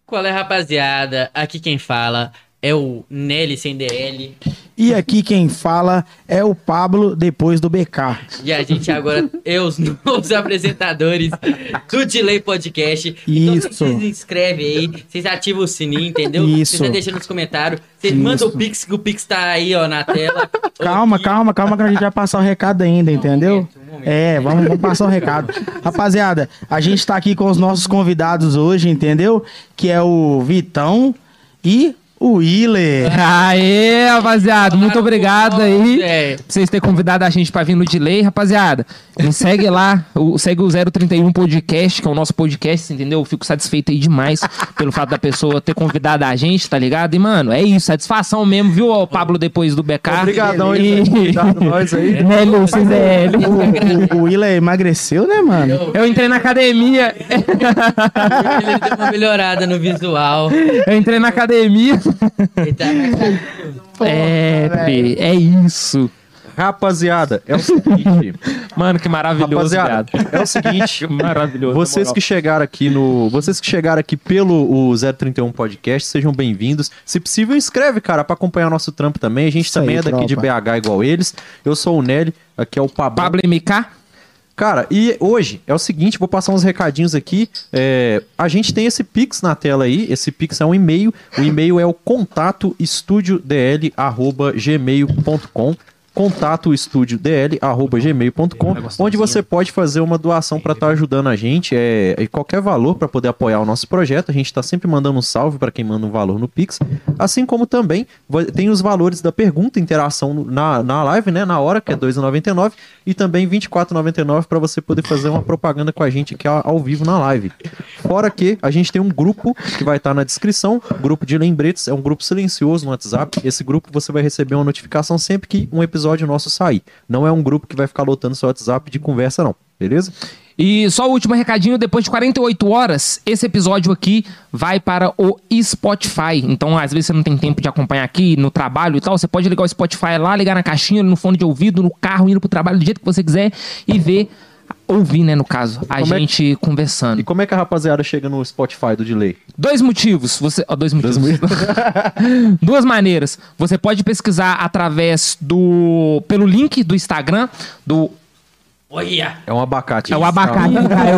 Qual é, rapaziada? Aqui quem fala é o Nelly sem DL. E aqui quem fala é o Pablo depois do BK. E a gente agora é os novos apresentadores do Delay Podcast. Isso. Então vocês se inscrevem aí, vocês ativam o sininho, entendeu? Isso. Vocês deixam nos comentários. Vocês mandam o Pix, que o Pix tá aí, ó, na tela. Calma, que a gente vai passar o recado ainda, entendeu? Vamos passar o recado. Rapaziada, a gente tá aqui com os nossos convidados hoje, entendeu? Que é o Vitão e o Willer. Aê, rapaziada, muito obrigado aí por vocês terem convidado a gente pra vir no Delay, rapaziada. Me segue lá, segue o 031 Podcast, que é o nosso podcast, entendeu? Eu fico satisfeito aí demais pelo fato da pessoa ter convidado a gente, tá ligado? E, mano, é isso, satisfação mesmo, viu, ó, Pablo depois do BK. Obrigadão aí por convidar nós aí. O Willer emagreceu, né, mano? Eu entrei na academia. Ele deu uma melhorada no visual. Eu entrei na academia. Ele tá É isso. Rapaziada, é o seguinte. Mano, que maravilhoso. Rapaziada, viado. é o seguinte. Maravilhoso. Vocês que chegaram aqui pelo o 031 Podcast, sejam bem-vindos. Se possível, inscreve, cara, pra acompanhar nosso trampo também. A gente Isso também aí, é daqui de tropa. BH igual eles. Eu sou o Nelly, aqui é o Pablo MK. Cara, e hoje é o seguinte, vou passar uns recadinhos aqui. A gente tem esse Pix na tela aí. Esse Pix é um e-mail. O e-mail é o contatoestudiodl@gmail.com. contatoestudiodl@gmail.com, onde você pode fazer uma doação para estar ajudando a gente, qualquer valor para poder apoiar o nosso projeto. A gente está sempre mandando um salve para quem manda um valor no Pix, assim como também tem os valores da pergunta, interação na live, né, na hora, que é R$ 2,99, e também R$ 24,99 para você poder fazer uma propaganda com a gente aqui ao vivo na live. Fora que a gente tem um grupo que vai estar na descrição, grupo de lembretes, é um grupo silencioso no WhatsApp. Esse grupo você vai receber uma notificação sempre que um episódio nosso sair. Não é um grupo que vai ficar lotando seu WhatsApp de conversa, não. Beleza? E só o último recadinho, depois de 48 horas, esse episódio aqui vai para o Spotify. Então, às vezes você não tem tempo de acompanhar aqui no trabalho e tal, você pode ligar o Spotify lá, ligar na caixinha, no fone de ouvido, no carro, indo pro trabalho do jeito que você quiser e ouvir, né, no caso, gente conversando. E como é que a rapaziada chega no Spotify do Delay? Dois motivos. Duas maneiras. Você pode pesquisar pelo link do Instagram do... Olha! É um abacate. É o abacate.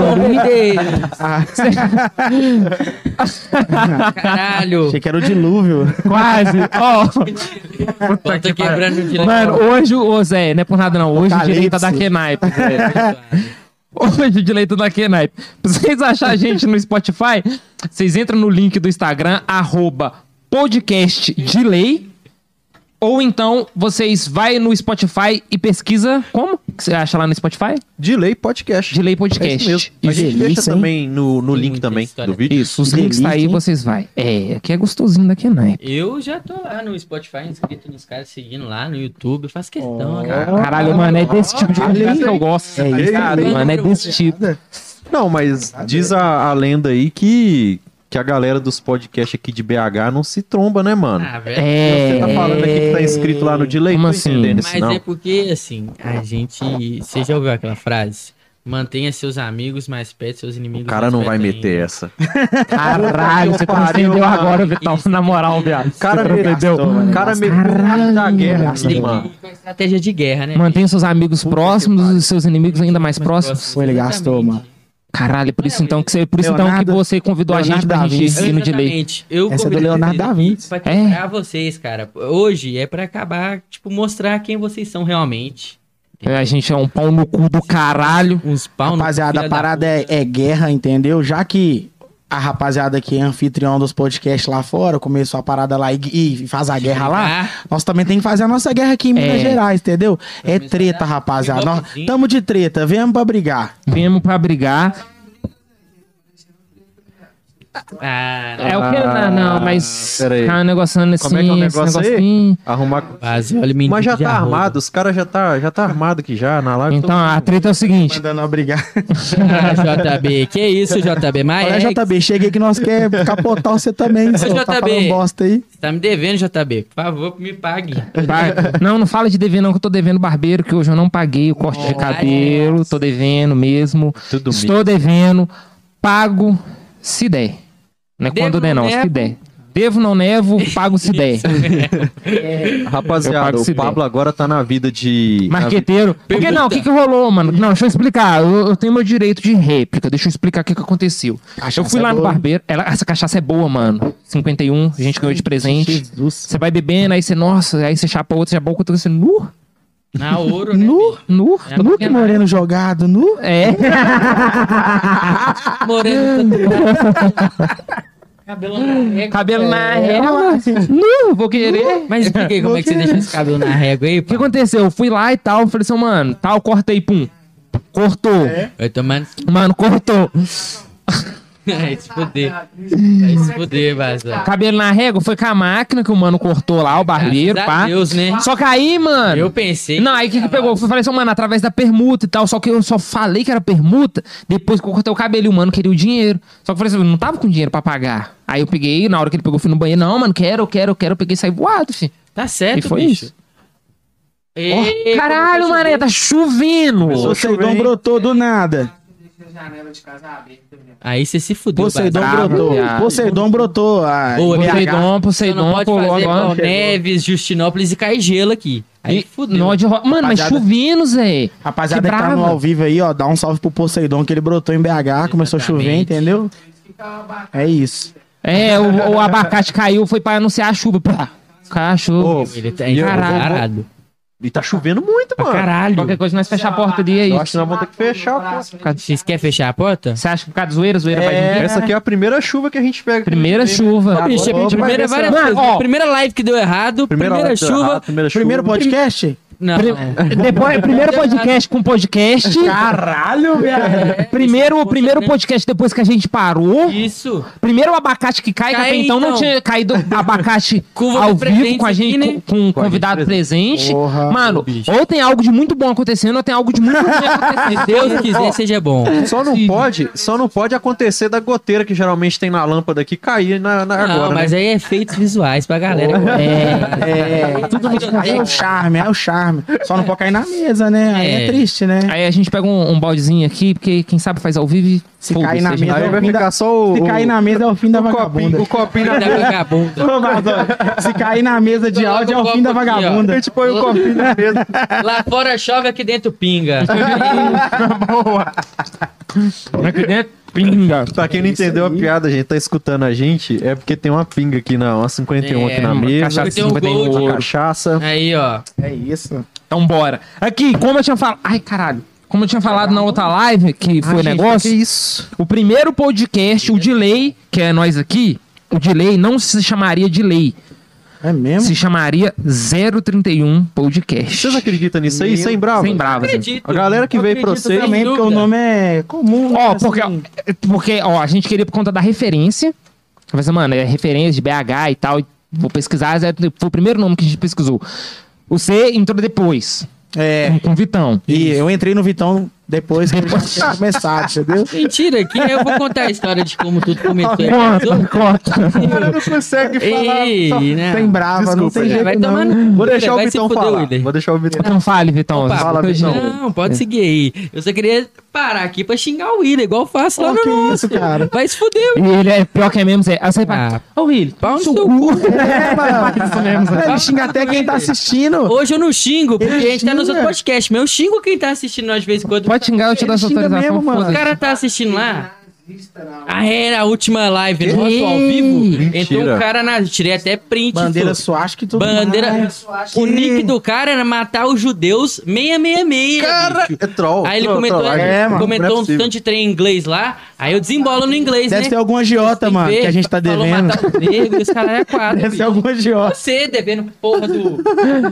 Caralho! Achei que era o dilúvio. Quase. Tô quebrando o direito. Mano, hoje o Zé, não é por nada não. Hoje o direito tá da Kenaipe. Hoje o direito da Kenaipe. Pra vocês acharem a gente no Spotify, vocês entram no link do Instagram, @podcastdelay. Ou então, vocês vai no Spotify e pesquisa... Como que você acha lá no Spotify? Delay Podcast. Delay Podcast. É isso mesmo. A gente deixa também no link também do vídeo. Isso, os links tá aí, vocês vai. Aqui é gostosinho da Kenai. Eu já tô lá no Spotify, inscrito nos caras, seguindo lá no YouTube. Eu faço questão, cara. Caralho, mano, é desse tipo de conteúdo que eu gosto. Mano, é desse tipo. Não, mas diz a lenda aí que a galera dos podcasts aqui de BH não se tromba, né, mano? Velho. Você tá falando aqui que tá inscrito lá no Delay? Como Tô assim? entendendo isso, Mas não. é porque, assim, a gente... Você já ouviu aquela frase? Mantenha seus amigos mais perto, seus inimigos O cara mais não perto vai ainda. meter essa. Caralho, você compreendeu agora, Vital, na moral, viado. O cara meteu da guerra aqui, Tem mano. que ir com a estratégia de guerra, né? Mantenha seus amigos próximos e seus inimigos ainda mais próximos. Pô, ele gastou, mano. Caralho, por isso então que Leonardo- você convidou a gente pra Leonardo gente da ir no Delay. Exatamente. Eu Essa é do convidei Leonardo vocês da Vinci. pra quebrar vocês, cara. Hoje é pra acabar, tipo, mostrar quem vocês são realmente. A gente é um pau no cu do caralho. Uns pau no Rapaziada, a filho da parada puta. é guerra, entendeu? Já que a rapaziada que é anfitrião dos podcasts lá fora começou a parada lá e faz a guerra lá, nós também tem que fazer a nossa guerra aqui em Minas Gerais, entendeu? É treta, rapaziada. Nós tamo de treta, viemos pra brigar. Viemos pra brigar. É o que? Não, mas. Pera aí. Tá negociando assim. Como é que é o negócio esse aí? negocinho. Arrumar... Quase, olha o menino Mas já de tá arroba. armado, os caras já tá armado aqui já na live. Então, a treta é o seguinte. Mandando eu brigar. JB, que isso, JB? Mas Olha, JB, chega aí que nós quer capotar você também. Você tá JB. falando bosta aí. tá me devendo, JB. Por favor, me pague. Não fala de dever não, que eu tô devendo barbeiro, que hoje eu não paguei o corte de cabelo. Tô devendo mesmo. Tudo Estou devendo. Pago se der. Não é quando der, não. Se der. Devo, não nevo, pago se der. Rapaziada, o Pablo agora tá na vida de... Marqueteiro. Por que não? O que rolou, mano? Não, deixa eu explicar. Eu tenho meu direito de réplica. Deixa eu explicar o que aconteceu. Eu fui lá no barbeiro. Essa cachaça é boa, mano. 51, a gente ganhou de presente. Você vai bebendo, aí você, nossa, aí você chapa outra, já boca, você nu. Na ouro, né? Nu que moreno jogado, nu. É. Moreno. Cabelo na régua. Nu, vou querer. Mas expliquei como é que você deixa esse cabelo na régua aí, O que aconteceu? Eu fui lá e tal, falei assim, mano, tal, corta aí, pum. Cortou. Vai tomando. Mano, cortou. Vai se fuder. Vai se fuder, vaza. Cabelo na régua, foi com a máquina que o mano cortou lá, o barbeiro, Graças a pá. Deus, né? Só que aí, mano... Eu pensei... Não, aí o que pegou? Eu falei assim, mano, através da permuta e tal. Só que eu só falei que era permuta depois que eu cortei o cabelo e o mano queria o dinheiro. Só que eu falei assim, eu não tava com dinheiro pra pagar. Aí eu peguei, na hora que ele pegou, fui no banheiro. Não, mano, quero. Eu peguei e saí voado, filho. Tá certo, E foi bicho. isso. Oh, caralho, mané, tá chovendo. Poseidon brotou do nada. Aí você se fudeu. Poseidon Bazar. brotou. Poseidon brotou. Ô, Poseidon, não pode colou fazer agora. igual Neves, Justinópolis e cair gelo aqui. Aí fudeu. Mano, mas chovendo, Zé. Rapaziada que tá no ao vivo aí, ó, dá um salve pro Poseidon, que ele brotou em BH, começou a chover, entendeu? É isso. É, o abacate caiu, foi pra anunciar a chuva. Pá, cachorro. Ele tá Caralho. E tá chovendo muito, mano. Caralho. Qualquer coisa nós fechar a porta ali aí. Eu acho que nós vamos ter que fechar, pô. Vocês querem fechar a porta? Você acha que por causa de zoeira vai vir? Essa aqui é a primeira chuva que a gente pega. Primeira chuva. Bicho, primeira várias Mano, vezes. ó. Primeira live que deu errado, primeira live deu chuva. errado, primeira chuva. Primeiro podcast? Não. Depois, primeiro podcast com podcast. Caralho, velho. Primeiro podcast depois que a gente parou. Isso. Primeiro o abacate que cai, que até então não tinha caído abacate ao vivo com a gente, aqui, né? com convidado presente. Porra, Mano, bicho. ou tem algo de muito bom acontecendo, ou tem algo de muito ruim acontecendo. Se Deus quiser, seja bom. Só não pode acontecer da goteira que geralmente tem na lâmpada aqui cair agora, Não, mas né? aí é efeitos visuais pra galera. Tudo é o charme, é o charme. Só não pode cair na mesa, né? Aí é triste, né? Aí a gente pega um baldezinho aqui, porque quem sabe faz ao vivo e Se foda-se, cair na a gente- mesa, Aí é o vai fim ficar da... só Se cair na mesa é o fim da vagabunda. o copinho Da vagabunda. Ô, Vazão, se cair na mesa de áudio é o fim da vagabunda. A gente põe o copinho na mesa. Lá fora chove, aqui dentro pinga. Aqui dentro, pinga. Pra quem não entendeu a piada, a gente tá escutando a gente, é porque tem uma pinga aqui, uma 51 aqui na uma mesa. cachaça Tem um tem gold. ouro. Cachaça. Aí, ó. É isso. Então bora. Aqui, como eu tinha falado... Ai, caralho. Como eu tinha falado na outra live, que foi o negócio... Que isso? O primeiro podcast, o Delay, que é nós aqui, o Delay não se chamaria Delay. É mesmo? Se chamaria 031 Podcast. Vocês acreditam nisso aí? Sem bravo? Sem brava. assim. Acredito. A galera que Eu veio pra acredito vocês... Também, porque o dúvida. nome é comum. Ó, né, assim. porque, ó, a gente queria por conta da referência. Falei assim, mano, é referência de BH e tal. Vou pesquisar, foi o primeiro nome que a gente pesquisou. O C entrou depois, É. com o Vitão. E eu entrei no Vitão depois que ele já tinha começado, entendeu? Mentira, aqui eu vou contar a história de como tudo começou. Conta. O cara não consegue falar. Ei, né? Sem brava, não tem Desculpa, jeito Vai não. tomar no... Vou deixar o Vai se Vitão fuder, falar. Willer. Vou deixar o Vitão. Então fale, Vitão. Opa, Fala, fala, Vitão. Não, pode seguir aí. Eu só queria parar aqui pra xingar o William, igual eu faço lá Ó, no que nosso. isso, cara. Vai se fuder, E ele é pior que é mesmo, Zé. Aí você Ah, fala, ô Willi, pau no seu seu cu. É, mano. Isso mesmo, Zé. Ele xinga até quem tá assistindo. Hoje eu não xingo, porque Ele a gente tá nos xinga. outros podcasts, mas eu xingo quem tá assistindo nós de vez em quando. Pode xingar, eu te dou essa Ele xinga autorização. mesmo, mano. O cara tá assistindo lá. Ah, era a última live nossa ao vivo. Entrou Mentira. um cara na. Tirei até print. Bandeira só. suástica e tudo Bandeira. mais. O nick do cara era matar os judeus 666. Cara, bicho. é troll. Aí ele troll, comentou, trollagem. mano, comentou não é um possível. tanto de trem em inglês lá. Aí eu desembolo no inglês, Deve né? ter algum agiota, Tem mano, ver, que a gente tá falou devendo. matar os negros, os caras é quadro. Deve ser algum agiota. Você devendo porra do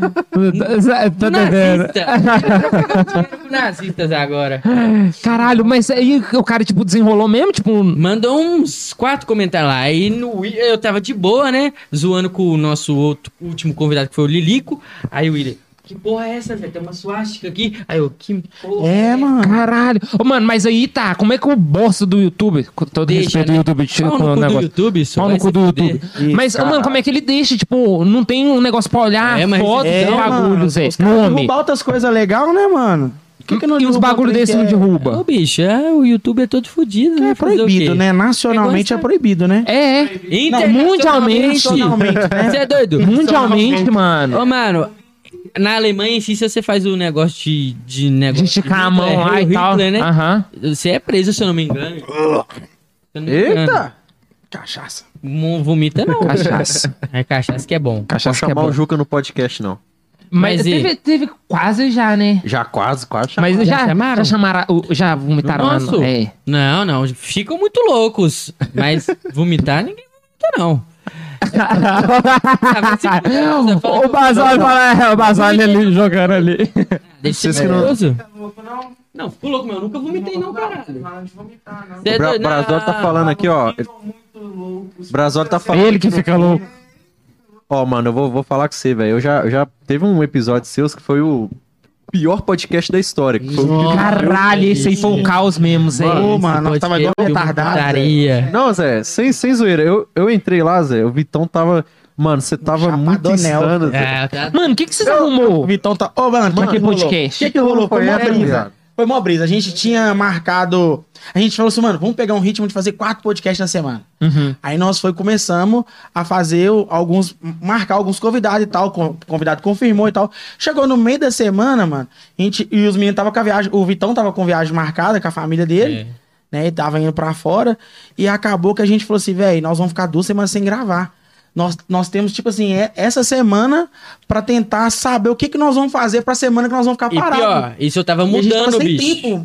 Tá devendo. nazista. Com nazistas agora. Caralho, mas aí o cara, tipo, desenrolou mesmo, tipo... Mandou uns 4 comentários lá. Aí eu tava de boa, né? Zoando com o nosso último convidado, que foi o Lilico. Aí o William, que porra é essa, velho? Tem uma suástica aqui. Aí eu, que porra. É, mano. Caralho. Ô, mano, mas aí tá, como é que o bosta do YouTube, com todo Deixa, respeito do né? YouTube, tira Pau com no o cu do negócio. YouTube, isso. Pau no vai cu se do fuder. YouTube. Mas, ô, mano, como é que ele deixa? Tipo, não tem um negócio pra olhar, É, mas foto, é, tem bagulho, Zé. Os caras Nome. derrubam outras coisas legais, né, mano? que não E os derruba bagulho trem desse que não é- derruba? Ô, bicho, o YouTube é todo fodido, que né? é Fazer o proibido, quê? né? Nacionalmente é proibido, né? Mundialmente. Você é doido? Mundialmente, mano. Ô, mano, na Alemanha em si, se você faz o negócio de negócio De esticar a mão Hitler, lá e Hitler, tal. né? Aham. Você é preso, se eu não me engano. Se eu não me engano. Eita! Cachaça. Não vomita, não. Cachaça. É cachaça que é bom. Vou Cachaça que é chamar bom. o Juca no podcast, não. Mas Mas e- teve quase já, né? Já quase. Mas Já chamaram? já vomitaram lá Nossa. no... É. Não, ficam muito loucos. Mas vomitar, ninguém vomita, não. O Basoli fala, o Basoli ali jogando ali. Deixa Vocês que não- nervoso. Não, ficou louco, meu. Eu nunca vomitei, não, caralho. Você é doido? Brasório tá falando aqui, ó. Brasório tá falando. Ele que fica louco. Ó, mano, eu vou falar com você, velho. Eu já teve um episódio seus que foi o pior podcast da história. Que foi o Caralho, esse aí foi o caos mesmo, Zé. Ô, mano, nós tava igual retardado. Zé. Não, Zé, sem zoeira. Eu entrei lá, Zé. O Vitão tava. Mano, você tava muito Chapadonel. insano, Zé. É, tá... Mano, o que você O arrumou? Vitão tá... Ô, mano, Mano, que rolou? podcast. O que rolou? Foi mó essa, brisa. viado? Foi mó brisa. A gente tinha marcado... A gente falou assim, mano, vamos pegar um ritmo de fazer 4 podcasts na semana. Uhum. Aí nós começamos a fazer marcar alguns convidados e tal. O convidado confirmou e tal. Chegou no meio da semana, mano, e os meninos estavam com a viagem. O Vitão tava com viagem marcada com a família dele, né? E tava indo pra fora. E acabou que a gente falou assim, velho, nós vamos ficar 2 semanas sem gravar. Nós temos, tipo assim, essa semana pra tentar saber o que nós vamos fazer pra semana que nós vamos ficar E parados. pior, isso eu tava E a gente mudando, tava sem bicho. tempo.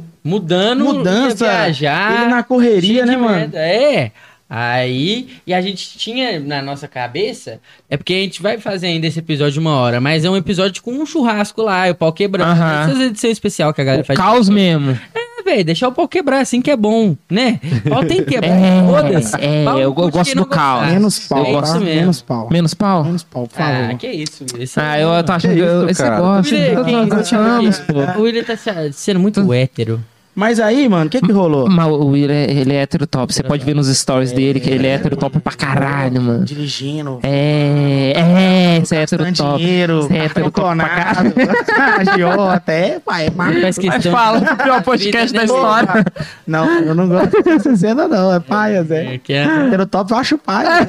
ia Mudança, viajar. ele na correria, cheio né, de mano? merda. É. Aí, e a gente tinha na nossa cabeça, é porque a gente vai fazer ainda esse episódio de 1 hora, mas é um episódio com um churrasco lá, e o pau quebrando. Aham. Essas edições especial que a galera faz. Caos mesmo. Velho, deixar o pau quebrar assim que é bom, né? Pau tem que quebrar, foda-se. Pau eu curte gosto quem não do caos. gostar. Menos pau, É tá? isso mesmo. Menos pau. Menos pau? Menos pau, por favor. Ah, que isso. Esse Eu tô achando que isso, esse cara? gosta. William, Gostamos, pô. o William tá sendo muito hétero. Mas aí, mano, o que rolou? Mas o Will, ele é hétero top. Você pode ver nos stories dele que ele é hétero top pra caralho, mano. Dirigindo. Você é hétero Gastando top. dinheiro. Você é hétero top pra caralho. Agiota, pai. Faz questão Fala de- o pior podcast Vida, da né? história. Não, eu não gosto dessa cena, não. É paia, Zé. É, que é... Pelo top, eu acho paia.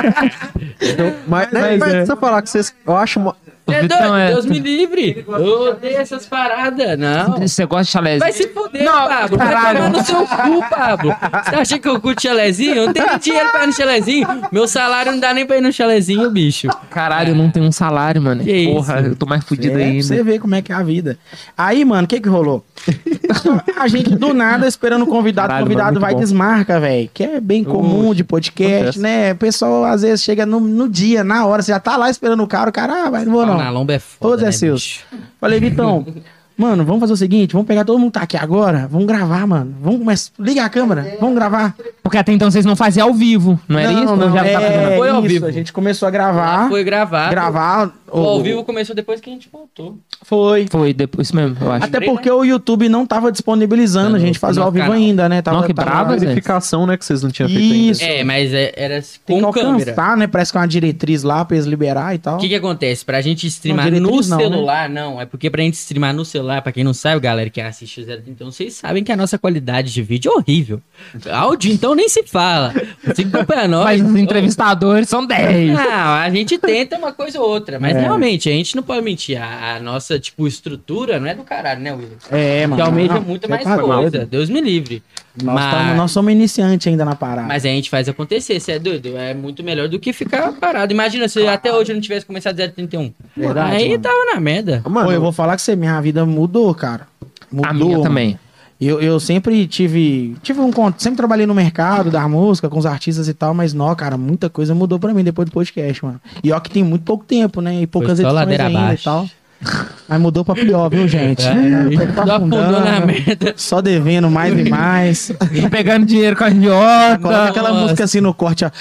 Mas precisa falar que vocês. Eu acho. É Vitão doido, é- Deus me livre. Eu odeio essas paradas, não. Você gosta de chalezinho? Vai se foder, Não, Pablo. Vai caralho. tomar no seu cu, Pablo. Você acha que eu curto chalezinho? Eu não tenho dinheiro pra ir no chalezinho. Meu salário não dá nem pra ir no chalezinho, bicho. Caralho, eu não tenho um salário, mano. Que Porra, isso? eu tô mais fudido Pra ainda. você ver como é que é a vida. Aí, mano, o que rolou? A gente, do nada, esperando o convidado. Caralho, O convidado mano, vai e muito bom. desmarca, velho. Que é bem comum de podcast, acontece. né? O pessoal, às vezes, chega no dia, na hora. Você já tá lá esperando o cara. O cara, vai, não vou não. Na lomba é Ô, foda, Zé né, Seus. bicho? Falei, Vitão, mano, vamos fazer o seguinte, vamos pegar todo mundo que tá aqui agora, vamos gravar, mano. Vamos começar, liga a câmera, vamos gravar. Porque até então vocês não faziam ao vivo, não era isso? não, Já tá fazendo. Foi ao isso, vivo. A gente começou a gravar. Foi gravar. O ao vivo começou depois que a gente voltou. Foi. Foi depois mesmo, eu acho. Até porque o YouTube não tava disponibilizando a gente fazer no ao vivo canal. ainda, né? Não, que brava, Zé. verificação, né? Que vocês não tinham feito ainda. Isso. É, mas era Tem com que câmera. alcançar, né? Parece que é uma diretriz lá pra eles liberar e tal. O que acontece? Pra gente streamar Não, no diretriz não, celular, não. É porque pra gente streamar no celular, pra quem não sabe, galera que assiste o Zero, então vocês sabem que a nossa qualidade de vídeo é horrível. Áudio, então, nem se fala. Você acompanha nós. Mas os entrevistadores são 10. Não, a gente tenta uma coisa ou outra, mas realmente, a gente não pode mentir. A nossa, tipo, estrutura não é do caralho, né, William? É, mano. Realmente é não, muito você mais tá coisa. doido. Deus me livre. Nós somos iniciantes ainda na parada. Mas a gente faz acontecer, você é doido? É muito melhor do que ficar parado. Imagina se até hoje eu não tivesse começado 031. Verdade, Aí mano. tava na merda. Pô, eu vou falar que você, minha vida mudou, cara. Mudou. A minha mano. também. Eu sempre tive sempre trabalhei no mercado da música, com os artistas e tal, mas não, cara, muita coisa mudou pra mim depois do podcast, mano. E ó que tem muito pouco tempo, né? E poucas Foi só edições ladeira ainda abaixo. e tal. Mas mudou pra pior, viu, gente? Tô Só afundou na afundando, merda. só devendo mais e mais. Tô pegando dinheiro com a Coloca idiota. aquela música assim no corte, ó.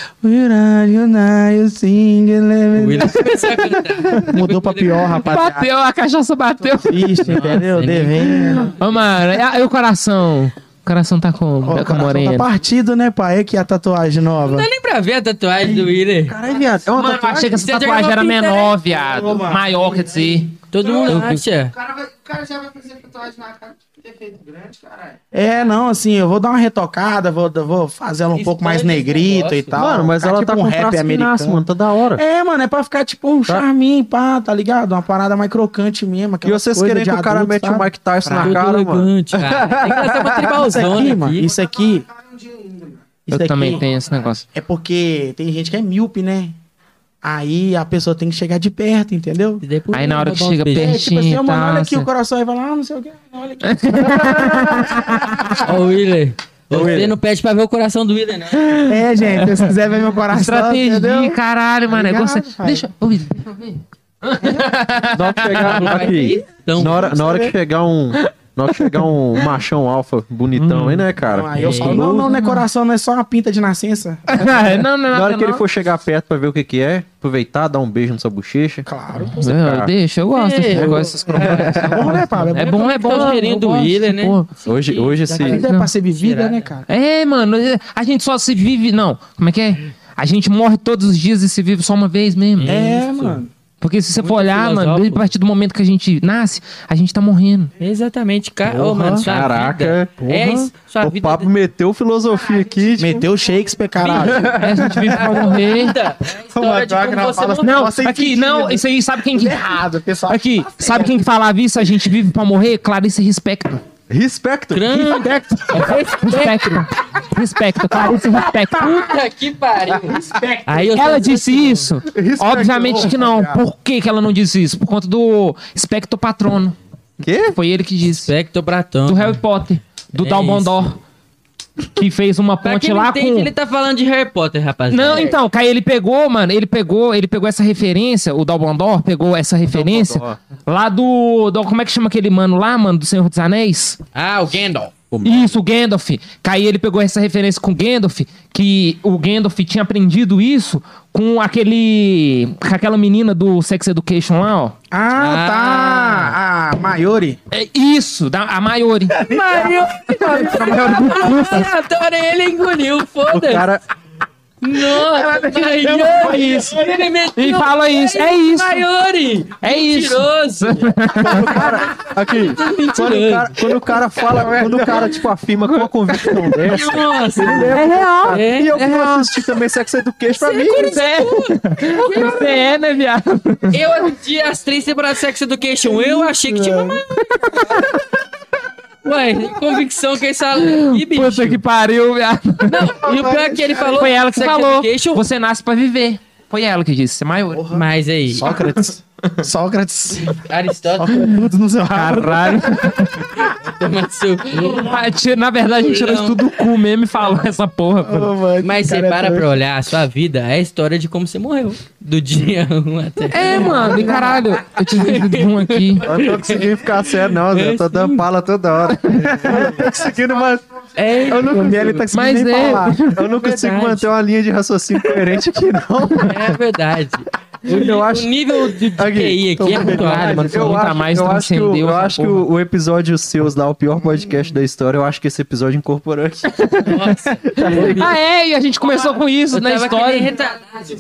Mudou William começou a cantar. pra pior, rapaziada. Bateu, a cachaça bateu. Triste, entendeu? Nossa, Devendo. Ô, mano, e o coração? O coração tá com Ó, o com a coração morena. tá partido, né, pai? Aqui a tatuagem nova. Não dá nem pra ver a tatuagem do William. Caralho, viado. É uma Mano, eu achei que essa Você tatuagem jogou era pinta, né? menor, viado. Ô, mano. Maior, quer dizer. Todo mundo acha. cara já vai fazer tatuagem na cara de efeito grande, caralho. Não, assim, eu vou dar uma retocada, vou fazer ela um pouco mais negrita e tal. Mano, mas ela tipo tá com um rap americano. mano, tá da hora. Mano, é pra ficar tipo um charminho, pá, tá ligado? Uma parada mais crocante mesmo. E vocês querem que o cara mete o Mike Tyson na cara, mano? Cara. Tem que fazer uma tribalzona aqui. Isso aqui... Eu também tenho esse negócio. É porque tem gente que é míope, né? Aí a pessoa tem que chegar de perto, entendeu? Aí na hora que chega Tipo pertinho assim, e mano, tal, olha aqui assim. o coração. Aí vai lá, não sei o que. Olha aqui. Ô, Willer. Você não pede pra ver o coração do Willer, né? Gente, se quiser ver meu coração, Estratégia, entendeu? caralho, mano. Obrigado, Você... pai. Deixa eu ver. Na hora que chegar aqui, Então, na hora que chegar um... Na hora que chegar um machão alfa bonitão aí, né, cara? Aí eu falo, não é coração, não é só uma pinta de nascença. não, Na hora que ele não. for chegar perto pra ver o que é, aproveitar, dar um beijo na sua bochecha. Claro. Deixa, eu gosto desse negócio, essas cromosomas. É bom, né, Pablo? É bom, o cheirinho do Willer, né? Hoje esse... A vida é pra ser vivida, né, cara? Mano, a gente só se vive... Não, como é que é? A gente morre todos os dias e se vive só uma vez mesmo. Mano. Porque se você Muito for olhar, mano, filosófico. a partir do momento que a gente nasce, a gente tá morrendo. Exatamente, cara. Ô, Porra, mano, sua caraca, vida. É isso, sua O vida. Pablo meteu filosofia aqui. Tipo, Meteu Shakespeare, caralho. A gente vive pra morrer. É a história de como você morreu. Não, Nossa, aqui, entendi, não, né? isso aí, sabe quem que... Errado, pessoal. Aqui, sabe quem que falava isso? A gente vive pra morrer? Clarice Lispector. Respecto. Respecto, Clarice Lispector. Puta que pariu. Aí eu Ela tô- disse isso? Obviamente que não. Por que que ela não disse isso? Por conta do Spectro Patrono. Quê? Foi ele que disse. Specto Bratão. Do Harry Potter. Do É Dumbledore. Que fez uma Pra ponte quem não lá entende, com... ele tá falando de Harry Potter, rapaziada. Não, então, Kai, ele pegou, mano, ele pegou essa referência, o Dumbledore pegou essa referência lá do... Como é que chama aquele mano lá, mano, do Senhor dos Anéis? Ah, o Gandalf. Isso, o Gandalf. Kai, ele pegou essa referência com o Gandalf, que o Gandalf tinha aprendido isso com aquela menina do Sex Education lá, ó. Tá. A Mayori. É isso, a Mayori. Adorei, ele engoliu, O foda-se. cara... Nossa, Foi isso. ele meteu... E fala isso, é isso. Maiori. É isso. Mentiroso. Aqui, quando o cara fala, quando o cara, tipo, afirma com uma convicção dessa... Nossa. É real. E eu que não real. assisti também Sex Education pra mim. Você é, né, viado? Eu assisti as 3 temporadas de Sex Education. Eu achei que tinha uma... Ué, convicção que essa aqui, bicho. Puta que pariu, viado. Não, e o pior é que ele falou... Foi ela que Sex falou. Education, Você nasce pra viver. Foi ela que disse, você é maior. mas aí... Sócrates. Aristóteles... Tudo no seu rabo. Caralho. toma seu cu. Na verdade, a gente tirou isso tudo do cu mesmo e falou essa porra. Pô. Mas você para pra olhar, a sua vida é a história de como você morreu. Do dia 1 até... É, mano, e caralho. Eu tive vivido um aqui. Eu não tô conseguindo ficar sério, não, Zé. Eu tô dando pala toda hora. Eu não tô conseguindo mais. É, Eu não ele tá conseguindo Mas nem é. falar. Eu não consigo verdade. manter uma linha de raciocínio coerente aqui, não. é verdade. Eu acho- O nível de Aqui, TI aqui é muito Caralho, alto. mano, foi muito a mais, eu tu acho que, incendeu eu essa acho que porra. o episódio seus lá, o pior podcast da história, eu acho que esse episódio incorporou aqui. Nossa. Ah, é, e a gente começou com isso Eu na tava que nem história. retardado.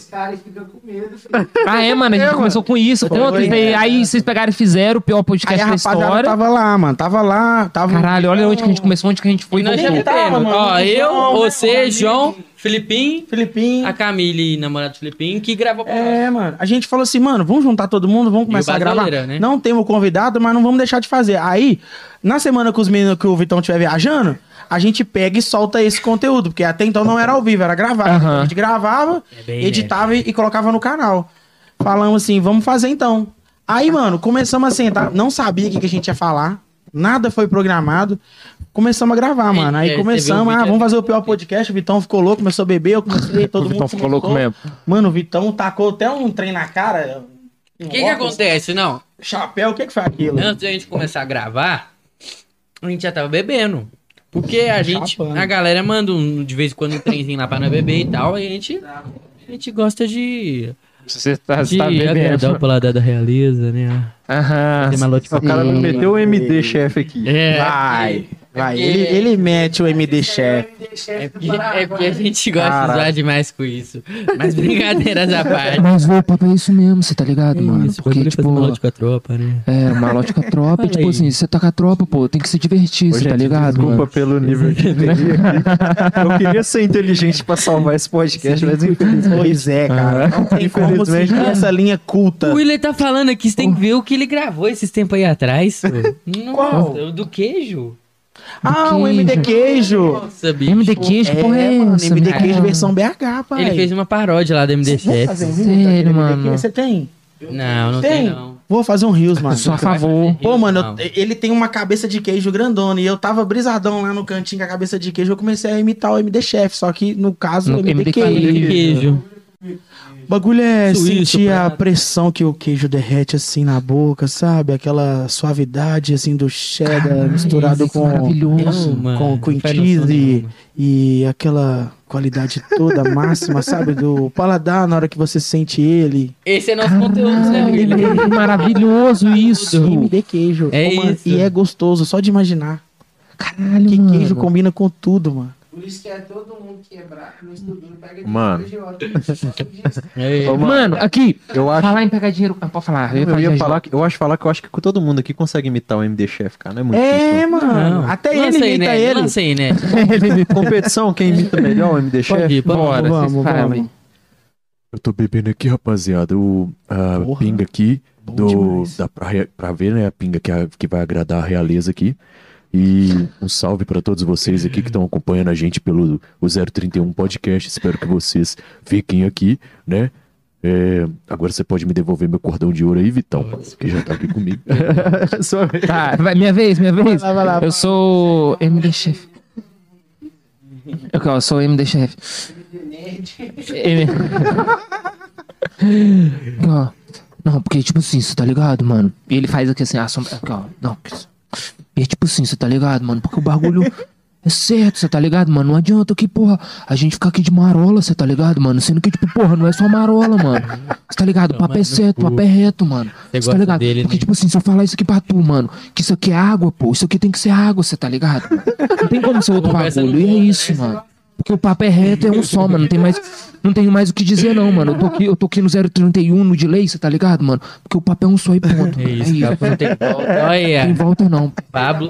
Ah, é, mano, a gente começou com isso. Conta, aí vocês pegaram e fizeram o pior Aí podcast a da rapaziada história. tava lá, mano. Tava lá. Caralho, olha onde que a gente começou, onde que a gente foi. E nós já voltou. bebemos. mano. Ó, eu, João, você, né, João, Filipinho, Filipinho. a Camille, namorada do Filipinho, que gravou com nós. É, mano. A gente falou assim, mano, vamos juntar todo mundo, vamos começar a gravar. Basileira, né? Não temos convidado, mas não vamos deixar de fazer. Aí, na semana que os meninos, que o Vitão estiver viajando, a gente pega e solta esse conteúdo, porque até então não era ao vivo, era gravado. Aham. Então a gente gravava, bem editava e colocava no canal. Falamos assim, vamos fazer então. Aí, mano, começamos a sentar, não sabia o que a gente ia falar. Nada foi programado. Começamos a gravar, mano. Aí você começamos, viu o vídeo, vamos fazer o pior podcast. O Vitão ficou louco, começou a beber, eu comecei, todo O mundo Vitão ficou começou. louco mesmo. Mano, o Vitão tacou até um trem na cara. O que acontece? Não, Chapéu, o que foi aquilo? antes da gente começar a gravar, a gente já tava bebendo. Porque a gente, Chapando. a galera manda de vez em quando um trenzinho lá pra nós beber e tal, e a gente gosta de Você tá agradar o bebendo. paladar da realeza, né? Aham. Tem uma O cara me meteu o MD chefe aqui. É, Vai. Vai, ele mete o MD Chef. É porque a gente gosta de zoar demais com isso. Mas brincadeiras à parte. Mas o papo é isso mesmo, você tá ligado, mano? Isso, Porque, tipo, malote com a tropa, né? malote com a tropa, e, tipo assim, você tá com a tropa, pô, tem que se divertir, você tá ligado, Desculpa mano? pelo nível de inteligência aqui. Eu queria ser inteligente pra salvar esse podcast, mas infelizmente... Pois é, cara. Não tem como seguir essa linha culta. O Willer tá falando aqui, você tem que ver o que ele gravou esses tempos aí atrás. Qual? Nossa, o do queijo. O MD Queijo. Nossa, bicho. MD Queijo, porra, é mano, essa? MD Queijo mano? versão BH, pai. Ele fez uma paródia lá do MD Chef. Fazer um Sério, Reels daquele MD mano. Queijo? Você tem? Não tem não. Vou fazer um Rios, mano. Sou a favor. Pô, mano, Não. ele tem uma cabeça de queijo grandona e eu tava brisadão lá no cantinho com a cabeça de queijo. Eu comecei a imitar o MD Chef, só que no caso, No o MD MD Queijo. Queijo. O bagulho é Suíço, sentir a prato. pressão que o queijo derrete assim na boca, sabe? Aquela suavidade assim do cheddar misturado isso é com maravilhoso, mano. com cream Não faz noção cheese nenhuma. e aquela qualidade toda máxima, sabe? Do paladar na hora que você sente ele. Esse é nosso conteúdo, né, Willer? É maravilhoso isso. MD queijo. É Pô, mano, isso. e é gostoso, só de imaginar. Caralho, Que mano. queijo combina com tudo, mano. Por isso que é todo mundo quebrar no estudinho, pega de Mano. É. Mano, aqui, Eu acho... falar em pegar dinheiro. Ah, pode falar. Eu ia falar que eu acho que todo mundo aqui consegue imitar o MD Chef, cara. Não é muito difícil. Mano. Não. Até Lança ele aí, imita né? ele. Lança aí, né? Competição, quem imita melhor o MD Chef? Pode ir, pode ir. Bora, Vamos, vocês vamos. falem. Eu tô bebendo aqui, rapaziada, a Porra. pinga aqui, Bom demais. pra ver, né, a pinga que vai agradar a realeza aqui. E um salve pra todos vocês aqui que estão acompanhando a gente pelo o 031 Podcast. Espero que vocês fiquem aqui, né? Agora você pode me devolver meu cordão de ouro aí, Vitão, que já tá aqui comigo. Sua vez. Tá, minha vez. Vai lá. Eu sou MD Chef. Eu sou MD Chef. Ó, não, porque tipo assim, você tá ligado, mano? E ele faz aqui assim, a sombra. Aqui, ó. Não, e é tipo assim, você tá ligado, mano? Porque o bagulho é certo, você tá ligado, mano? Não adianta que, porra, a gente ficar aqui de marola, você tá ligado, mano? Sendo que, tipo, porra, não é só marola, mano. Você tá ligado? O papo é certo, o papo é reto, mano. Você Você tá gosta ligado? dele, Porque, né? tipo assim, se eu falar isso aqui pra tu, mano, que isso aqui é água, pô, isso aqui tem que ser água, você tá ligado? Não tem como ser outro Conversa bagulho. no E é ponto, isso, né? mano. Porque o papo é reto, é um só, mano. Não tenho mais o que dizer, não, mano. Eu tô aqui no 031 no delay, você tá ligado, mano? Porque o papo é um só e ponto. É isso, cara. Não tem volta. Olha aí, Não tem volta, não. Pablo.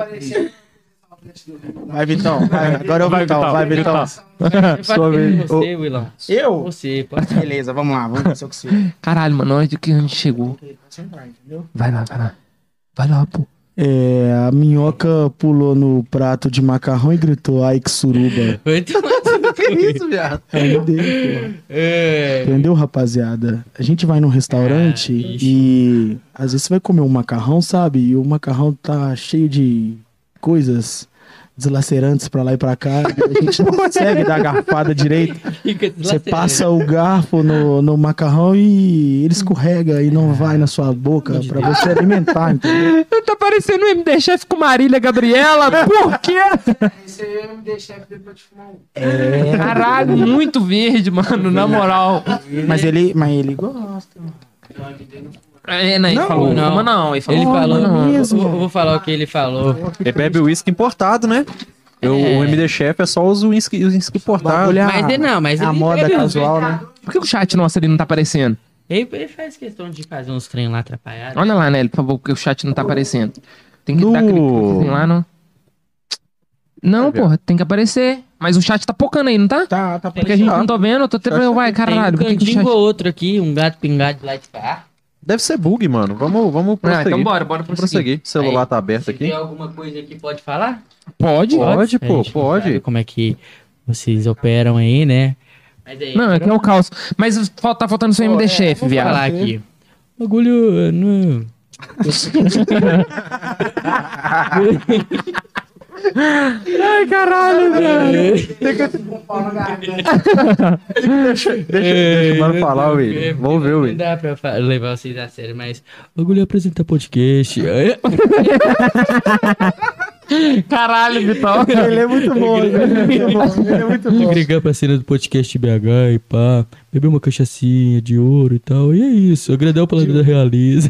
Vai, Vitão. Vai. Agora eu vou, Vitão. Vai, Vitão. Sua vez. Você, Willão. Eu? Você, pode Beleza, vamos lá. Vamos ver se eu consigo. Caralho, mano, onde que a gente chegou? Vai lá. Vai lá, pô. A minhoca pulou no prato de macarrão e gritou, ai que suruba. Que isso, viado? Aí dele, pô. É. Entendeu, rapaziada? A gente vai num restaurante e às vezes você vai comer um macarrão, sabe? E o macarrão tá cheio de coisas deslacerantes pra lá e pra cá. E a gente não consegue dar a garfada direito. Você passa o garfo no macarrão e ele escorrega e não vai na sua boca pra você alimentar, entendeu? Tá parecendo o MD Chef com Marília Gabriela. Por quê? Esse aí é o MD Chef depois de fumar um. Caralho, muito verde, mano, na moral. Mas ele gosta. É, né? Ele Não, falou, não. não. Ele falou, Ele falou. não. Eu vou falar o que ele falou. Ele bebe uísque importado, né? O MD Chef é só os uísque importados. Bagulho é Mas ele não, mas a ele moda bebe uns, casual, né? Por que o chat nosso ali não tá aparecendo? Ele faz questão de fazer uns trem lá atrapalhados. Olha lá, Nelly, por favor, porque o chat não tá aparecendo. Tem que dar aquele cliquezinho lá, não? Não, porra, tem que aparecer. Mas o chat tá pocando aí, não tá? Tá Porque a gente não tá vendo, eu tô tendo. Vai, caralho, por Tem um que que o cantinho chat. ou outro aqui, um gato pingado de light car. Deve ser bug, mano. Vamos prosseguir. então bora Vamos prosseguir. prosseguir. O celular Aí, tá aberto Se aqui. tem alguma coisa que pode falar? Pode? Pode, pô, A gente não pode. sabe como é que vocês operam aí, né? Mas aí, Não, é que é o caos. Mas tá faltando seu MD Chef, vou viado. falar aqui. Bagulho. Não... Ai, caralho, velho. Deixa o mano falar, Will. Vamos ver, Não Will. dá pra levar vocês a sério, mas bagulho apresenta podcast. Caralho, Vitão. Ele é muito bom, né? Ele é muito bom. Agregar pra cena do podcast BH e pá. Beber uma cachaçinha de ouro e tal. E é isso. Agradar pela vida realiza.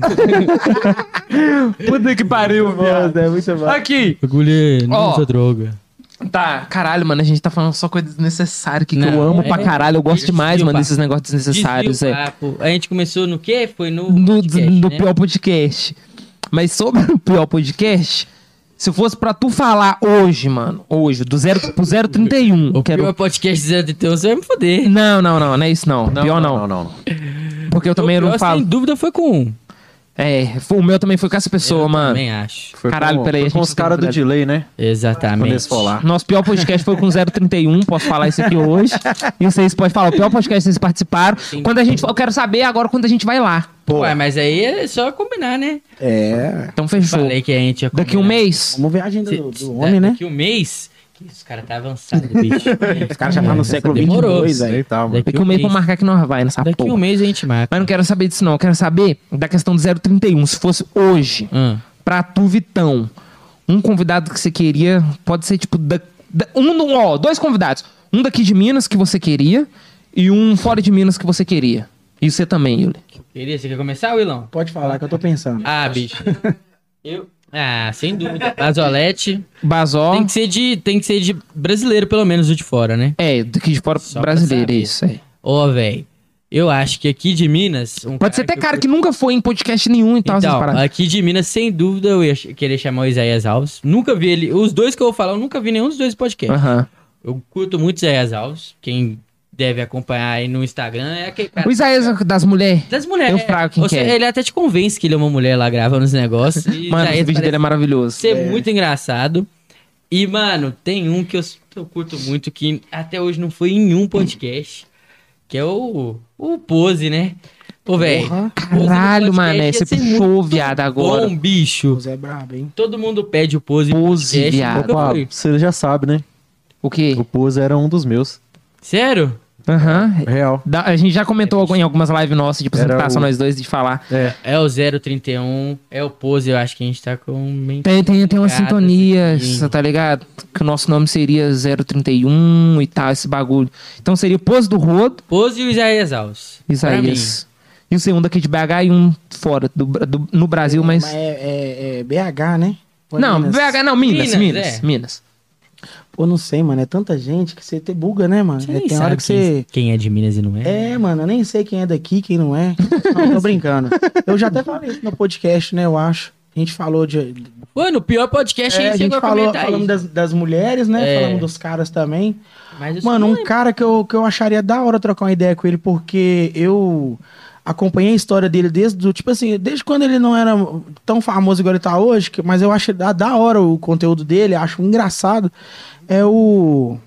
Puta que pariu, viado. É muito bom. Aqui. Agulha, não Ó. usa droga. Tá, caralho, mano, a gente tá falando só coisa desnecessária que eu Não, amo pra caralho. Eu gosto desvio, demais, mano, papo. desses negócios desnecessários. Desvio o papo. A gente começou no quê? Foi no No podcast, né? pior podcast. Mas sobre o pior podcast, se fosse pra tu falar hoje, mano, hoje, do 0 pro 031, O quero... pior podcast de Deus vai me foder. Não é isso não. Pior não. Não. Porque eu também o pior, não falo. sem dúvida, foi com um. O meu também foi com essa pessoa, Eu mano. também acho. Foi Caralho, peraí, foi a com gente os tem caras do que- delay, né? Quando Exatamente. eles for lá. Nosso pior podcast foi com 031, posso falar isso aqui hoje. E vocês podem falar, o pior podcast vocês participaram. Quando a gente, eu quero saber agora quando a gente vai lá. Ué, mas aí é só combinar, né? É. Então fechou. Falei que a gente ia Daqui um combinar. mês. Vamos ver a agenda Se- do homem, né? Daqui um mês. Que isso, cara tá avançado, bicho. Os caras já tá no século Demorou. 22, velho. Aí tá, mano. Daqui um mês pra marcar que nós vai nessa Daqui porra. um mês a gente marca. Mas não quero saber disso não, eu quero saber da questão do 031. Se fosse hoje, pra tu, Vitão, um convidado que você queria, pode ser tipo, dois convidados. Um daqui de Minas que você queria e um fora de Minas que você queria. E você também, Yuli. Queria, você quer começar, Willão? Pode falar que eu tô pensando. Ah, bicho. Sem dúvida. Bazolete. Basó. Tem que ser de brasileiro, pelo menos, o de fora, né? Daqui de fora Só pra brasileiro, saber. isso aí. Ô, velho. Eu acho que aqui de Minas... Pode ser até cara que nunca foi em podcast nenhum e tal, essas Então, paradas. aqui de Minas, sem dúvida, eu ia querer chamar o Isaías Alves. Nunca vi ele... Os dois que eu vou falar, eu nunca vi nenhum dos dois podcasts. Aham. Eu curto muito Isaías Alves. Quem deve acompanhar aí no Instagram é aquele cara... O Isaías das mulheres. Das mulheres. Eu frago quem Ou que seja, é. ele até te convence que ele é uma mulher lá gravando os negócios. E Mano, Isaías esse vídeo parece dele é maravilhoso. ser muito engraçado. E, mano, tem um que eu curto muito, que até hoje não foi em nenhum podcast, que é o Pose, né? Pô, velho. Caralho, mano, você puxou, viado, agora. Bom, bicho. O Zé é brabo, hein? Todo mundo pede o Pose. no Pose, podcast, viado. nunca Opa, foi. você já sabe, né? O quê? O Pose era um dos meus. Sério? Aham. Real. A gente já comentou em algumas lives nossas de apresentação, Era o- nós dois, de falar. É o 031, é o Pose, eu acho que a gente tá com... Tem umas Piadas sintonias, aqui. tá ligado? Que o nosso nome seria 031 e tal, esse bagulho. Então seria Pose do Rodo, Pose e o Isaías Alves. Pra mim. Isaías. E o segundo aqui de BH e um fora, no Brasil, mas... é BH, né? Ou é Não, Minas? BH não, Minas. Minas, Minas. Pô, não sei, mano. É tanta gente que você te buga, né, mano? Você É, nem tem sabe hora que você... quem é de Minas e não é. É, mano, eu nem sei quem é daqui, quem não é. Não, tô brincando. Eu já até falei isso no podcast, né, eu acho. A gente falou de... Pô, no pior podcast a a gente gente chegou a comentar falamos isso. das mulheres, né? É. Falamos dos caras também. Mas eu Mano, só um cara que eu acharia da hora trocar uma ideia com ele, porque eu acompanhei a história dele desde quando ele não era tão famoso igual ele tá hoje, mas eu acho da hora o conteúdo dele, acho engraçado. É o...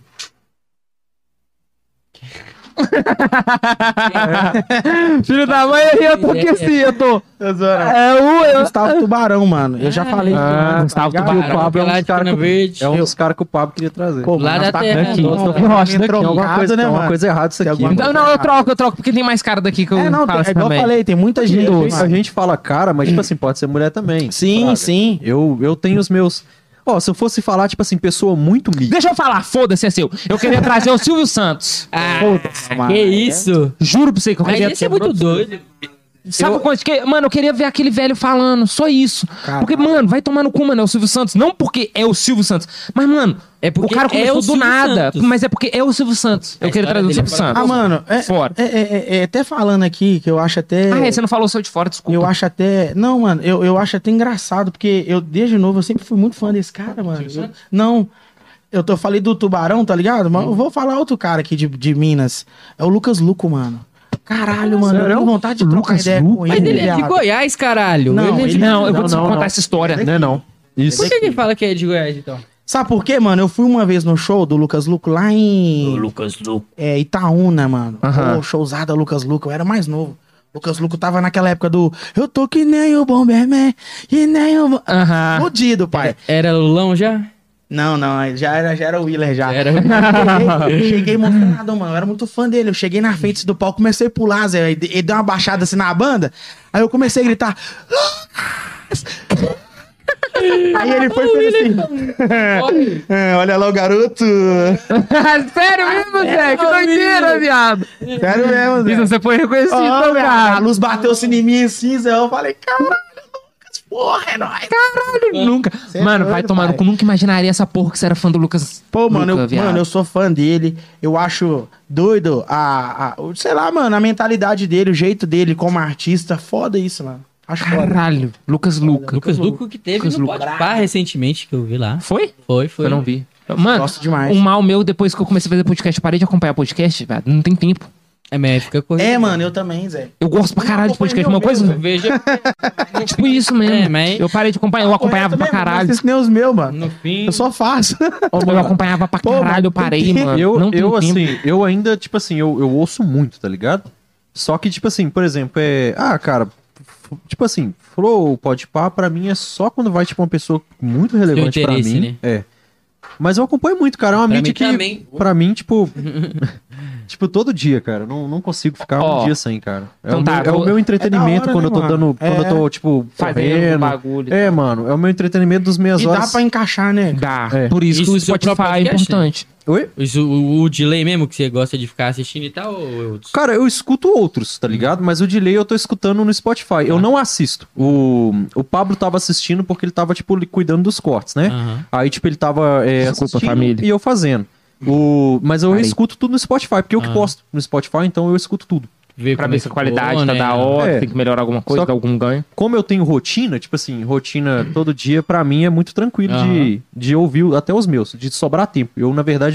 Filho da mãe, eu tô esqueci, eu tô... É o... Gustavo Tubarão, mano. Eu já falei com ele, Gustavo tá ligado? Tubarão. O Pablo é um lá dos de caras Cana que, Verde. é um dos caras que o Pablo queria trazer. Pô, Lá mas da tá terra, aqui, nossa, ó, que rocha daqui. tem Alguma coisa, né, tem uma mano? coisa errada isso Tem aqui. alguma Não, eu troco, porque tem mais cara daqui que eu Não, falo assim é igual eu também. falei, tem muita gente. dois. A gente fala cara, mas tipo assim, pode ser mulher também. Sim, Fraga. sim. Eu tenho os meus... Ó, se eu fosse falar, tipo assim, pessoa muito mix. Deixa eu falar, foda-se, é seu. Eu queria trazer o Silvio Santos. Foda-se, mano. Que isso? Juro pra você que eu Mas queria... esse é muito doido. Sabe quanto que... Mano, eu queria ver aquele velho falando, só isso. Caralho. Porque, mano, vai tomar no cu, mano, é o Silvio Santos. Não porque é o Silvio Santos, mas, mano, É porque o cara é começou o do Silvio nada. Santos. Mas é porque é o Silvio Santos. Eu A queria história trazer o dele é Silvio Santos. Ah, mano, Fora. até falando aqui, que eu acho até... Você não falou o seu de fora, desculpa. Eu acho até... Não, mano, eu acho até engraçado, porque eu, desde novo, eu sempre fui muito fã desse cara, mano. Falei do Tubarão, tá ligado? Mas eu vou falar outro cara aqui de Minas. É o Lucas Luco, mano. Caralho, mano, eu tenho vontade de trocar Lucas ideia Luco? com ele. Mas ele é de viado. Goiás, caralho. Não, Ele é de- ele- Não, eu vou te Não, contar não. essa história. Né, não? Isso. Por que ele fala que é de Goiás, então? Sabe por quê, mano? Eu fui uma vez no show do Lucas Luco lá em... Lucas Luco. Itaúna, mano. Aham. Pô, showzada Lucas Luco. Eu era mais novo. Lucas Luco tava naquela época do... Eu tô que nem o Bomberman, que nem o... Aham. Fudido, pai. Era Lulão já? Não, já era o Willer já. Era. Cheguei emocionado, mano. Eu era muito fã dele. Eu cheguei na frente do palco, comecei a pular, Zé. Ele deu uma baixada assim na banda. Aí eu comecei a gritar. Lucas! Aí ele foi e fez assim. Olha lá o garoto. Sério mesmo, Zé? Que doideira, viado. Sério mesmo, Zé. Isso você foi reconhecido, Ó, cara. a luz bateu assim em mim assim, Zé. Eu falei, caralho, Lucas, porra, é nóis. Caralho, nunca. Cê é Mano, doido, vai tomar no pai. cu. Nunca imaginaria essa porra que você era fã do Lucas. Pô, mano, Luca, viado. eu sou fã dele. Eu acho doido sei lá, mano, a mentalidade dele, o jeito dele como artista. Foda isso, mano. Acho foda. Caralho. Lucas Luca. Lucas Luco que teve Lucas no Luco. Podpah recentemente, que eu vi lá. Foi? Foi. Eu não vi. Mano, Gosto demais. um mal meu, depois que eu comecei a fazer podcast, eu parei de acompanhar podcast, velho. Não tem tempo. É, mas fica correndo. É, mano, eu também, Zé. Eu gosto pra caralho de podcast. Uma Eu coisa. Vejo Tipo isso mesmo. É, mas- Eu parei de acompanhar. Eu acompanhava pra caralho. Isso nem os meus, mano. no fim. Eu só faço. Eu acompanhava pra Pô, caralho. Eu mano, parei, tem mano. Eu, Não tem eu tempo. assim, eu ainda, tipo assim, eu ouço muito, tá ligado? Só que, tipo assim, por exemplo, cara, tipo assim, Flow, Podpah, pra mim é só quando vai, tipo, uma pessoa muito relevante pra interesse, mim. né? É. Mas eu acompanho muito, cara. É uma Pra mídia mim que, também. pra mim, tipo... tipo, todo dia, cara. Não consigo ficar Ó, um dia sem, cara. então tá, é o meu entretenimento é da hora, quando eu tô né, dando... mano? Quando eu tô, tipo, Fazendo correndo. bagulho. É, mano. É o meu entretenimento dos meias E horas. dá pra encaixar, né? Dá. É. Por isso que Isso, o seu Spotify próprio é podcast, importante. Oi? Isso, o delay mesmo que você gosta de ficar assistindo e tal, ou outros? Cara, eu escuto outros, tá ligado? Mas o delay eu tô escutando no Spotify. Eu não assisto. O Pablo tava assistindo porque ele tava, tipo, cuidando dos cortes, né? Aham. Aí, tipo, ele tava Desculpa, assistindo família. e eu fazendo. Mas eu Parei. escuto tudo no Spotify, porque eu que posto no Spotify, então eu escuto tudo. Pra como ver é se a que qualidade ficou, tá né? da hora, É. tem que melhorar alguma coisa, Só- dar algum ganho. Como eu tenho rotina, tipo assim, rotina todo dia, pra mim é muito tranquilo de ouvir até os meus, de sobrar tempo. Eu, na verdade,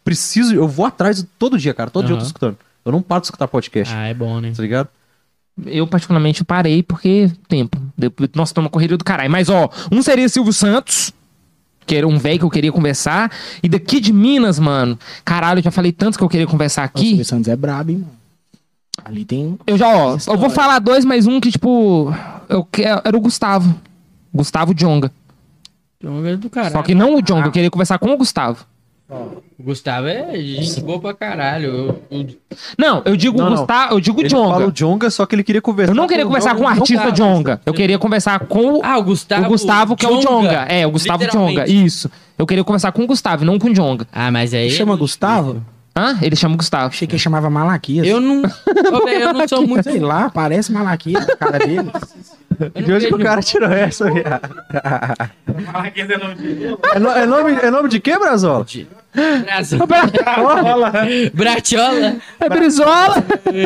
eu vou atrás todo dia, cara. Todo dia eu tô Aham. escutando. Eu não paro de escutar podcast, Ah, é bom, né? tá ligado? Eu, particularmente, parei porque tempo. Nossa, tô uma correria do caralho. Mas, ó, um seria Silvio Santos, que era um velho que eu queria conversar. E daqui de Minas, mano. Caralho, eu já falei tantos que eu queria conversar O aqui. Silvio Santos é brabo, hein, mano. Ali tem... Eu já, ó, eu vou falar dois, mas um que, tipo, era o Gustavo. Gustavo Djonga. Do caralho. Só que não o Djonga, eu queria conversar com o Gustavo. O Gustavo é gente boa pra caralho. Não, eu digo Não, não. Gustavo, eu digo Ele fala Djonga. o Djonga, só que ele queria conversar Eu não queria conversar com o artista Djonga. Djonga. Eu queria conversar com O Gustavo. o Gustavo, que é o Djonga. É, o Gustavo Djonga. Literalmente. Isso. Eu queria conversar com o Gustavo, e não com o Djonga. Ah, mas aí. Chama Gustavo? Hã? Ele chama o Gustavo. Achei que ele chamava Malaquias. Eu não. Ô, velho, eu não sou muito. Sei lá, parece Malaquias a cara dele. Eu De não onde que o vejo- cara tirou essa, viado? É nome de quê, Brazola? Bratiola. É Brizola!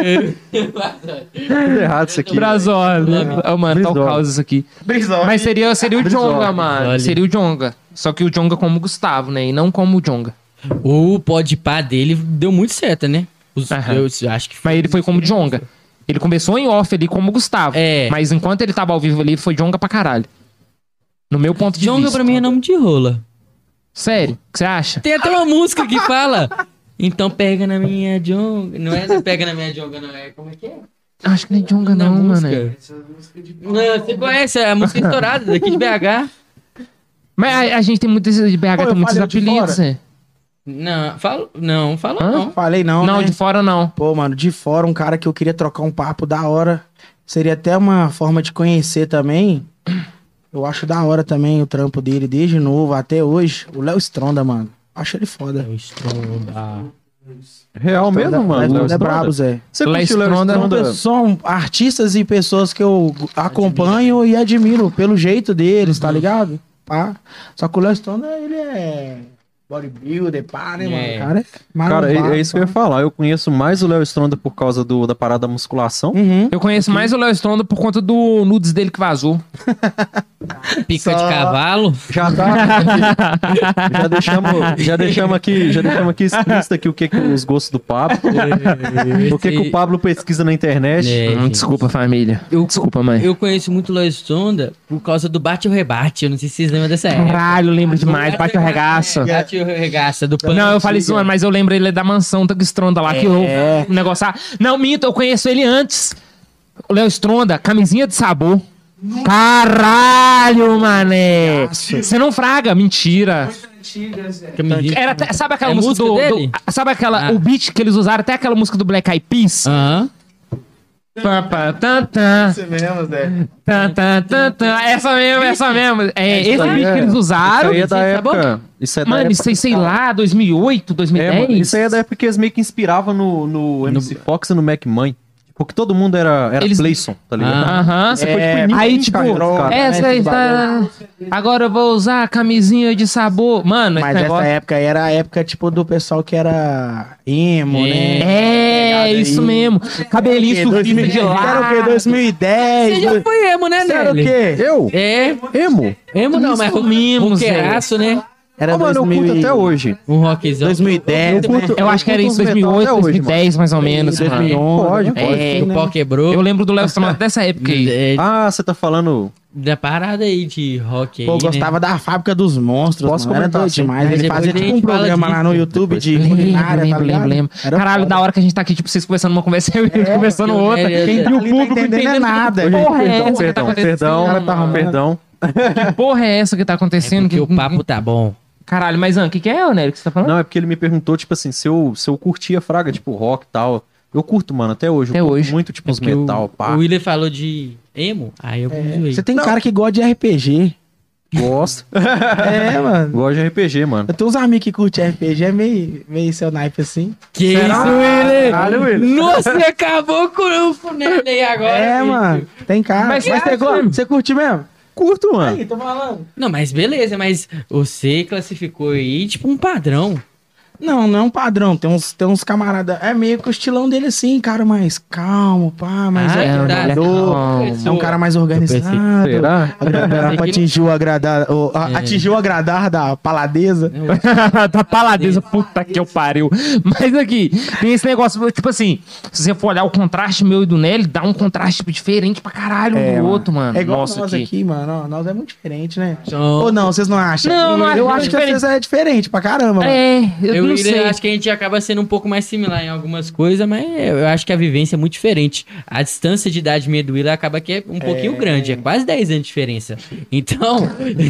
Tudo errado isso aqui. Brazola. Oh, mano, tá o Brizola. caos isso aqui. Mas seria o Djonga, mano. Olha. Seria o Djonga. Só que o Djonga como o Gustavo, né? E não como o Djonga. O Podpah dele deu muito certo, né? Aham. Eu acho que Mas ele foi como Djonga. Ele começou em off ali como o Gustavo. É. Mas enquanto ele tava ao vivo ali, foi Djonga pra caralho. No meu ponto de Djonga vista. pra mim é nome de rola. Sério? O que você acha? Tem até uma música que fala. Então pega na minha Djonga. Não é pega na minha Djonga, não é? Como é que é? Acho que não é Djonga Na não, música. mano. Não, você conhece a música estourada daqui de BH? Mas a gente tem muitos de BH, Pô, eu tem muitos falei de apelidos, fora. é. Não, fala Hã? não. Falei não, Não, né? de fora não. Pô, mano, de fora, um cara que eu queria trocar um papo da hora. Seria até uma forma de conhecer também. Eu acho da hora também o trampo dele, desde novo até hoje. O Léo Stronda, mano. Acho ele foda. Real mesmo, mano? Léo Léo Stronda é Stronda? brabo, Zé. Você Léo curte o Léo Stronda- Stronda? São artistas e pessoas que eu acompanho e admiro pelo jeito deles, tá ligado? Pá. Só que o Léo Stronda, ele é bodybuilder, pá, né, mano? É. O cara é Cara, marombado, é isso que eu ia falar. Eu conheço mais o Léo Stronda por causa da parada da musculação. Uhum. Eu conheço mais o Léo Stronda por conta do nudes dele que vazou. Pica Só- de cavalo. Já tá. já deixamos aqui explícito aqui o que os gostos do Pablo. O que o Pablo pesquisa na internet. É, gente. Desculpa, família. Eu- Desculpa, mãe. Eu conheço muito o Léo Stronda por causa do Bate ou Rebate. Eu não sei se vocês lembram dessa época. Caralho, eu lembro demais. Bate o regaço. Bate ou Regaça do Pano. Não, eu falei isso, mano, mas eu lembro ele da mansão da Stronda lá, que o negócio... Não, minto, eu conheço ele antes. O Léo Stronda, camisinha de sabor. Caralho, mané. Você não fraga, mentira. Era até- sabe aquela É música música dele? sabe aquela... Ah. O beat que eles usaram, até aquela música do Black Eyed Peas. Aham. Esse mesmo, Zé. Essa mesmo. É, esse vídeo que eles usaram. Isso aí é da época. Isso é da Mano, época. isso aí, sei lá, 2008, 2010. Mano, isso aí é da época que eles meio que inspiravam no MC Fox e no Mac Mãe. Porque todo mundo era Playson, tá ligado? Aham. Isso foi tipo início, Aí, tipo, cara. essa aí tá. Agora eu vou usar a camisinha de sabor. Mano, Mas esse essa negócio. época era a época, tipo, do pessoal que era emo, né? É, isso mesmo. Cabelinho surfista de lá. Era o quê? 2010? Você já foi emo, né, Você era o Nelly? quê? Eu? É, Emo? emo não, mas mesmo, roqueiraço, né? Era Mano, eu curto até hoje. Um rockzão. 2010, Eu curto- né? Eu acho que era curto isso, uns metal 2008, até hoje, 2010, mais ou menos. mano. 2011. Pode, É, O pau quebrou. Eu lembro do Léo Stronda dessa época aí. É, Ah, você tá falando... da parada aí de rock aí, Pô, eu gostava da Fábrica dos Monstros, Posso mano. Era comentar doido assim? demais. Mas Ele depois fazia a tipo gente um programa fala lá no disso. YouTube de culinária, tá ligado? Era Caralho, foda. da hora que a gente tá aqui, tipo, vocês conversando uma conversa e eu conversando eu- outra. eu- E o Ali público tá entendendo nada. Porra, é Perdão, essa que tá acontecendo? perdão. Que porra é essa que tá acontecendo? porque o papo tá bom. Caralho, mas o que é, Nélio, que você tá falando? Não, é porque ele me perguntou, tipo assim, se eu curtia fraga, tipo, rock e tal. Eu curto, mano, até hoje. Até Eu curto hoje. muito, tipo, os Porque metal, pá. O Willer falou de emo, aí eu zoei. Você tem cara que gosta de RPG. Gosto. É, mano. Gosto de RPG, mano. Eu tenho uns amigos que curtem RPG, é meio seu naipe assim. Que Será? isso, Willer? Caralho, Willer. Nossa, você acabou com o Funel aí agora. É, filho. mano. Tem cara. Mas Mas você você, gosta? você curte mesmo? Curto, mano. Aí, tô falando. Não, mas beleza, mas você classificou aí tipo um padrão. Não é um padrão. Tem uns camaradas. É meio que o estilão dele assim, cara mais calmo, pá, mais Ah, é, organizador. tá. É um cara mais organizado. Será? Pra atingir o agradar. Atingir o agradar da paladeza. Da paladeza, puta que eu pariu. Mas aqui, tem esse negócio, tipo assim, se você for olhar o contraste meu e do Nelly, dá um contraste tipo, diferente pra caralho um do outro, mano. É igual Nossa, nós aqui. aqui, mano. Ó, nós é muito diferente, né? Então, Ou não, vocês não acham? Não acho Eu que acho que diferente. vocês é diferente pra caramba, mano. É, eu não Willer, sei. acho que a gente acaba sendo um pouco mais similar em algumas coisas, mas eu acho que a vivência é muito diferente. A distância de idade minha do Willer acaba que é um pouquinho grande, é quase 10 anos de diferença. Então.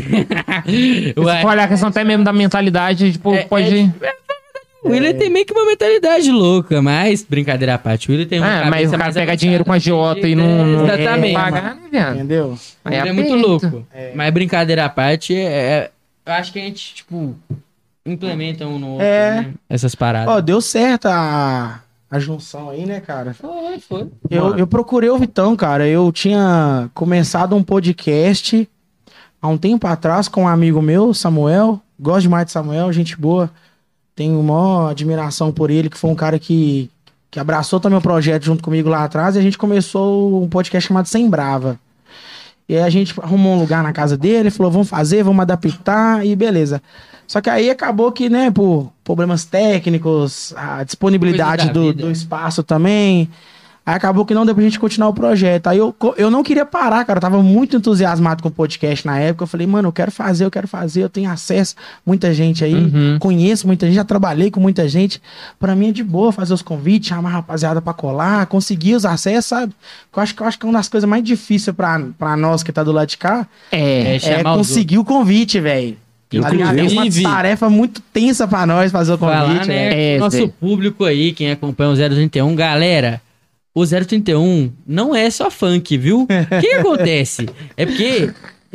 Se for olhar a questão até mesmo da mentalidade, tipo, pode... O Willer tem meio que uma mentalidade louca, mas brincadeira à parte. O Willer tem uma mas cabeça o cara mais pega avançada dinheiro com a agiota e não Exatamente. pagar, né, viado? Entendeu? O Aí Willer é muito aperta. louco. Mas brincadeira à parte, eu acho que a gente, tipo, implementa um no outro, né? Essas paradas. Ó, deu certo a junção aí, né, cara? Foi. Eu procurei o Vitão, cara. Eu tinha começado um podcast há um tempo atrás com um amigo meu, Samuel. Gosto demais de Samuel, gente boa. Tenho maior admiração por ele, que foi um cara que abraçou também o projeto junto comigo lá atrás. E a gente começou um podcast chamado Sem Brava. E aí a gente arrumou um lugar na casa dele, falou, vamos fazer, vamos adaptar e beleza. Só que aí acabou que, né, por problemas técnicos, a disponibilidade Coisa da vida. do espaço também, aí acabou que não deu pra gente continuar o projeto. Aí eu não queria parar, cara, eu tava muito entusiasmado com o podcast na época. Eu falei, mano, eu quero fazer, eu tenho acesso a muita gente aí, conheço muita gente, já trabalhei com muita gente. Pra mim é de boa fazer os convites, chamar a rapaziada pra colar, conseguir os acessos, sabe? Eu acho que é uma das coisas mais difíceis pra nós que tá do lado de cá, É, é chamar os conseguir o convite, velho. Tá ligado? É uma Inclusive- tarefa muito tensa pra nós fazer o Falar, convite, né? velho. É, Nosso Zé. público aí, quem acompanha o 031, galera, o 031 não é só funk, viu? O que acontece? É porque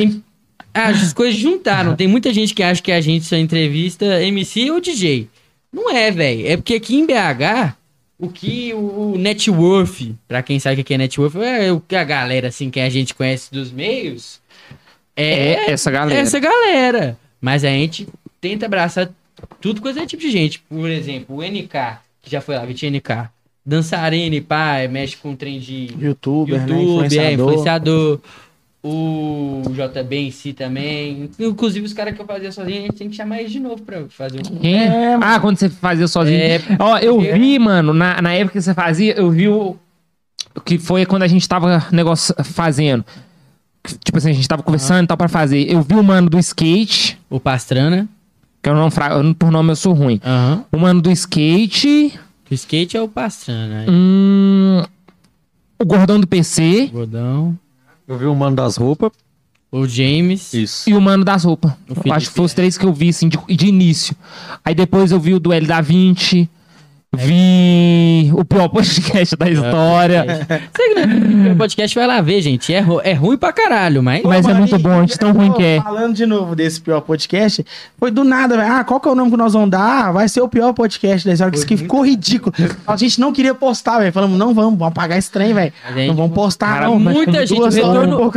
as coisas juntaram. Tem muita gente que acha que a gente só entrevista MC ou DJ. Não é, velho. É porque aqui em BH, o net worth, pra quem sabe o que é net worth, é o que a galera, assim, que a gente conhece dos meios, É essa galera. essa galera. Mas a gente tenta abraçar tudo com esse tipo de gente. Por exemplo, o NK, que já foi lá, Vitinho NK. Dançarino, pá, mexe com trem de YouTuber, né? YouTube, Influenciador. influenciador. O JB em si também. Inclusive, os caras que eu fazia sozinho, a gente tem que chamar eles de novo pra fazer um. Quem? Quando você fazia sozinho. É, Ó, eu vi, mano, na época que você fazia, eu vi o que foi quando a gente tava fazendo. Tipo assim, a gente tava conversando e tal pra fazer. Eu vi o mano do skate, O Pastrana. que eu não por nome eu sou ruim. Aham. O mano do skate, O skate é o Pastrana. o gordão do PC O Gordão. Eu vi o mano das roupas. O James. Isso. e o mano das roupas. Eu Felipe, acho que foi os três que eu vi, assim, de início. Aí depois eu vi o do L da 20. Vi o pior podcast da história. Você que não o podcast vai lá ver, gente. É ruim pra caralho, mas... Mas é muito bom, de tão ruim que é. Falando de novo desse pior podcast, foi do nada, velho. Ah, qual que é o nome que nós vamos dar? Ah, vai ser o pior podcast da história. Isso que ficou ridículo. A gente não queria postar, velho. Falamos, não vamos apagar esse trem, velho. Não vamos postar, Cara, não. muita gente... O retorno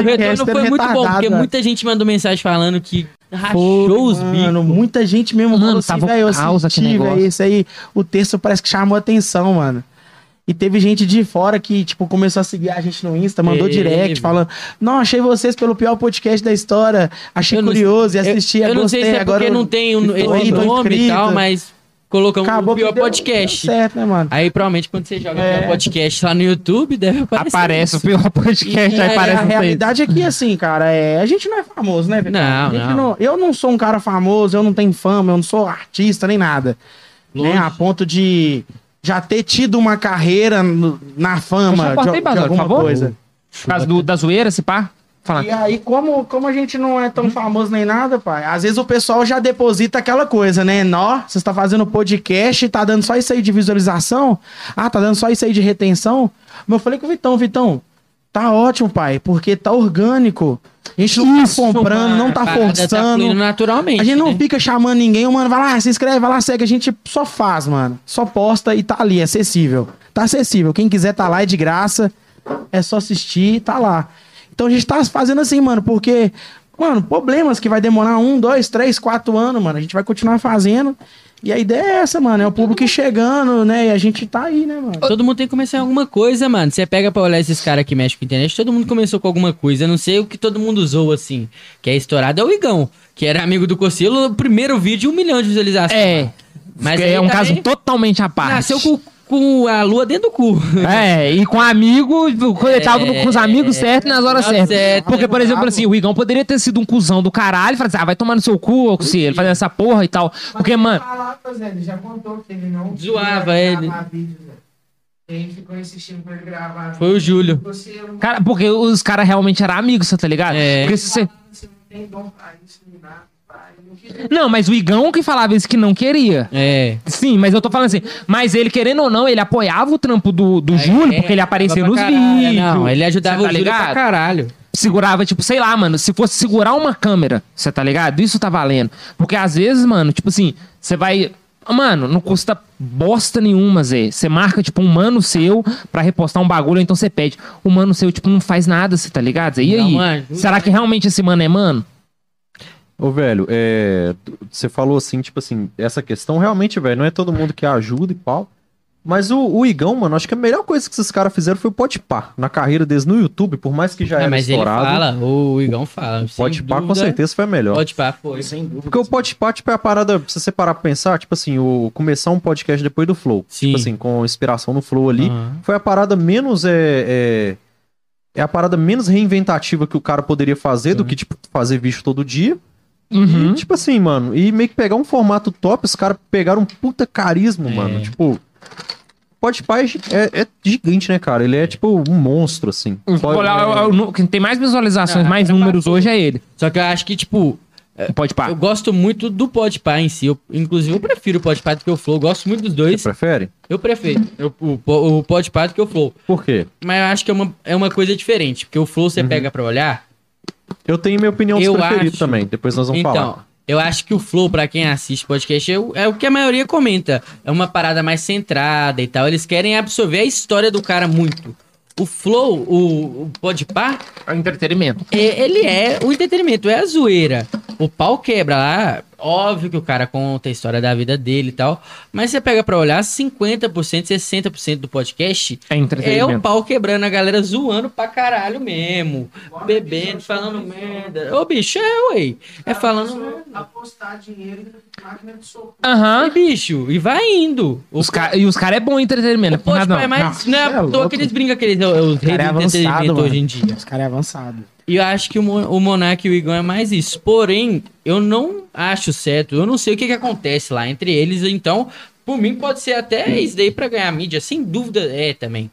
foi muito bom, porque velho. muita gente mandou mensagem falando que rachou os bicos. Muita gente mesmo Mano, falou assim, velho, eu assisti, velho, esse aí, o texto parece que chamou atenção, mano. E teve gente de fora que, tipo, começou a seguir a gente no Insta, mandou direct, falando, não, achei vocês pelo pior podcast da história, achei curioso e assisti, eu não sei se é agora porque não tem esse nome e tal, mas colocamos o pior podcast. Deu certo, né, mano? Aí, provavelmente, quando você joga o pior podcast lá no YouTube, deve aparecer. Aparece o pior podcast, aí aparece a realidade é que, assim, cara, a gente não é famoso, né, Vitor? Não. Eu não sou um cara famoso, eu não tenho fama, eu não sou artista nem nada. Né, a ponto de já ter tido uma carreira na fama de alguma coisa. Por causa da zoeira, se pá? Fala. E aí, como a gente não é tão famoso nem nada, pai, às vezes o pessoal já deposita aquela coisa, né? Nó, você está fazendo podcast e tá dando só isso aí de visualização? Ah, tá dando só isso aí de retenção? Mas eu falei com o Vitão, tá ótimo, pai, porque tá orgânico. A gente não tá comprando, não tá forçando. Tá naturalmente. A gente não fica chamando ninguém, mano, vai lá, se inscreve, vai lá, segue. A gente só faz, mano. Só posta e tá ali, é acessível. Tá acessível. Quem quiser tá lá, é de graça. É só assistir e tá lá. Então a gente tá fazendo assim, mano, porque, mano, problemas que vai demorar 1, 2, 3, 4 anos, mano. A gente vai continuar fazendo. E a ideia é essa, mano. É o público chegando, né? E a gente tá aí, né, mano? Todo mundo tem que começar em alguma coisa, mano. Você pega pra olhar esses caras que mexem com a internet, todo mundo começou com alguma coisa. Eu não sei o que todo mundo usou, assim. Que é estourado é o Igão, que era amigo do Cocilo. O primeiro vídeo, 1 milhão de visualizações. É. Mas é um caso totalmente à parte. Nasceu com a lua dentro do cu. É, e com amigo, ele tava com os amigos certos nas horas certas. Porque, por exemplo, assim, o Igão poderia ter sido um cuzão do caralho e falar assim, vai tomar no seu cu, ou se ele fazer essa porra e tal. Porque, mano... Ele já contou que ele não zoava ele. Quem ficou insistindo pra ele gravar. Foi o Júlio. Cara, porque os caras realmente eram amigos, você tá ligado? É. Porque se você... Você não tem dom pra isso, não dá. Não, mas o Igão que falava isso que não queria. É. Sim, mas eu tô falando assim. Mas ele, querendo ou não, ele apoiava o trampo do Júlio, porque ele aparecia nos vídeos. Não, ele ajudava o Júlio pra caralho. Segurava, tipo, sei lá, mano, se fosse segurar uma câmera, você tá ligado? Isso tá valendo. Porque às vezes, mano, tipo assim, você vai... Mano, não custa bosta nenhuma, Zé. Você marca, tipo, um mano seu pra repostar um bagulho, então você pede. O mano seu, tipo, não faz nada, você tá ligado, Zé? E aí? Mano, será que realmente esse mano é mano? Ô, velho, você falou assim, tipo assim, essa questão realmente, velho, não é todo mundo que ajuda e pau. Mas o Igão, mano, acho que a melhor coisa que esses caras fizeram foi o Podpah. Na carreira deles no YouTube, por mais que já era mas estourado. Ele fala, o Igão fala. O Podpah com certeza foi a melhor. Podpah foi. Sem dúvida. Porque o Podpah, tipo, é a parada, se você parar pra pensar, tipo assim, começar um podcast depois do Flow. Sim. Tipo assim, com inspiração no Flow ali, foi a parada menos, é a parada menos reinventativa que o cara poderia fazer do que, tipo, fazer vídeo todo dia. Uhum. E, tipo assim, mano, e meio que pegar um formato top, os caras pegaram um puta carisma, mano. Tipo, Podpah é gigante, né, cara? Ele é tipo um monstro, assim. Quem tem mais visualizações, mais números hoje é ele. Só que eu acho que, tipo... Podpah. Eu gosto muito do Podpah em si. Inclusive, eu prefiro o Podpah do que o Flow. Eu gosto muito dos dois. Você prefere? Eu prefiro o Podpah do que o Flow. Por quê? Mas eu acho que é uma coisa diferente. Porque o Flow você pega pra olhar... Eu tenho minha opinião dos preferidos também. Depois nós vamos falar. Então, eu acho que o Flow, pra quem assiste podcast, é o que a maioria comenta. É uma parada mais centrada e tal. Eles querem absorver a história do cara muito. O Flow, o Podpah... É o entretenimento. Ele é o entretenimento, é a zoeira. O pau quebra lá. Óbvio que o cara conta a história da vida dele e tal. Mas você pega pra olhar, 50%, 60% do podcast é o pau quebrando, a galera zoando pra caralho mesmo. Bebendo, falando merda. Ô, bicho, ué. É falando merda. Apostar dinheiro na máquina de soco. E, bicho, e vai indo. Os caras é bom entretenimento. O Podpah é mais... Não é à toa que eles brincam que eles os reis do entretenimento hoje em dia. Os caras é avançado. E eu acho que o Monark e o Igão é mais isso. Porém, eu não acho certo. Eu não sei o que acontece lá entre eles. Então, por mim, pode ser até isso daí pra ganhar mídia. Sem dúvida também.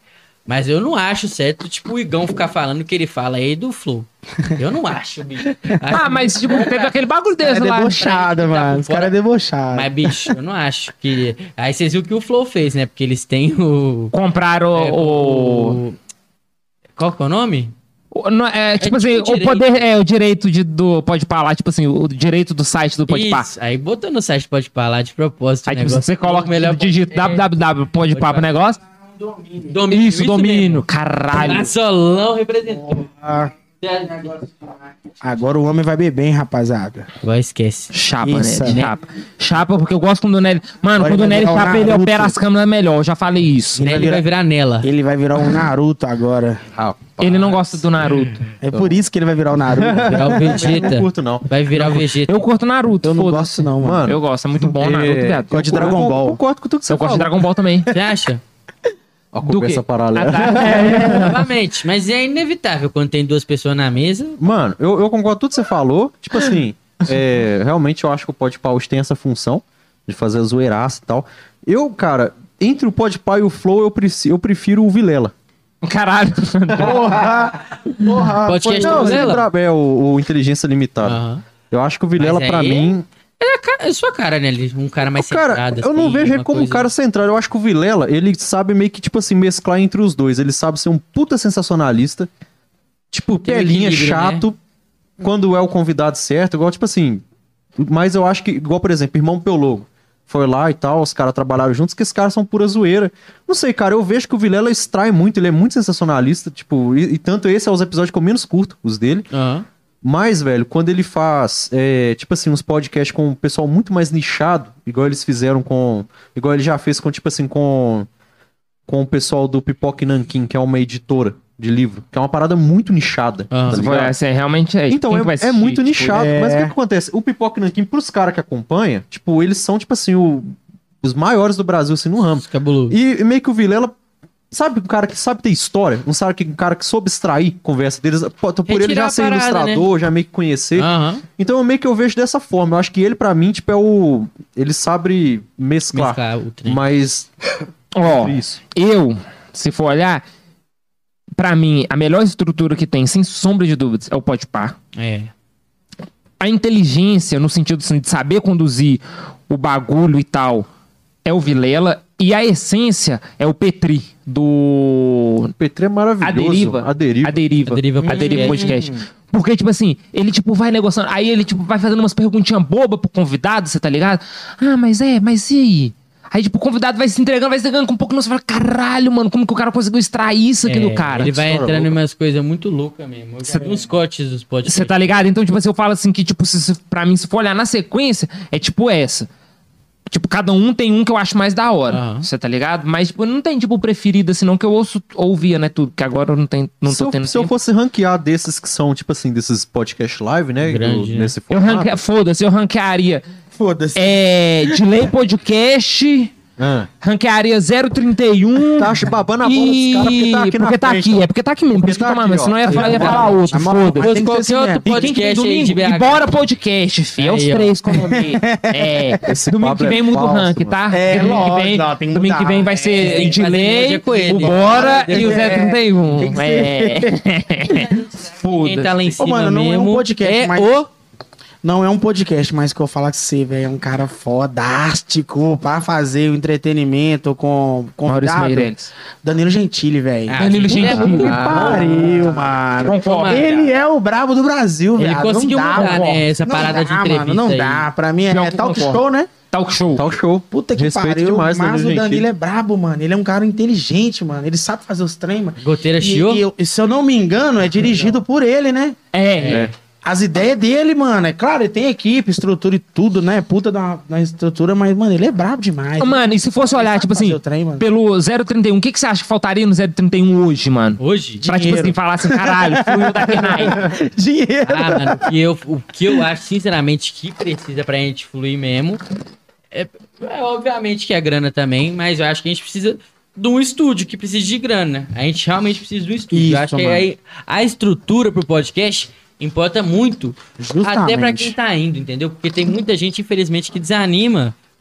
Mas eu não acho certo, tipo, o Igão ficar falando o que ele fala aí do Flow. Eu não acho, bicho. Mas, tipo, teve aquele bagulho desse É lá. debochado, mano. Os caras é debochado. Mas, bicho, eu não acho que... Aí vocês viram o que o Flow fez, né? Porque eles têm o... Compraram o... Qual que é o nome? Tipo assim, tipo o poder, o direito do Podpah lá, tipo assim, o direito do site do Podpah. Isso, aí botou no site do Podpah lá de propósito. Aí tipo, você coloca melhor digita www.podpah pro negócio. Domínio. Isso, domínio. Caralho. Nassolão representou. Agora o homem vai beber, hein, rapaziada. Agora esquece. Chapa, Isso, né? né? Chapa, porque eu gosto quando o Nelly... Mano, Agora quando o ele vai Nelly virar o chapa, ele Naruto. opera as câmeras melhor. Eu já falei isso. Ele vai virar nela. Ele vai virar um Naruto agora. Ele não gosta do Naruto. É por isso que ele vai virar o Naruto. Virar o Vegeta. Não curto, não. Vai virar o Vegeta. Eu curto Naruto, Eu não foda-se. gosto não, mano. Eu gosto, é muito bom Naruto, viado. Gosto de Dragon Ball. Concordo com tudo que você Eu gosto de falou. Dragon Ball também. Você acha? A conversa paralela. Novamente. Mas é inevitável quando tem duas pessoas na mesa. Mano, eu concordo com tudo que você falou. Tipo assim, realmente eu acho que o Podpah hoje tem essa função de fazer a zoeiraça e tal. Eu, cara, entre o Podpah e o Flow, eu prefiro o Vilela. Caralho. Porra. Podcast Não, do Vilela? o Inteligência Limitada. Aham. Eu acho que o Vilela, Mas pra aí mim... É a sua cara, né? Um cara mais Cara, centrado. eu não assim, vejo ele uma como um coisa- cara centrado. Eu acho que o Vilela, ele sabe meio que, tipo assim, mesclar entre os dois. Ele sabe ser um puta sensacionalista. Tipo, Tem um pelinha, equilíbrio, chato. Quando é o convidado certo. Igual, tipo assim... Mas eu acho que, igual, por exemplo, Irmão Pelogo. Foi lá e tal, os caras trabalharam juntos, que esses caras são pura zoeira. Não sei, cara, eu vejo que o Vilela extrai muito, ele é muito sensacionalista, tipo, e tanto esse é os episódios que eu menos curto, os dele. Aham. Mas, velho, quando ele faz, tipo assim, uns podcasts com um pessoal muito mais nichado, igual eles fizeram com... Igual ele já fez com, tipo assim, com o pessoal do Pipoca e Nanquim, que é uma editora de livro, que é uma parada muito nichada. Aham. tá ligado? Assim, realmente é. Então, Quem que vai é assistir? muito Tipo, nichado. Mas o que acontece? O Pipoca e Nanquim, pros caras que acompanham, tipo, eles são, tipo assim, os maiores do Brasil, assim, no ramo. Cabuloso. E meio que o Vilela, sabe, um cara que sabe ter história, um cara que soube extrair conversa deles, por ele já Retirar a ser parada, ilustrador, já meio que conhecer. Aham. Então eu meio que eu vejo dessa forma. Eu acho que ele, pra mim, tipo, ele sabe mesclar. Mesclar o trem. Mas. Ó, Isso. se for olhar, pra mim, a melhor estrutura que tem, sem sombra de dúvidas, é o Podpah. É. A inteligência, no sentido assim, de saber conduzir o bagulho e tal, é o Vilela. E a essência é o Petri, do... O Petri é maravilhoso. A Deriva. A Deriva Podcast. Porque, tipo assim, ele, tipo, vai negociando. Aí ele, tipo, vai fazendo umas perguntinhas bobas pro convidado, você tá ligado? Ah, mas e aí? Aí, tipo, o convidado vai se entregando com um pouco. Você fala, caralho, mano, como que o cara conseguiu extrair isso aqui do cara? Ele vai entrando em umas coisas muito loucas mesmo. Eu já vi uns cortes dos podcasts. Você tá ligado? Então, tipo assim, eu falo assim que, tipo, pra mim, se for olhar na sequência, é tipo essa. Tipo, cada um tem um que eu acho mais da hora. Aham. Você tá ligado? Mas, tipo, não tem, tipo, preferido assim, não, que eu ouvia, né, tudo. Que agora eu não tô tendo Se eu tempo. fosse ranquear desses que são, tipo assim, desses podcast live, né? Grande, né? Nesse Eu formato. foda-se, eu ranquearia. Foda-se. Delay Podcast, ranquearia 031. Tá babando a bola dos caras porque tá aqui na porque tá frente, aqui, ó. é porque tá aqui mesmo. Por isso que eu tô tá mamando, aqui, senão ó. eu ia falar outro. Foda-se. Fosse qualquer outro E quem que vem podcast aí de domingo? BH. E bora podcast, fi. É os Aí, ó. três com o nome. Esse Domingo Pablo que vem é muda o falso, rank, mano. tá? É, domingo que lógico, vem, não, tem que domingo que mudar. vem vai ser tem que fazer delay, média com ele. o Bora Tem e o que- 031. tem que É. Quem tá lá em cima mano, não é um mesmo podcast, é mas- o... Não é um podcast, mas que eu falo que você, velho, é um cara fodástico pra fazer o entretenimento com Maurício convidado. Meirelles. Danilo Gentili, velho. Ah, Danilo Gentili é Gentili. muito Que bom. pariu, mano. Concordo. Ele é o brabo do Brasil, velho. Ele conseguiu mudar, né, essa parada de entrevista Mano, não aí. dá. Pra mim Pior é que talk concordo. show, né? Talk show. Tá o show. Puta que Respeito pariu. demais, Mas Danilo o Danilo Gentili. é brabo, mano. Ele é um cara inteligente, mano. Ele sabe fazer os trem, mano. Goteira chiou? E se eu não me engano, é dirigido por ele, né? É. As ideias dele, mano, é claro, ele tem equipe, estrutura e tudo, né? Puta da estrutura, mas, mano, ele é brabo demais. Mano, e se fosse olhar, Sabe tipo assim, fazer o trem, mano. pelo 031, o que você acha que faltaria no 031 hoje, mano? Hoje? Pra, tipo assim, falar assim, caralho, fluiu da Kenai. Dinheiro. Ah, mano, o que eu acho, sinceramente, que precisa pra gente fluir mesmo, é obviamente que é grana também, mas eu acho que a gente precisa de um estúdio que precisa de grana. A gente realmente precisa de um estúdio. Isso, eu acho que mano. aí a estrutura pro podcast importa muito, Justamente. até pra quem tá indo, entendeu? Porque tem muita gente, infelizmente, que desanima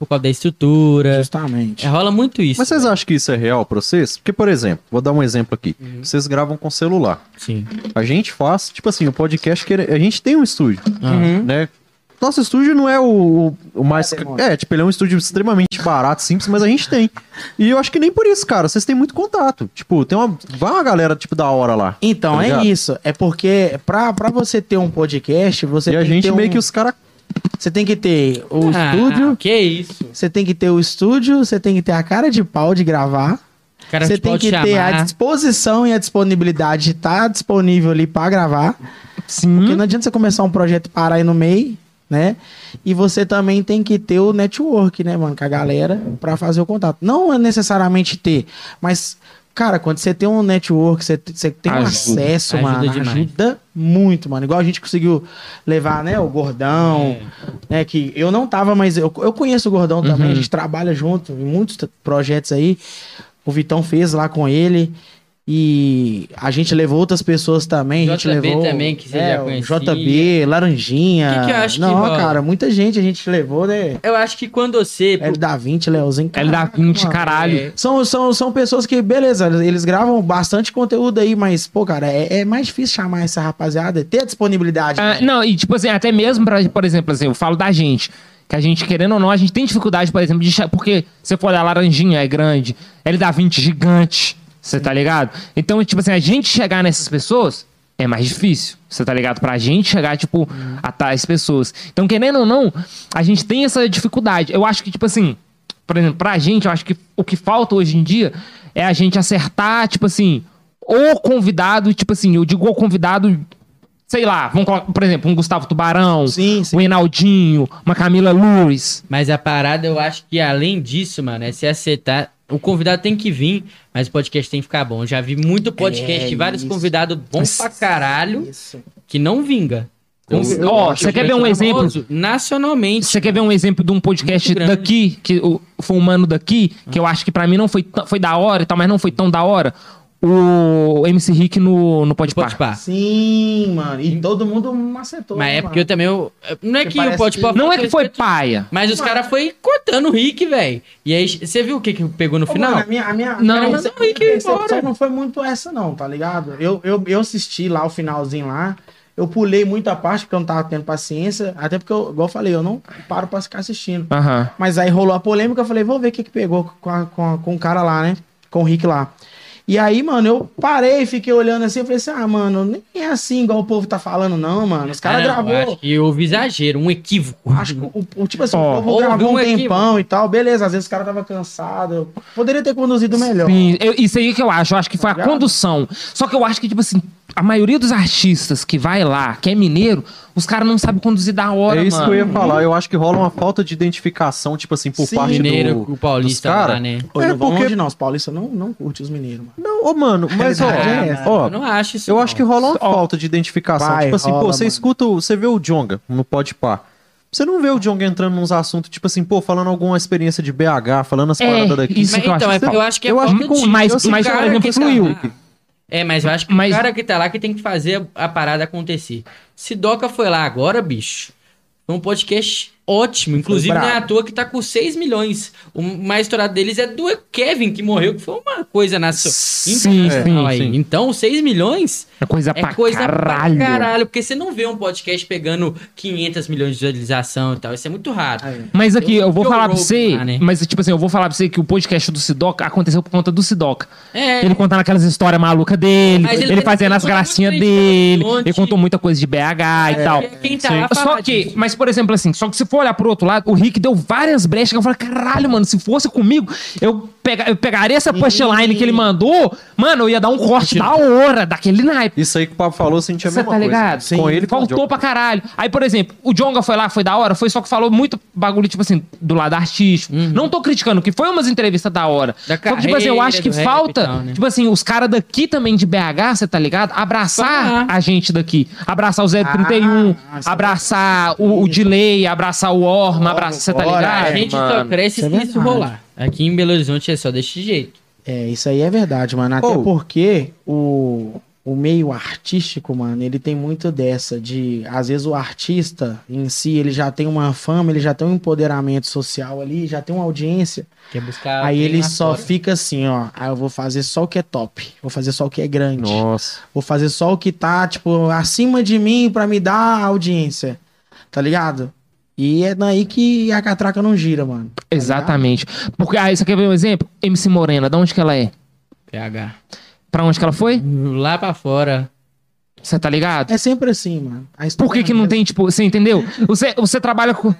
por causa da estrutura. Justamente. Rola muito isso. Mas vocês acham que isso é real pra vocês? Porque, por exemplo, vou dar um exemplo aqui. Vocês gravam com celular. Sim. A gente faz, tipo assim, o podcast que a gente tem um estúdio, Uhum. né? Nosso estúdio não é o mais... tipo, ele é um estúdio extremamente barato, simples, mas a gente tem. E eu acho que nem por isso, cara. Vocês têm muito contato. Tipo, vai uma galera, tipo, da hora lá. Então, tá é ligado? isso. É porque pra você ter um podcast, você E tem a gente que ter meio que os caras... Você tem que ter o estúdio, Que isso? você tem que ter o estúdio, você tem que ter a cara de pau de gravar. Cara, Você a gente tem pode que ter a chamar. disposição e a disponibilidade de estar disponível ali pra gravar. Sim. Porque não adianta você começar um projeto e parar aí no meio, né? E você também tem que ter o network, né, mano, com a galera pra fazer o contato. Não é necessariamente ter, mas, cara, quando você tem um network, você tem um Ajuda. acesso, Ajuda mano, demais. ajuda muito, mano. Igual a gente conseguiu levar, né, o Gordão, né, que eu não tava, mas eu conheço o Gordão também, a gente trabalha junto em muitos projetos aí. O Vitão fez lá com ele. E a gente levou outras pessoas também. A gente JB levou também, que você já o conhecia. JB, Laranjinha. Que eu acho que Não, rola? cara, muita gente a gente levou, né? Eu acho que quando você... L da 20, Leozinho. L da 20, mano. caralho. São pessoas que, beleza, eles gravam bastante conteúdo aí, mas, pô, cara, é mais difícil chamar essa rapaziada, ter a disponibilidade. Ah, né? não, e tipo assim, até mesmo, por exemplo, assim, eu falo da gente. Que a gente, querendo ou não, a gente tem dificuldade, por exemplo, porque se for da Laranjinha é grande, L da 20 gigante, você tá ligado? Então, tipo assim, a gente chegar nessas pessoas é mais difícil, você tá ligado? Pra gente chegar, tipo, a tais pessoas. Então, querendo ou não, a gente tem essa dificuldade. Eu acho que, tipo assim, por exemplo, pra gente, eu acho que o que falta hoje em dia é a gente acertar, tipo assim, o convidado, tipo assim, eu digo o convidado... Sei lá, vamos colocar, por exemplo, um Gustavo Tubarão, Sim, sim. um Enaldinho, uma Camila Luz. Mas a parada, eu acho que além disso, mano, é se acertar. O convidado tem que vir, mas o podcast tem que ficar bom. Eu já vi muito podcast de vários isso. convidados bons pra caralho Isso. que não vinga. Ó, você quer ver um exemplo? Famoso Nacionalmente. Você quer ver um exemplo de um podcast Muito grande. daqui, foi um mano daqui, que eu acho que pra mim não foi da hora e tal, mas não foi tão da hora? O MC Rick no Podpah. Pode pá. Sim, mano. E todo mundo macetou. Mas né, é porque eu também. Não é Porque que o parece Pode que- pá. Não é que foi paia. Mas os caras foi cortando o Rick, velho. E aí, você viu o que pegou no Ô, final? mano, a minha Não, cara, mas a não, minha aí que percepção embora. não foi muito essa, não, tá ligado? Eu assisti lá o finalzinho lá. Eu pulei muita parte porque eu não tava tendo paciência. Até porque, igual eu falei, eu não paro pra ficar assistindo. Aham. Mas aí rolou a polêmica, eu falei, vou ver o que pegou com o cara lá, né? Com o Rick lá. E aí, mano, eu parei, fiquei olhando assim, eu falei assim, mano, nem é assim igual o povo tá falando, não, mano. Os caras Ah, não, gravou. Acho que houve exagero, um equívoco. Acho que tipo assim, Ó, o povo houve gravou um um equívoco. tempão e tal, beleza, às vezes o cara tava cansado. Eu poderia ter conduzido melhor. Sim, isso aí que eu acho que foi a Tá ligado? condução. Só que eu acho que, tipo assim, a maioria dos artistas que vai lá, que é mineiro, os caras não sabem conduzir da hora, É isso mano. que eu ia falar. Eu acho que rola uma falta de identificação, tipo assim, por Sim. parte Mineiro, do, o Paulista dos cara. lá, né? Pô, É não vamos porque- longe, não. Os paulistas não curtem os mineiros, mano. Não, ô, mano, mas ó, realidade é essa. ó, Eu não acho isso. eu não. acho que rola uma falta de identificação. Vai, Tipo assim, rola, pô, você mano. escuta, você vê o Djonga no Podpah. Você não vê o Djonga entrando nos assuntos, tipo assim, pô, falando alguma experiência de BH, falando as paradas daqui. isso Mas que eu então, acho. eu acho que é Eu acho falta que de- mas, o mas por cara exemplo, que tá fluiu. lá- É, mas eu acho que Mas- o cara que tá lá que tem que fazer a parada acontecer. Sidoca foi lá agora, bicho. Foi um podcast ótimo. Inclusive, não é à brabo. toa que tá com 6 milhões. O mais estourado deles é do Kevin, que morreu, que foi uma coisa Sim, internacional sim, aí. sim. Então, 6 milhões É coisa é pra coisa caralho. pra caralho. Porque você não vê um podcast pegando 500 milhões de visualização e tal. Isso é muito raro. Mas aqui, eu vou Joe falar pra Rogan você, lá, né? mas tipo assim, eu vou falar pra você que o podcast do Sidoca aconteceu por conta do Sidoca. É. Ele contando aquelas histórias malucas dele, Mas ele fazendo as contou gracinhas muito de dele, Belo Horizonte. ele contou muita coisa de BH e tal. Quem tá lá Só fala que, disso. mas por exemplo assim, só que se for olhar pro outro lado, o Rick deu várias brechas que eu falei, caralho, mano, se fosse comigo, eu pegaria essa punchline que ele mandou, mano, eu ia dar um corte da hora, daquele naipe. Isso aí que o Pablo falou, eu senti a Você mesma tá coisa. ligado? Com ele, com o faltou Djonga. pra caralho. Aí, por exemplo, o Djonga foi lá, foi da hora, foi só que falou muito bagulho, tipo assim, do lado artístico. Não tô criticando, que foi umas entrevistas da hora. Da Só que, tipo assim, eu carreira, acho que do rap falta, e tal, né? tipo assim, os caras daqui também de BH, você tá ligado? Abraçar Falar. a gente daqui. Abraçar o 031, isso é abraçar o Delay, abraçar o Orma, abraçar, você tá Bora, ligado? A gente só mano? cresce Isso é se isso verdade. rolar. Aqui em Belo Horizonte é só desse jeito. É, isso aí é verdade, mano. Até Oh. porque o o meio artístico, mano, ele tem muito dessa de, às vezes o artista em si, ele já tem uma fama, ele já tem um empoderamento social ali, já tem uma audiência. Quer buscar Aí ele só fora. fica assim, ó, eu vou fazer só o que é top, vou fazer só o que é grande. Nossa. Vou fazer só o que tá, tipo, acima de mim pra me dar audiência, tá ligado? E é daí que a catraca não gira, mano. Tá Exatamente. Porque, você quer ver um exemplo? MC Morena, de onde que ela é? PH. Pra onde que ela foi? Lá pra fora. Você tá ligado? É sempre assim, mano. A história Por que que não tem, tipo, você entendeu? Você trabalha com...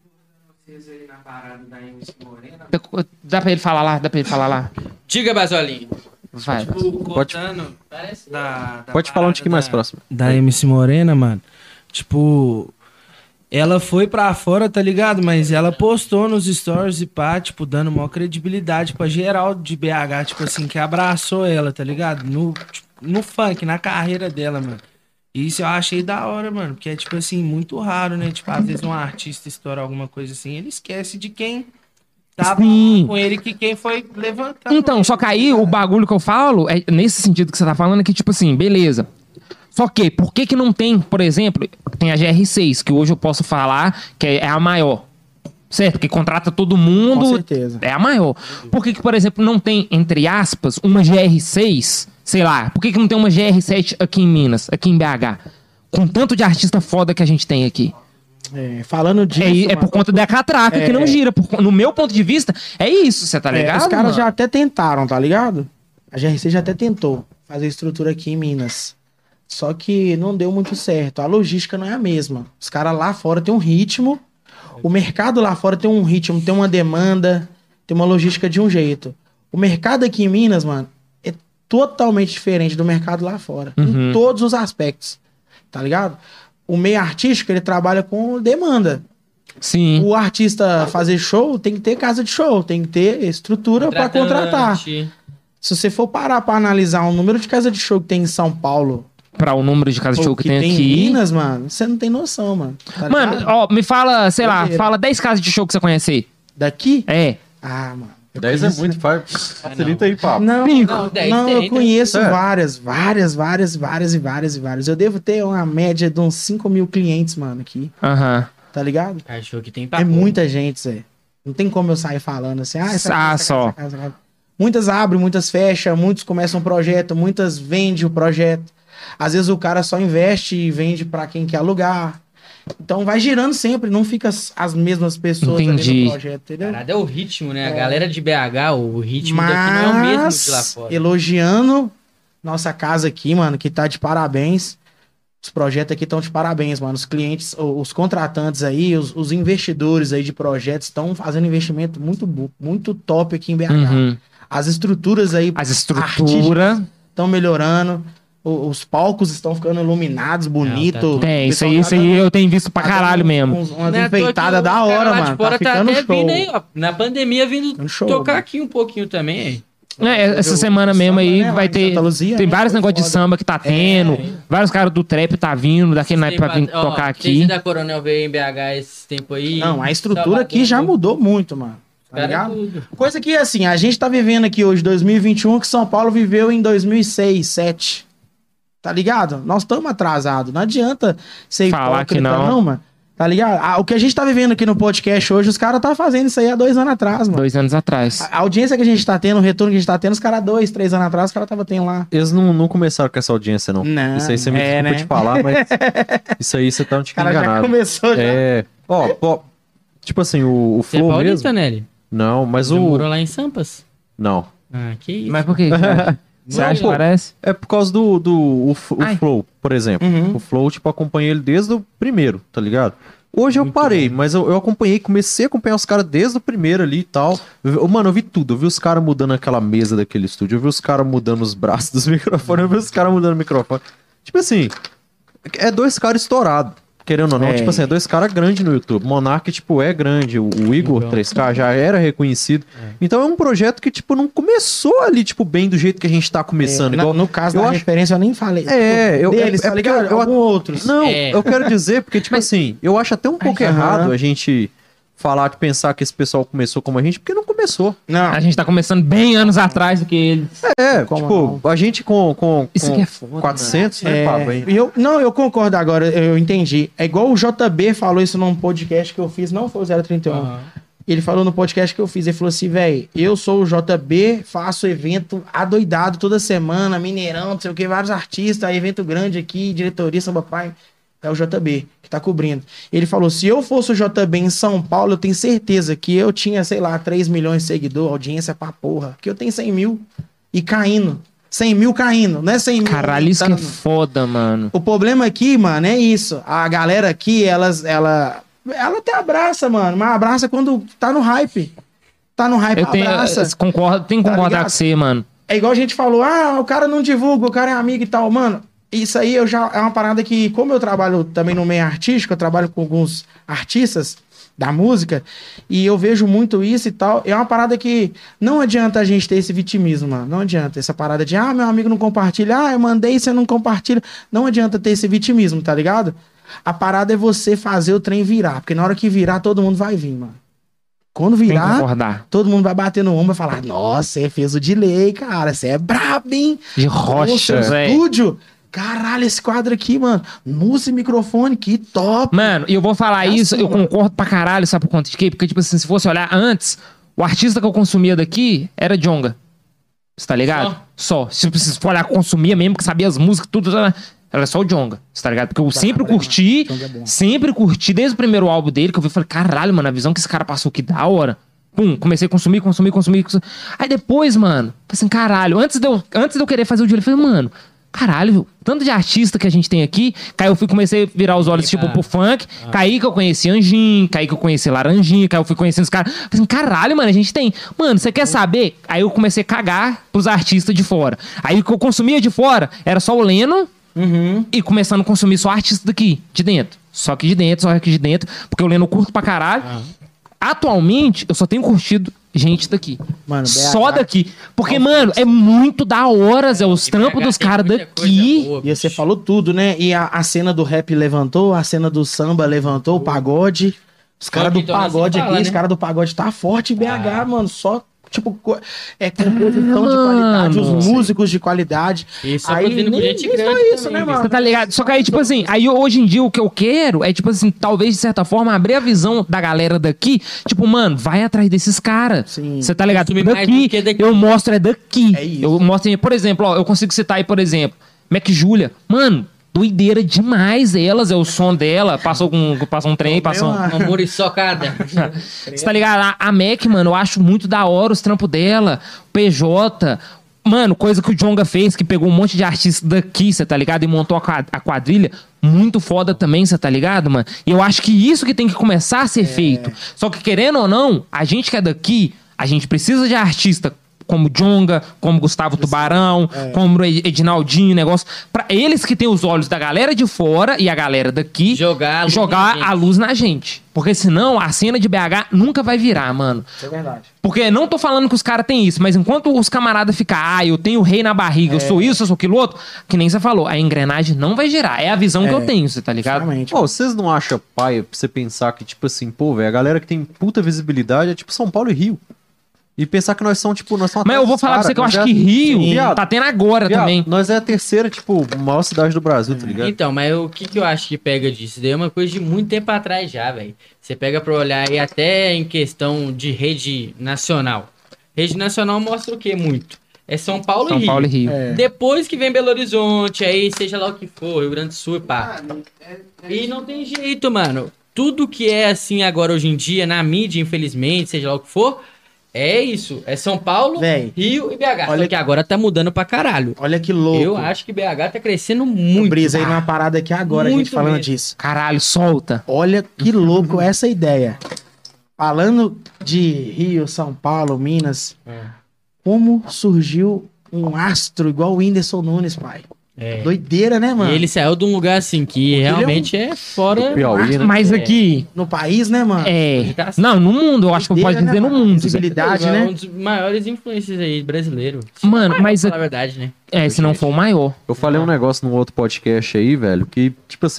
Dá pra ele falar lá, Diga, Basolinho. Vai. Contando, parece da Pode falar um tiquinho mais próximo. da MC Morena, mano. Tipo, ela foi pra fora, tá ligado? Mas ela postou nos stories e pá, tipo, dando maior credibilidade pra geral de BH, tipo assim, que abraçou ela, tá ligado? No funk, na carreira dela, mano. Isso eu achei da hora, mano, porque é, tipo assim, muito raro, né? Tipo, às vezes um artista estoura alguma coisa assim, ele esquece de quem tava Sim. com ele, que quem foi levantar. Então, só que aí o bagulho que eu falo, é nesse sentido que você tá falando, é que, tipo assim, beleza. Só que, por que que não tem, por exemplo, tem a GR6, que hoje eu posso falar que é a maior, certo? Que contrata todo mundo. Com certeza. É a maior. Por que que, por exemplo, não tem, entre aspas, uma GR6, sei lá, por que que não tem uma GR7 aqui em Minas, aqui em BH? Com tanto de artista foda que a gente tem aqui. Falando disso, É mano, por conta da catraca que não gira. No meu ponto de vista, é isso, você tá ligado? os caras mano? já até tentaram, tá ligado? A GRC já até tentou fazer estrutura aqui em Minas. Só que não deu muito certo. A logística não é a mesma. Os caras lá fora tem um ritmo. O mercado lá fora tem um ritmo, tem uma demanda, tem uma logística de um jeito. O mercado aqui em Minas, mano, é totalmente diferente do mercado lá fora. Em todos os aspectos. Tá ligado? O meio artístico, ele trabalha com demanda. Sim. O artista fazer show, tem que ter casa de show, tem que ter estrutura pra contratar. Se você for parar pra analisar o número de casa de show que tem em São Paulo, Pra o número de casa de show ou que tem aqui. em Minas, mano, você não tem noção, mano. Tá Mano, ligado? ó, me fala, sei lá, Doideira. fala 10 casas de show que você conhece aí. Daqui? É. Ah, mano. eu 10 é conheço- muito, facilita aí, papo. Não, Não, 10 não, tem, eu né? conheço É. várias. Eu devo ter uma média de uns 5 mil clientes, mano, aqui. Aham. Tá ligado? Achou que tem pra É pôr. muita gente, Zé. Não tem como eu sair falando assim, Só. casa. Muitas abrem, muitas fecham, muitos começam um projeto, muitas vendem o projeto. Às vezes o cara só investe e vende pra quem quer alugar. Então vai girando sempre, não fica as mesmas pessoas ali Entendi. no projeto, entendeu? Parada é o ritmo, né? A galera de BH, o ritmo daqui não é o mesmo de lá fora. Elogiando nossa casa aqui, mano, que tá de parabéns. Os projetos aqui estão de parabéns, mano. Os clientes, os contratantes aí, os investidores aí de projetos estão fazendo investimento muito top aqui em BH. Uhum. As estruturas aí As estruturas. estão melhorando. Os palcos estão ficando iluminados, bonitos. Não, tá Tem, O isso pessoal aí, tá isso aí dando- eu tenho visto pra tá caralho dando mesmo. Umas Não é à toa que enfeitadas o da cara hora, lá de mano. fora Tá ficando até show. vindo aí, ó. Na pandemia vindo Um show, tocar mano. aqui um pouquinho também, hein? Essa Eu- semana mesmo samba, aí né, lá vai em ter. Santa Luzia, Tem né? vários Foi negócios de foda. samba que tá tendo. Vários caras do trap tá vindo daquele naipe pra vir Ó, tocar vocês aqui. da Coronel veio em BH esse tempo aí. Não, a estrutura Salvador, aqui já mudou muito, mano. Tá cara, ligado? tudo. Coisa que, assim, a gente tá vivendo aqui hoje, 2021, que São Paulo viveu em 2006, 2007. Tá ligado? Nós estamos atrasados. Não adianta ser Falar hipócrita, que não. mano. Tá ligado? O que a gente tá vivendo aqui no podcast hoje, os caras tá fazendo isso aí há 2 anos atrás, mano. 2 anos atrás. A audiência que a gente tá tendo, o retorno que a gente tá tendo, os caras 2, 3 anos atrás, os caras tava tendo lá. Eles não começaram com essa audiência, não. Não, Isso aí você me é, desculpa né? te falar, mas isso aí você tá um O tiquinho cara já enganado. começou, já. É. Ó, tipo assim, o Você é Flow paulista, mesmo. Nelly? Não, mas Você o. morou lá em Sampas? Não. Ah, que isso. Mas por que? Você acha que pô, parece? É por causa o Ai. Flow, por exemplo. Uhum. O Flow, tipo, acompanhei ele desde o primeiro, tá ligado? Hoje eu parei, mas eu acompanhei, comecei a acompanhar os caras desde o primeiro ali e tal. Mano, eu vi tudo. Eu vi os caras mudando aquela mesa daquele estúdio. Eu vi os caras mudando os braços dos microfones. Eu vi os caras mudando o microfone. Tipo assim, é 2 caras estourados. Querendo ou não, É. tipo assim, é 2 caras grandes no YouTube. Monark, tipo, é grande. O Igor Então. 3K já era reconhecido. Então é um projeto que, tipo, não começou ali, tipo, bem do jeito que a gente tá começando. igual, No caso eu da acho- referência, eu nem falei. É, eu- deles, é tá porque ligado? eu- Algum outros. Não, É. eu quero dizer, porque, tipo assim, eu acho até um pouco aham. errado a gente falar, de pensar que esse pessoal começou como a gente, porque não começou começou. Não. A gente tá começando bem anos atrás do que eles. Como a gente com Isso aqui é foda, 400, né, Pablo? Eu concordo agora, eu entendi. É igual o JB falou isso num podcast que eu fiz, não foi o 031. Ele falou no podcast que eu fiz, ele falou assim, velho, eu sou o JB, faço evento adoidado toda semana, Mineirão, não sei o que, vários artistas, evento grande aqui, diretoria, Samba Pai, é o JB que tá cobrindo. Ele falou, se eu fosse o JB em São Paulo, eu tenho certeza que eu tinha, sei lá, 3 milhões de seguidores, audiência pra porra, que eu tenho 100 mil e caindo. 100 mil caindo, não é 100 mil. Caralho, isso que é foda, mano. O problema aqui, mano, é isso. A galera aqui, ela até abraça, mano, mas abraça quando tá no hype. Tá no hype, abraça. Tenho que concordar com você, mano. É igual a gente falou, o cara não divulga, o cara é amigo e tal. Mano, isso aí é uma parada que, como eu trabalho também no meio artístico, eu trabalho com alguns artistas da música, e eu vejo muito isso e tal, é uma parada que não adianta a gente ter esse vitimismo, mano, não adianta, essa parada de, meu amigo não compartilha, eu mandei, você não compartilha, não adianta ter esse vitimismo, tá ligado? A parada é você fazer o trem virar, porque na hora que virar, todo mundo vai vir, mano. Quando virar, todo mundo vai bater no ombro e falar, nossa, você fez o delay, cara, você é brabo, hein? De rocha, velho. Estúdio. Caralho, esse quadro aqui, mano. Música e microfone, que top. Mano, e eu vou falar isso, eu concordo pra caralho, sabe por conta de quê? Porque, tipo assim, se fosse olhar antes, o artista que eu consumia daqui era Djonga. Você tá ligado? Só. Se você for olhar, consumia mesmo, que sabia as músicas, tudo, era só o Djonga. Você tá ligado? Porque eu sempre curti, desde o primeiro álbum dele, que eu vi e falei, caralho, mano, a visão que esse cara passou, que da hora. Pum, comecei a consumir. Aí depois, mano, falei assim, caralho, antes de eu querer fazer o dia, eu falei, mano, caralho, tanto de artista que a gente tem aqui. Aí eu comecei a virar os olhos, tipo, pro funk. Caí que eu conheci Anjinho, caí que eu conheci Laranjinha, caí eu fui conhecendo os caras. Falei assim, caralho, mano, a gente tem. Mano, você quer saber? Aí eu comecei a cagar pros artistas de fora. Aí o que eu consumia de fora era só o Leno e começando a consumir só artista daqui, de dentro. Só que de dentro, porque o Leno eu curto pra caralho. Atualmente, eu só tenho curtido gente daqui. Mano, só daqui. Porque, mano, é muito da hora, Zé. Os trampos dos caras daqui. E você falou tudo, né? E a cena do rap levantou, a cena do samba levantou, o pagode. Os caras do pagode aqui, os caras do pagode tá forte em BH, mano. Só, tipo, composição de qualidade, os músicos de qualidade. Isso aí nem gente grande isso, né, mano? Você tá ligado? Só que aí, tipo assim, aí hoje em dia o que eu quero é, tipo assim, talvez de certa forma abrir a visão da galera daqui. Tipo, mano, vai atrás desses caras. Você tá ligado? Daqui, eu mostro daqui. É isso. Eu mostro, por exemplo, ó, eu consigo citar aí, por exemplo, Mac Julia. Mano, doideira demais elas, é o som dela, passou um trem, passou uma muriçocada. Você tá ligado? A Mac, mano, eu acho muito da hora os trampos dela, o PJ, mano, coisa que o Djonga fez, que pegou um monte de artistas daqui, você tá ligado? E montou a quadrilha, muito foda também, você tá ligado, mano? E eu acho que isso que tem que começar a ser feito. Só que querendo ou não, a gente que é daqui, a gente precisa de artista como Djonga, como Gustavo Tubarão, como Edinaldinho, negócio. Pra eles que têm os olhos da galera de fora e a galera daqui jogar a luz na gente. Porque senão a cena de BH nunca vai virar, mano. Isso é verdade. Porque não tô falando que os caras têm isso, mas enquanto os camaradas ficam, eu tenho o rei na barriga, eu sou isso, eu sou aquilo outro, que nem você falou, a engrenagem não vai girar. É a visão que eu tenho, você tá ligado? Pô, vocês não acham paia pra você pensar que, tipo assim, pô, velho, a galera que tem puta visibilidade é tipo São Paulo e Rio. E pensar que nós somos, tipo, Mas eu vou falar pra você que eu acho que Rio tá tendo agora também. Nós é a terceira, tipo, maior cidade do Brasil, tá ligado? Então, mas o que eu acho que pega disso? Daí é uma coisa de muito tempo atrás já, velho. Você pega pra olhar aí até em questão de rede nacional. Rede nacional mostra o quê? Muito. É São Paulo e Rio. Depois que vem Belo Horizonte, aí seja lá o que for, Rio Grande do Sul e pá. E não tem jeito, mano. Tudo que é assim agora hoje em dia, na mídia, infelizmente, seja lá o que for... É isso, é São Paulo, Rio e BH. Olha que agora tá mudando pra caralho. Olha que louco. Eu acho que BH tá crescendo muito. Brisa aí numa parada aqui agora, muito a gente falando disso. Caralho, solta. Olha que louco essa ideia. Falando de Rio, São Paulo, Minas, como surgiu um astro igual o Whindersson Nunes, pai. Doideira, né, mano? E ele saiu de um lugar assim que realmente é fora Piauí, né? Mas aqui no país, né, mano? Não, no mundo, eu acho que pode dizer no mundo. Visibilidade, né? Um dos maiores influências aí brasileiro. Mano, mas pra falar a verdade, né? Se não for o maior. Eu falei um negócio num outro podcast aí, velho, que, tipo assim,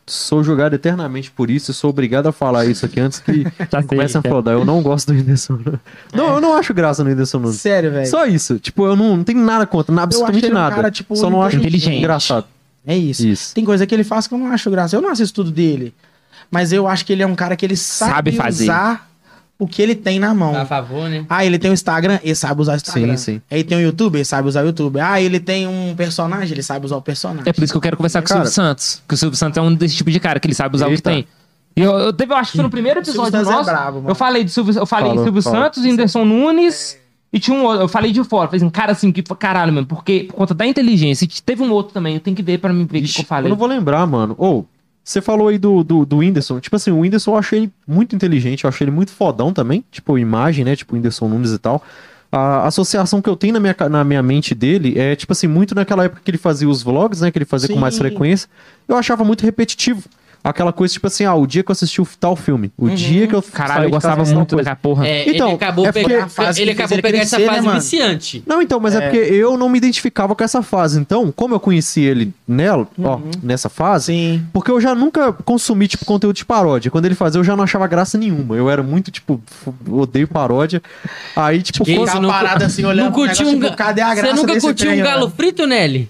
sou julgado eternamente por isso e sou obrigado a falar isso aqui antes que comecem a falar. Eu não gosto do Whindersson Nunes. Não, eu não acho graça no Whindersson Nunes. Sério, velho. Só isso. Tipo, eu não tenho nada contra, absolutamente nada. Cara, tipo, só não acho inteligente. engraçado. É isso. Tem coisa que ele faz que eu não acho graça. Eu não assisto tudo dele. Mas eu acho que ele é um cara que ele sabe fazer. usar o que ele tem na mão. A favor, né? Ah, ele tem o Instagram, ele sabe usar o Instagram. Sim. Aí tem o YouTube, ele sabe usar o YouTube. Ah, ele tem um personagem, ele sabe usar o personagem. É por isso que eu quero conversar com o Cara, Silvio Santos. Que o Silvio Santos é um desse tipo de cara que ele sabe usar o que Eita. tem. E eu acho que foi no primeiro Silvio episódio Santos é nosso. brabo, mano. Eu falei de Silvio, Falou. Santos, Whindersson Nunes e tinha um outro. Eu falei de fora. Falei assim, cara, assim, que caralho, mano. Porque por conta da inteligência. E teve um outro também. Eu tenho que ver pra mim ver o que eu Eu falei. não vou lembrar, mano. Você falou aí do Whindersson. Tipo assim, o Whindersson eu achei ele muito inteligente, eu achei ele muito fodão também. Tipo, imagem, né? Tipo, Whindersson Nunes e tal. A associação que eu tenho na minha mente dele é, tipo assim, muito naquela época que ele fazia os vlogs, né? Que ele fazia com mais Sim. frequência. Eu achava muito repetitivo. Aquela coisa, tipo assim, o dia que eu assisti o tal filme. O dia que eu Caralho, saí eu de casa gostava assisti tal muito coisa. daquela porra. Então, ele acabou é porque pegando a fase que ele fez acabou ele pegando essa crescer, né, fase mano? viciante. Não, então, mas é porque eu não me identificava com essa fase. Então, como eu conheci ele nessa fase, Sim. porque eu já nunca consumi, tipo, conteúdo de paródia. Quando ele fazia, eu já não achava graça nenhuma. Eu era muito, tipo, odeio paródia. Aí, tipo, Que quando... isso, Ficar parado assim, olhando não pro curtiu negócio, um tipo, cadê a graça Você nunca desse curtiu um trem, galo mano? frito, Nelly?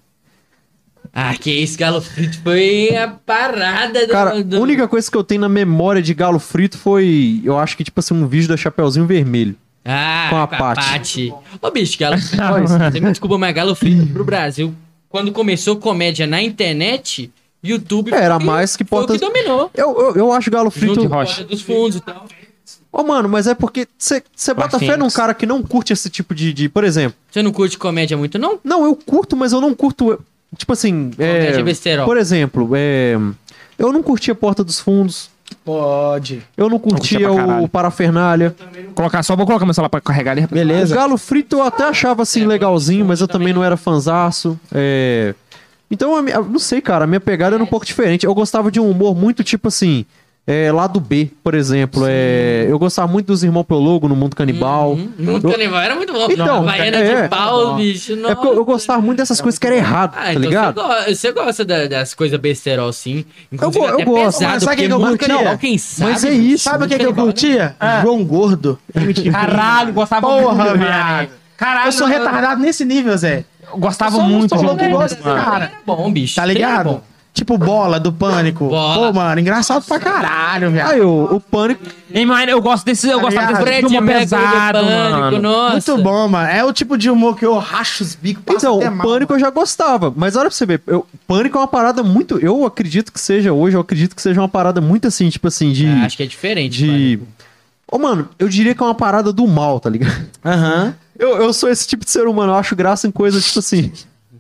Ah, que isso, galo frito foi a parada do... Cara, a única coisa que eu tenho na memória de galo frito foi, eu acho que, tipo assim, um vídeo da Chapeuzinho Vermelho. Ah, com a Paty. Ô, bicho, galo frito. Você me desculpa, mas galo frito pro Brasil, quando começou comédia na internet, YouTube Era mais que foi o porta... que dominou. Eu acho galo frito... Junto de Porta dos fundos e tal. Ô, mano, mas é porque você bota fé num cara que não curte esse tipo de... Por exemplo... Você não curte comédia muito, não? Não, eu curto, mas eu não curto... Tipo assim... Comédia besterol. Por exemplo, eu não curtia Porta dos Fundos. Pode. Eu não curtia pra caralho. o Parafernália. Vou colocar meu celular pra carregar ali. O Beleza. Galo Frito eu até achava assim legalzinho, mas eu também não era fanzaço. Então, eu não sei, cara, a minha pegada era um pouco diferente. Eu gostava de um humor muito tipo assim... Lado B, por exemplo. Eu gostava muito dos Irmãos Pelogo no Mundo Canibal. Mundo Canibal era muito bom. Então, Baiana de pau, bicho. É porque eu gostava muito dessas coisas que era errado, Ah, tá então ligado? você gosta das coisas besterol, sim. Inclusive, Eu até gosto. pesado, Mas sabe porque quem que eu Mundo curtia? Canibal, quem sabe? Mas é isso. Sabe o que, que eu Canibal, curtia? João Gordo. MTV. Caralho, gostava Porra, muito, viado. Caralho, Eu sou retardado nesse nível, Zé. Eu gostava Eu sou muito de louco que João gosta Gordo, desse mano. cara. Era bom, bicho. Tá Era ligado? bom. Tipo Bola, do Pânico. Bola. Pô, mano, engraçado pra caralho, viado. Aí, o Pânico... Ei, mano, eu gosto desse, eu gostava ligado? desse tipo de humor pesado, mano. Nossa. Muito bom, mano. É o tipo de humor que eu racho os bicos, passo Então, até o mal, Pânico eu já gostava. Mas olha pra você ver, Pânico é uma parada muito... Eu acredito que seja uma parada muito assim, tipo assim, de... Acho que é diferente. Ô, mano, eu diria que é uma parada do mal, tá ligado? mano. Aham. Eu sou esse tipo de ser humano, eu acho graça em coisas tipo assim...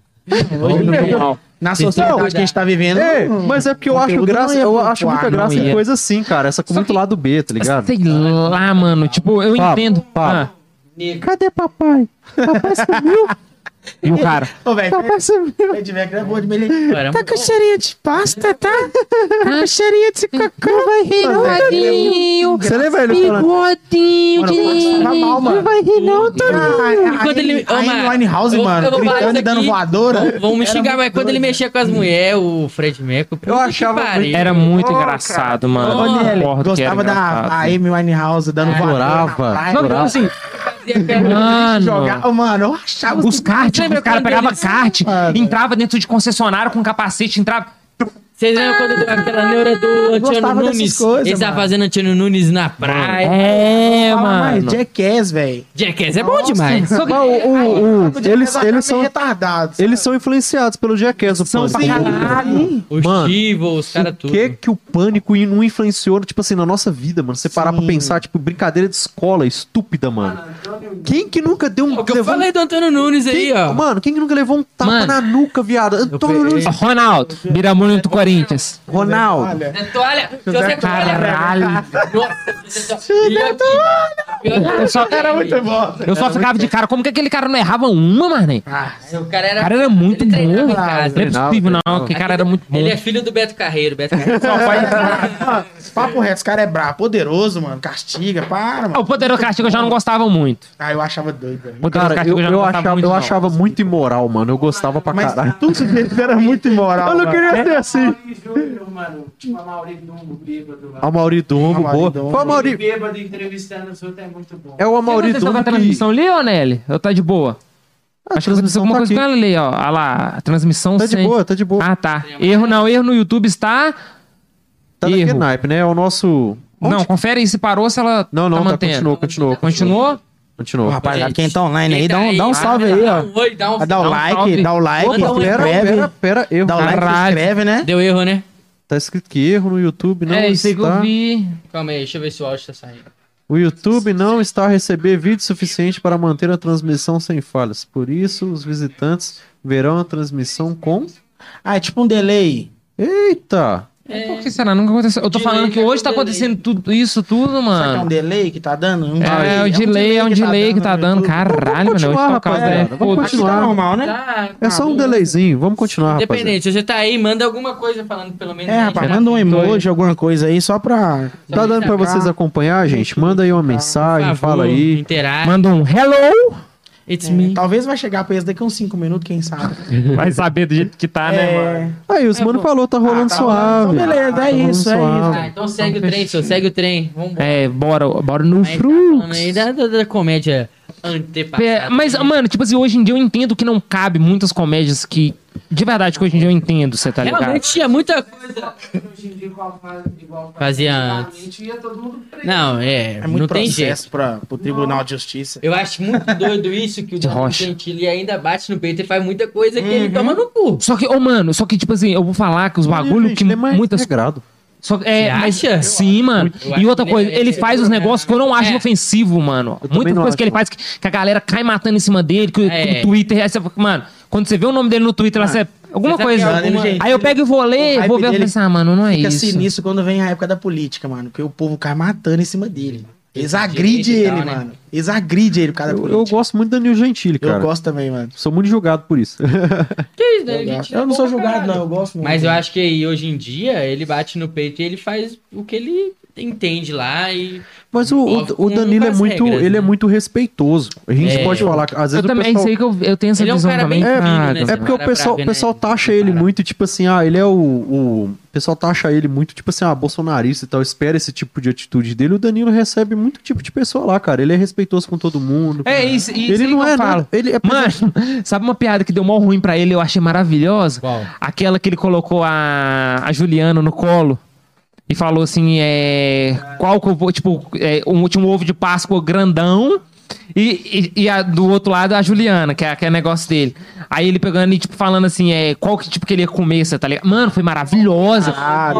Na sociedade que a gente tá vivendo. Mas é porque eu acho conteúdo graça, não ia eu pro acho muita ar, graça não em ia. coisa assim, cara. Essa com muito lado B, tá ligado? Sei lá, mano. Tipo, eu Papo, entendo. papo. Ah, Cadê papai? Papai sumiu. e o cara? Ô, velho, Papai sumiu. se tiver que é bom de melhor. Era Tá muito com bom. cheirinho de pasta, tá? Tá com cheirinho de cocô. Vai Bigodinho, Você lembra ele falando? bigodinho Mano, eu tava mal, mano. vai rir não, E quando ele... A Amy Winehouse, eu mano, vou falar gritando isso e dando aqui. voadora. Vão me Era xingar, muito mas quando doido. ele mexia com as mulheres, o Fred Mercury... Eu achava Era muito engraçado, mano. Ô, Nelly, Concordo que era gostava da engraçado. a Amy Winehouse dando voadora. Adorava. na praia. Não, tipo assim, mano, Jogar, mano, eu achava os kart, Lembra os caras quando pegavam eles- kart, Mano. entrava dentro de concessionário com capacete, entrava... Vocês lembram quando deu aquela neura do Antiano gostava dessas Nunes? coisas, Ele tava mano. fazendo Antiano Nunes na praia. É, Mas mano. Jackass, velho. Jackass é bom demais. Só que- Eles são... retardados. Eles são influenciados pelo Jackass, o São Pânico. pra caralho. Os Mano, Chivo, os caras tudo. Que o Pânico não influenciou, tipo assim, na nossa vida, mano? Você parar pra Sim. pensar, tipo, brincadeira de escola estúpida, mano. Quem que nunca deu um... O que eu falei do Antônio Nunes aí, ó. Mano, quem que nunca levou um tapa Mano. na nuca, viado? Antônio Nunes. Ronaldo, Biramundo do Corinthians. Ronaldo. Toalha. Se você Caralho. Nossa. E aqui. Era muito bom. Eu só ficava de cara, como que aquele cara não errava uma, mano? O cara era... O cara era muito ele treinava bom. em casa. Não é possível, não. Aquele cara era muito bom. Ele é filho do Beto Carreiro. Beto Carreiro. Papo reto, esse cara é brabo, poderoso, mano. Castiga, para, O mano. Poderoso Castigo eu já não gostava muito. Ah, eu achava doido, velho. Cara, eu achava muito imoral, mano. Eu gostava pra caralho. Mas tudo deles era muito imoral. Eu não queria ser assim. Tipo, a Mauri Dumbo, bêbado lá. A Mauri Dumbo, boa. Foi a Mauri... Bêbado entrevistando os outros é muito bom. É o Mauri Você Dumbo com a que... transmissão ali, ô Nelly? Ou tá de boa? A Acho que aconteceu transmissão alguma tá coisa aqui. com ela ali, ó. Olha lá, a transmissão Tá de boa, tá de boa. Ah, tá. Erro no YouTube está... Tá daquele erro. naipe, né? É o nosso... Não, confere aí se parou, se ela Não, tá tá, mantendo. continuou. Continuou? Rapaziada, quem tá online aí, Quem tá dá um aí, salve aí, ó. Oi, dá um Dá o like, dá o like, Opa, se inscreve. pera, erro. Dá o like, se Caralho. inscreve, né? Deu erro, né? Tá escrito que erro no YouTube não É, isso aí que eu está... vi. Calma aí, deixa eu ver se o áudio tá saindo. O YouTube não está a receber vídeo suficiente para manter a transmissão sem falhas. Por isso, os visitantes verão a transmissão com... Ah, é tipo um delay. Eita! Por que será? Nunca aconteceu. Eu tô Delay falando que tá hoje com tá delay. acontecendo tudo isso, tudo, Será que é um mano. delay que tá dando? Um É, o delay, é um delay que tá dando. Caralho, mano. Hoje continuar, tá o caso, rapaziada. né? Vamos Foda-se. Acho que tá continuar. normal, né? Tá, É só um delayzinho. Vamos continuar, rapaziada. independente, se você tá aí, manda alguma coisa falando pelo menos. É, aí, rapaz, né? manda um emoji, alguma coisa aí, só pra... Tá dando pra vocês acompanhar, gente? Manda aí uma mensagem, Por favor, fala aí. interage. Manda um hello. It's me. Talvez vai chegar pra eles daqui uns 5 minutos, quem sabe. Vai saber do jeito que tá, né, mano? Aí, os mano falou, tá rolando tá suave. rolando. Então, beleza, Tá é rolando isso, é suave. Ah, então segue o trem, senhor, segue o trem. Vambora. É, bora no Aí tá falando Frux. aí da comédia antepassada. Mas, mano, tipo assim, hoje em dia eu entendo que não cabe muitas comédias que... De verdade, que hoje em dia eu entendo, você tá ligado? Realmente tinha muita coisa. Hoje em dia, igual Fazia antigamente, ia todo mundo preso. Não, É muito não tem jeito. processo pro Tribunal de Justiça. Eu acho muito doido isso, que o Danilo rocha. Gentili ainda bate no peito e faz muita coisa que Uhum. ele toma no cu. Só que, mano, tipo assim, eu vou falar que os bagulho Gente, que ele é mais muitas... regrado. Só, Você mas, acha? sim, mano. Eu E acho outra que coisa, ele ele é faz os negócios que eu não acho É. ofensivo, mano. também Muita não coisa acho, que ele não. faz que a galera cai matando em cima dele, que É. o Twitter... Aí você, mano, quando você vê o nome dele no Twitter, lá, você... Alguma Você sabe coisa. que é alguma- Aí eu pego e vou O ler, hype vou ver e dele pensar, mano, não é Fica isso. sinistro quando vem a época da política, mano. Porque o povo cai matando em cima dele. Eles Direito agridem e ele, tal, né? mano. Eles agridem ele por causa da Eu política. gosto muito do Danilo Gentili, cara. Eu gosto também, mano. Sou muito julgado por isso. Que isso, né? Eu, Gente, gosto. é Eu não bom sou pra julgado, caralho. não. Eu gosto muito. Mas eu acho que aí, hoje em dia ele bate no peito e ele faz o que ele entende lá e... Mas Óbvio, o Danilo é com as muito, regras, ele é né? muito respeitoso. A gente É. pode falar que às vezes Eu o também pessoal... sei que eu tenho essa Ele é um visão cara também. bem Fraga. fino, né? É porque o Para pessoal, pra ver, o pessoal né? taxa ele Comparar. muito, tipo assim, ele é o pessoal taxa ele muito, tipo assim, bolsonarista e tal, espera esse tipo de atitude dele. O Danilo recebe muito tipo de pessoa lá, cara. Ele é respeitoso com todo mundo. É isso Ele aí não que é eu falo. nada. Ele é Mano, sabe uma piada que deu mó ruim pra ele, eu achei maravilhosa? Qual? Aquela que ele colocou a Juliana no colo e falou assim, qual que eu vou, tipo, um último ovo de Páscoa grandão e do outro lado a Juliana, que é negócio dele. Aí ele pegando e, tipo, falando assim, qual que tipo que ele ia comer, você tá ligado? Mano, foi maravilhosa.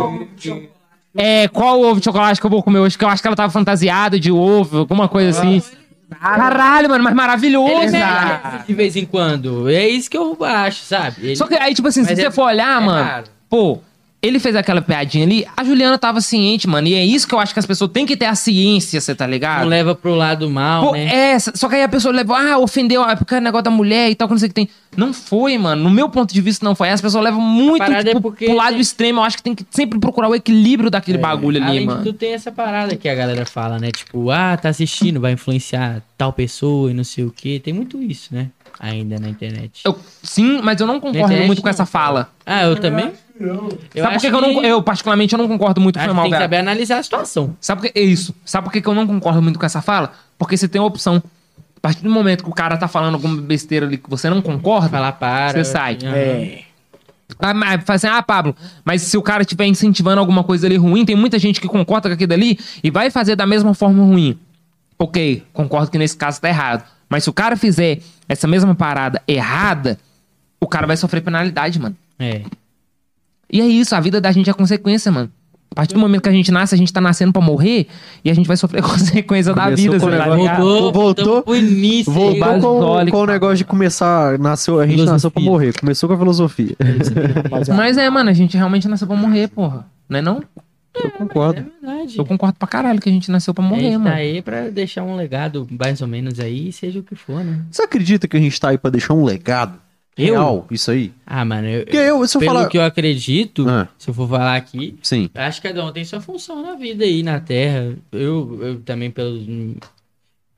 Qual ovo de chocolate que eu vou comer hoje? Que eu acho que ela tava fantasiada de ovo, alguma coisa assim. Caralho, mano, mas maravilhoso. Ele merece de vez em quando. É isso que eu acho, sabe? Ele... Só que aí, tipo assim, se Mas você for olhar, mano, raro. pô, ele fez aquela piadinha ali, a Juliana tava ciente, mano, e é isso que eu acho que as pessoas têm que ter a ciência, você tá ligado? Não leva pro lado mal, Pô, né? só que aí a pessoa levou, ofendeu, porque é negócio da mulher e tal, que não sei o que tem. Não foi, mano. No meu ponto de vista, não foi. As pessoas levam muito, parada tipo, é porque pro lado tem- extremo. Eu acho que tem que sempre procurar o equilíbrio daquele bagulho ali, Além mano. de tudo, tem essa parada que a galera fala, né? Tipo, tá assistindo, vai influenciar tal pessoa e não sei o quê. Tem muito isso, né? Ainda na internet. Sim, mas eu não concordo internet muito com não. essa fala. Eu também? Sabe por que eu não... Eu, particularmente, eu não concordo muito com Acho o que tem que Malgar. saber analisar a situação. Sabe por que... Isso. Sabe por que eu não concordo muito com essa fala? Porque você tem a opção. A partir do momento que o cara tá falando alguma besteira ali que você não concorda, Falar para. você sai. Aham. Mas fala assim, Pablo, mas se o cara estiver incentivando alguma coisa ali ruim, tem muita gente que concorda com aquilo ali e vai fazer da mesma forma ruim. Ok, concordo que nesse caso tá errado. Mas se o cara fizer essa mesma parada errada, o cara vai sofrer penalidade, mano. É. E é isso, a vida da gente é consequência, mano. A partir do momento que a gente nasce, a gente tá nascendo pra morrer e a gente vai sofrer consequência da Começou vida. com o você tá negócio- ligado? Voltou pro início. Voltou Basólico. com o negócio de começar. A gente nasceu pra morrer. Começou com a filosofia. Mas mano, a gente realmente nasceu pra morrer, porra. Não é não? Eu concordo. É verdade. Eu concordo pra caralho que a gente nasceu pra A morrer, gente mano. tá aí pra deixar um legado mais ou menos aí, seja o que for, né? Você acredita que a gente tá aí pra deixar um legado? Eu? Real, isso aí? Mano, Porque se eu pelo falar. que eu acredito, Ah. se eu for falar aqui, Sim. eu acho que cada um tem sua função na vida aí, na Terra. Eu também, pelo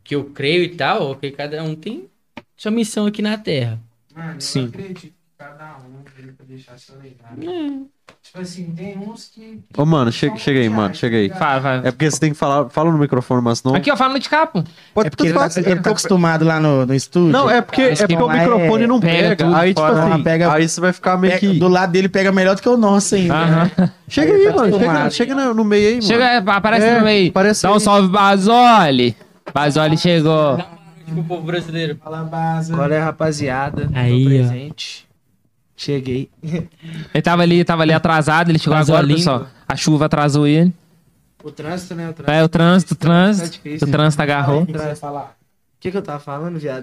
que eu creio e tal, porque cada um tem sua missão aqui na Terra. Mano, Sim. eu acredito que cada um veio pra deixar seu legado. Tipo assim, tem uns que... Ô, mano, chega aí, mano, chega aí. Vai. É porque você tem que falar, fala no microfone, mas não... Aqui, ó, fala no de capo. Pode É porque ele tanto faz- tá, ele tá acostumado lá no estúdio. Não, é porque o lá microfone não pega pega. tudo Aí, tipo fora, assim, pega- aí você vai ficar meio que... Do lado dele pega melhor do que o nosso ainda. Aham. Chega Aí aí, tá mano. acostumado. Chega no meio aí, mano. Chega, aparece É, no meio. aparece Dá um aí. salve, Basoli. Basoli chegou. Tipo o povo brasileiro. Fala, Baza. Qual é, rapaziada? Aí, Tô ó. presente. Cheguei. Ele tava ali atrasado, ele chegou agora, Basolinho. pessoal. A chuva atrasou ele. O trânsito, né? O trânsito. É, o trânsito. Tá difícil. O trânsito agarrou. O que você vai falar? O que eu tava falando, viado?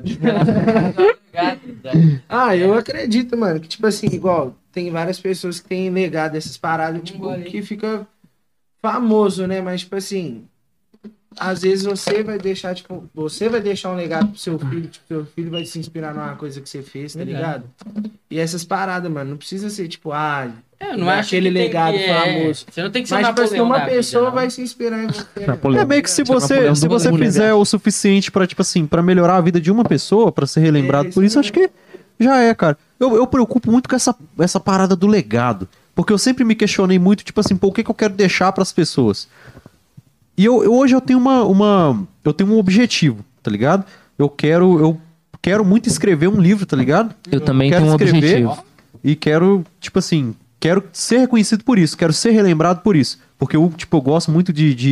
Ah, eu acredito, mano, que tipo assim, igual, tem várias pessoas que têm legado essas paradas, tipo, que fica famoso, né? Mas, tipo assim, às vezes você vai deixar, tipo, você vai deixar um legado pro seu filho, tipo, seu filho vai se inspirar numa coisa que você fez, tá Verdade. ligado? E essas paradas, mano, não precisa ser, tipo, Eu não é acho aquele que tem legado que- famoso. Você não tem que ser Mas, tipo assim, Napoleão uma da vida, pessoa não. vai se inspirar em você, né? Napoleão. É meio que se Tipo, Napoleão você do mundo, fizer o suficiente pra, tipo assim, pra melhorar a vida de uma pessoa, pra ser relembrado por isso, acho que já é, cara. Eu preocupo muito com essa parada do legado. Porque eu sempre me questionei muito, tipo assim, pô, o que que eu quero deixar pras pessoas? E hoje eu tenho eu tenho um objetivo, tá ligado? Eu quero muito escrever um livro, tá ligado? Eu também Quero tenho um escrever objetivo. E quero, tipo assim, quero ser reconhecido por isso, quero ser relembrado por isso. Porque eu gosto muito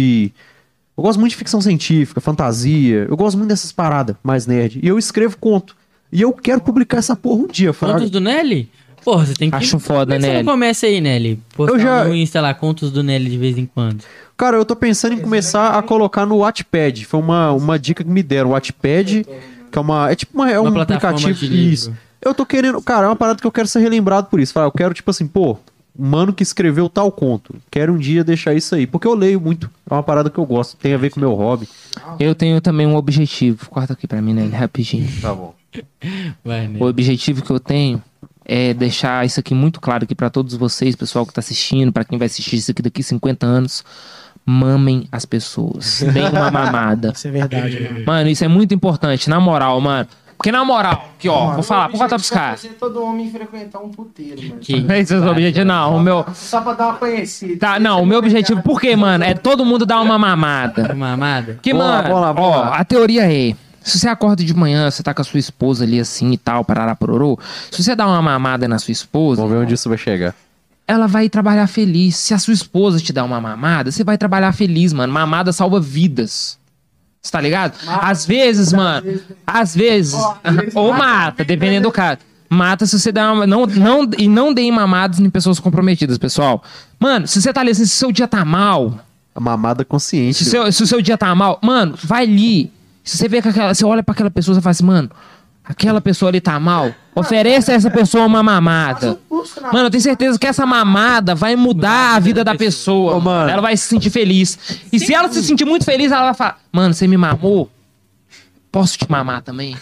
eu gosto muito de ficção científica, fantasia, eu gosto muito dessas paradas mais nerd. E eu escrevo conto. E eu quero publicar essa porra um dia, Fraga. Contos do Nelly? Porra, você tem que... Acho foda, Por que você Nelly. não começa aí, Nelly? Postar Eu já- no Insta lá, contos do Nelly de vez em quando. Cara, eu tô pensando em começar a colocar no Wattpad. Foi uma dica que me deram. O Wattpad, que é um plataforma aplicativo. de livro. Isso. Eu tô querendo... Cara, é uma parada que eu quero ser relembrado por isso. Falar, eu quero, tipo assim, pô, um mano que escreveu tal conto. Quero um dia deixar isso aí. Porque eu leio muito. É uma parada que eu gosto. Tem a ver com o meu hobby. Eu tenho também um objetivo. Corta aqui pra mim, né? Rapidinho. Tá bom. Vai, O Nelly. objetivo que eu tenho é deixar isso aqui muito claro aqui pra todos vocês, pessoal que tá assistindo, pra quem vai assistir isso aqui daqui 50 anos. Mamem as pessoas. Deem uma mamada. Isso é verdade, mano. Mano, isso é muito importante, na moral, mano. Porque na moral, aqui ó, vou falar, vou contar pros caras. Fazer todo homem frequentar um puteiro, mano. Que- Esse é o objetivo, não. O meu. Só pra dar uma conhecida. Tá, não, o meu objetivo, por quê, mano? É todo mundo dar uma mamada. Uma amada? Porque, Vamos lá, mano, vamos lá, vamos ó, lá. a teoria é. Se você acorda de manhã, você tá com a sua esposa ali assim e tal, parará pororô. Se você dá uma mamada na sua esposa, Vamos ver onde isso vai chegar. ela vai trabalhar feliz. Se a sua esposa te dá uma mamada, você vai trabalhar feliz, mano. Mamada salva vidas. Você tá ligado? Às vezes, mano. Às vezes. Ou mata, dependendo do caso. Mata se você dá uma. E não deem mamadas em pessoas comprometidas, pessoal. Mano, se você tá ali assim, se o seu dia tá mal. A mamada consciente. Se o seu dia tá mal, mano, vai ali. Se você vê que você olha pra aquela pessoa, você fala assim, mano, aquela pessoa ali tá mal. Ofereça a essa pessoa uma mamada. Mano, eu tenho certeza que essa mamada vai mudar a vida da pessoa. Ô, mano. Ela vai se sentir feliz. E se ela se sentir muito feliz, ela vai falar, mano, você me mamou? Posso te mamar também?